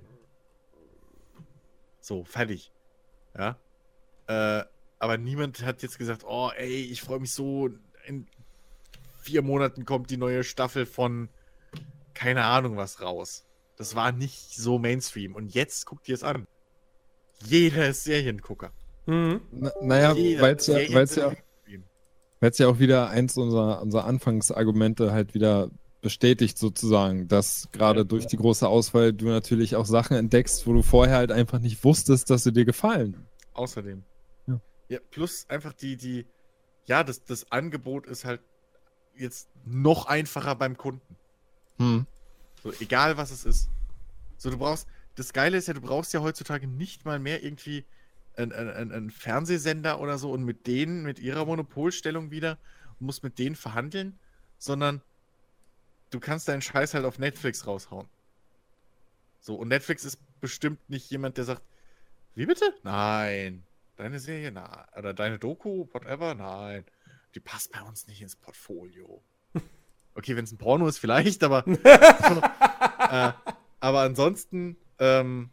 So, fertig. Ja. Äh, aber niemand hat jetzt gesagt, oh, ey, ich freue mich so, in vier Monaten kommt die neue Staffel von keine Ahnung was raus. Das war nicht so Mainstream. Und jetzt guckt ihr es an. Jeder ist Seriengucker. Mhm. Na, naja, Jeder. weil es ja, Serien weil's sind ja, Mainstream. weil's ja auch wieder eins unserer, unserer Anfangsargumente halt wieder bestätigt sozusagen, dass gerade Ja. durch die große Auswahl du natürlich auch Sachen entdeckst, wo du vorher halt einfach nicht wusstest, dass sie dir gefallen. Außerdem. Ja. Ja, plus einfach die, die, ja, das, das Angebot ist halt jetzt noch einfacher beim Kunden. Hm. So, egal was es ist. So, du brauchst, das Geile ist ja, du brauchst ja heutzutage nicht mal mehr irgendwie einen, einen, einen Fernsehsender oder so und mit denen, mit ihrer Monopolstellung wieder, und musst mit denen verhandeln, sondern du kannst deinen Scheiß halt auf Netflix raushauen. So, und Netflix ist bestimmt nicht jemand, der sagt, wie bitte? Nein. Deine Serie, na, oder deine Doku, whatever, nein. Die passt bei uns nicht ins Portfolio. Okay, wenn es ein Porno ist, vielleicht, aber äh, aber ansonsten ähm,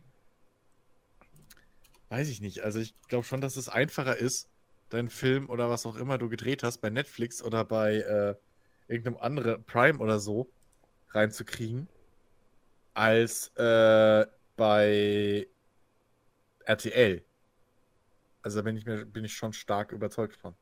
weiß ich nicht. Also ich glaube schon, dass es einfacher ist, deinen Film oder was auch immer du gedreht hast bei Netflix oder bei äh, irgendeinem anderen Prime oder so reinzukriegen, als äh, bei R T L. Also da bin ich, mir, bin ich schon stark überzeugt von.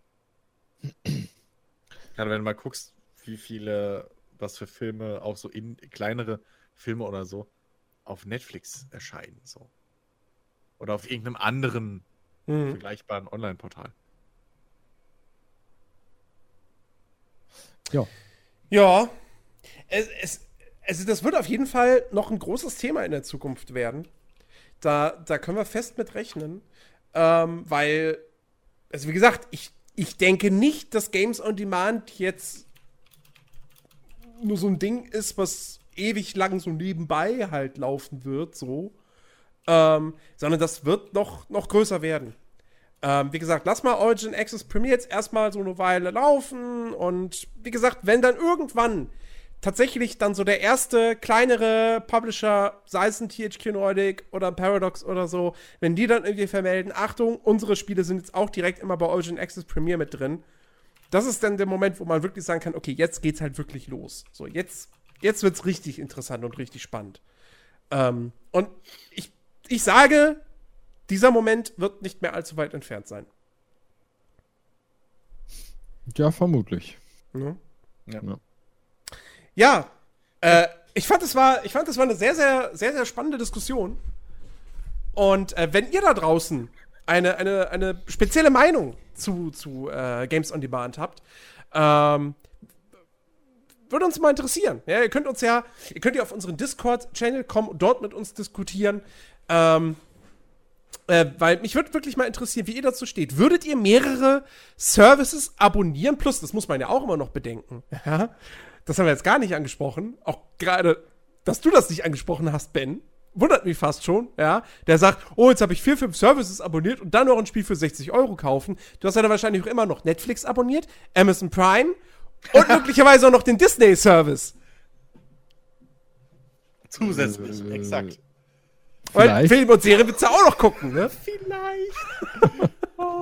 Gerade wenn du mal guckst, wie viele, was für Filme, auch so in, kleinere Filme oder so, auf Netflix erscheinen. So. Oder auf irgendeinem anderen Mhm. vergleichbaren Online-Portal. Ja. Ja, es, es, also das wird auf jeden Fall noch ein großes Thema in der Zukunft werden. Da, da können wir fest mit rechnen. Ähm, weil, also wie gesagt, ich, ich denke nicht, dass Games on Demand jetzt nur so ein Ding ist, was ewig lang so nebenbei halt laufen wird, so. Ähm, sondern das wird noch, noch größer werden. Ähm, wie gesagt, lass mal Origin Access Premier jetzt erstmal so eine Weile laufen und wie gesagt, wenn dann irgendwann tatsächlich dann so der erste kleinere Publisher, sei es ein T H Q Nordic oder ein Paradox oder so, wenn die dann irgendwie vermelden, Achtung, unsere Spiele sind jetzt auch direkt immer bei Origin Access Premier mit drin, das ist dann der Moment, wo man wirklich sagen kann, okay, jetzt geht's halt wirklich los. So, jetzt, jetzt wird's richtig interessant und richtig spannend. Ähm, und ich, ich sage, dieser Moment wird nicht mehr allzu weit entfernt sein. Ja, vermutlich. Ja. Ja. Ja. Ja, äh, ich fand, es war, ich fand, es war eine sehr, sehr, sehr, sehr spannende Diskussion. Und äh, wenn ihr da draußen eine, eine, eine spezielle Meinung zu, zu äh, Games on Demand habt, ähm, würde uns mal interessieren. Ja, ihr könnt uns ja, ihr könnt ja auf unseren Discord-Channel kommen und dort mit uns diskutieren. Ähm, äh, weil mich würde wirklich mal interessieren, wie ihr dazu steht. Würdet ihr mehrere Services abonnieren? Plus, das muss man ja auch immer noch bedenken. Ja? Das haben wir jetzt gar nicht angesprochen. Auch gerade, dass du das nicht angesprochen hast, Ben, wundert mich fast schon, ja. Der sagt, oh, jetzt habe ich vier, fünf Services abonniert und dann noch ein Spiel für sechzig Euro kaufen. Du hast ja dann wahrscheinlich auch immer noch Netflix abonniert, Amazon Prime und möglicherweise auch noch den Disney-Service. Zusätzlich, Äh, exakt. Und Vielleicht. Film und Serie willst du auch noch gucken, ne? Vielleicht.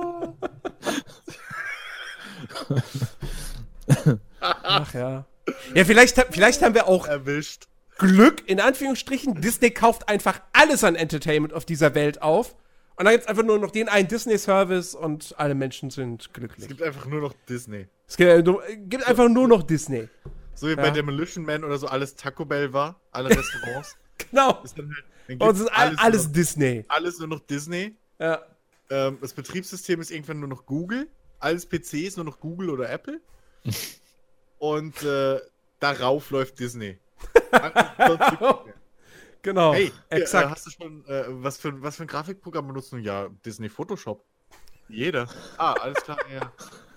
Ach ja. Ja, vielleicht, vielleicht haben wir auch Erwischt. Glück, in Anführungsstrichen. Disney kauft einfach alles an Entertainment auf dieser Welt auf. Und dann gibt es einfach nur noch den einen Disney-Service und alle Menschen sind Es glücklich. gibt einfach nur noch Disney. Es gibt, äh, gibt einfach nur noch Disney. So wie Ja. bei Demolition Man oder so alles Taco Bell war, alle Restaurants. Genau. Ist dann halt, dann Und es gibt's ist alles, alles nur noch, Disney. alles nur noch Disney. Ja. Ähm, das Betriebssystem ist irgendwann nur noch Google. Alles P C ist nur noch Google oder Apple. Und äh, darauf läuft Disney. Genau. Hey, exakt. Äh, hast du schon, äh, was, für, was für ein Grafikprogramm benutzt du? Ja, Disney Photoshop. Jeder. Ah, alles klar, ja.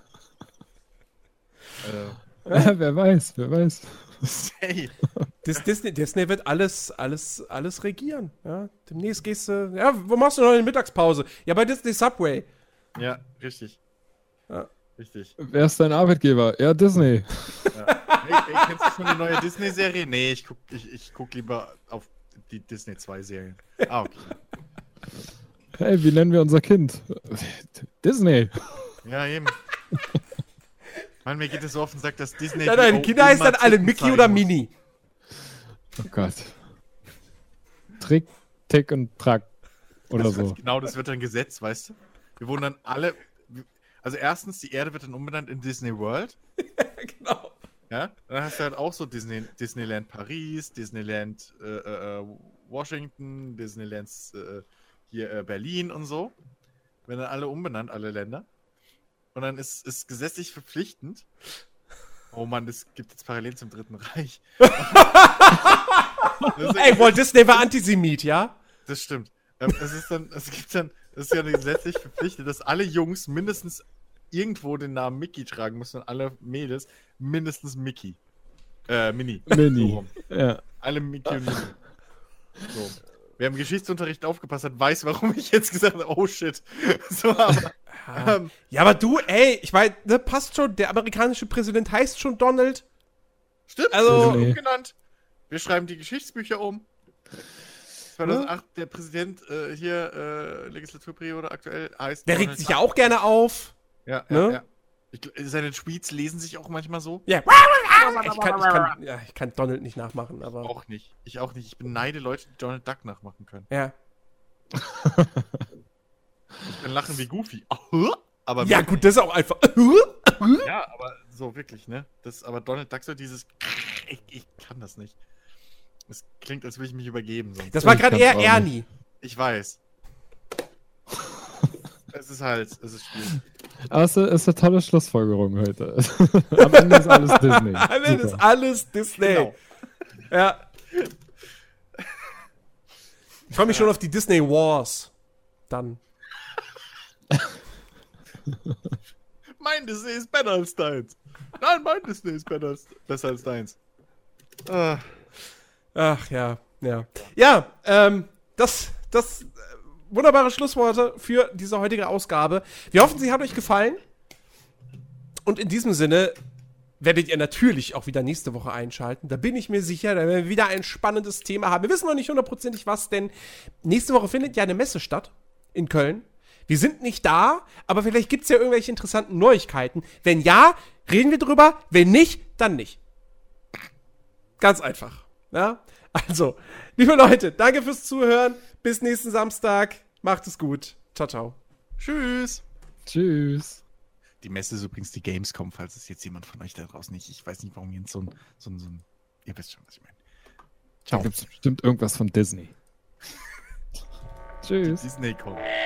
äh, Ja, wer weiß, wer weiß. hey. Dis Disney, Disney wird alles, alles, alles regieren. Ja? Demnächst gehst du. Ja, wo machst du noch eine Mittagspause? Ja, bei Disney Subway. Ja, richtig. Ja. Richtig. Wer ist dein Arbeitgeber? Ja, Disney. Ja. Hey, hey, kennst du schon die neue Disney-Serie? Nee, ich guck, ich, ich guck lieber auf die Disney zwei Serien. Ah, okay. Hey, wie nennen wir unser Kind? Disney. Ja, eben. Mann, mir geht es so auf den Sack, dass Disney. Ja, deine die Kinder auch heißen dann immer alle Titten Mickey zeigen oder muss. Mini. Oh Gott. Trick, Tick und Track. Oder Das so. wird- Genau, das wird dann Gesetz, weißt du? Wir wurden dann alle. Also, erstens, die Erde wird dann umbenannt in Disney World. Genau. Ja, dann hast du halt auch so Disney, Disneyland Paris, Disneyland äh, äh, Washington, Disneyland äh, hier äh, Berlin und so. Werden dann alle umbenannt, alle Länder. Und dann ist es gesetzlich verpflichtend. Oh Mann, das gibt jetzt parallel zum Dritten Reich. Das ist- Ey, Walt Disney war Antisemit, ja? Das stimmt. Ähm, es ist dann, es gibt dann, es ist ja gesetzlich verpflichtet, dass alle Jungs mindestens irgendwo den Namen Mickey tragen müssen und alle Mädels mindestens Mickey. Äh, Mini. So Mini. rum. Ja. Alle Mickey und Mini. So. wer im Geschichtsunterricht aufgepasst hat, weiß, warum ich jetzt gesagt habe, oh shit. So, aber, Ja. ähm, Ja, aber du, ey, ich meine, ne, passt schon, der amerikanische Präsident heißt schon Donald. stimmt, Also- also, umgenannt. Wir schreiben die Geschichtsbücher um. zweitausendacht, der Präsident äh, hier, äh, Legislaturperiode aktuell, heißt Der Donald regt sich ja Trump. auch gerne auf. Ja, ne? ja, ja. Ich, gl- seine Tweets lesen sich auch manchmal so. Ja. Ich kann, ich kann, ja, ich kann Donald nicht nachmachen, aber. Auch nicht. Ich auch nicht. Ich beneide Leute, die Donald Duck nachmachen können. Ja. Ich kann lachen wie Goofy. Aber Ja, wirklich- gut, das ist auch einfach. Ja, aber so wirklich, ne? Das, aber Donald Duck so dieses. Ich, ich kann das nicht. Es klingt, als würde ich mich übergeben. Sonst. Das war Ich gerade kann's eher auch nicht. Ernie. Ich weiß. Es ist halt, es ist schwierig. Aber es ist eine tolle Schlussfolgerung heute. Am Ende ist alles Disney. Am Ende ist Super. alles Disney. Genau. Ja. Ich freue mich schon auf die Disney Wars. Dann. Mein Disney ist besser als deins. Nein, mein Disney ist besser als, besser als deins. Ah, Ach ja, ja. Ja, ähm, das, das äh, wunderbare Schlussworte für diese heutige Ausgabe. Wir hoffen, sie hat euch gefallen. Und in diesem Sinne werdet ihr natürlich auch wieder nächste Woche einschalten. Da bin ich mir sicher, da werden wir wieder ein spannendes Thema haben. Wir wissen noch nicht hundertprozentig was, denn nächste Woche findet ja eine Messe statt in Köln. Wir sind nicht da, aber vielleicht gibt es ja irgendwelche interessanten Neuigkeiten. Wenn ja, reden wir drüber. Wenn nicht, dann nicht. Ganz einfach. Ja? Also, liebe Leute, danke fürs Zuhören. Bis nächsten Samstag. Macht es gut. Ciao, ciao. tschüss. Tschüss. Die Messe ist übrigens die Gamescom, falls es jetzt jemand von euch da draußen nicht. Ich weiß nicht, warum jetzt so ein, so ein, so ein ihr wisst schon, was ich meine. Da gibt es bestimmt irgendwas von Disney. Tschüss. Disney-Con.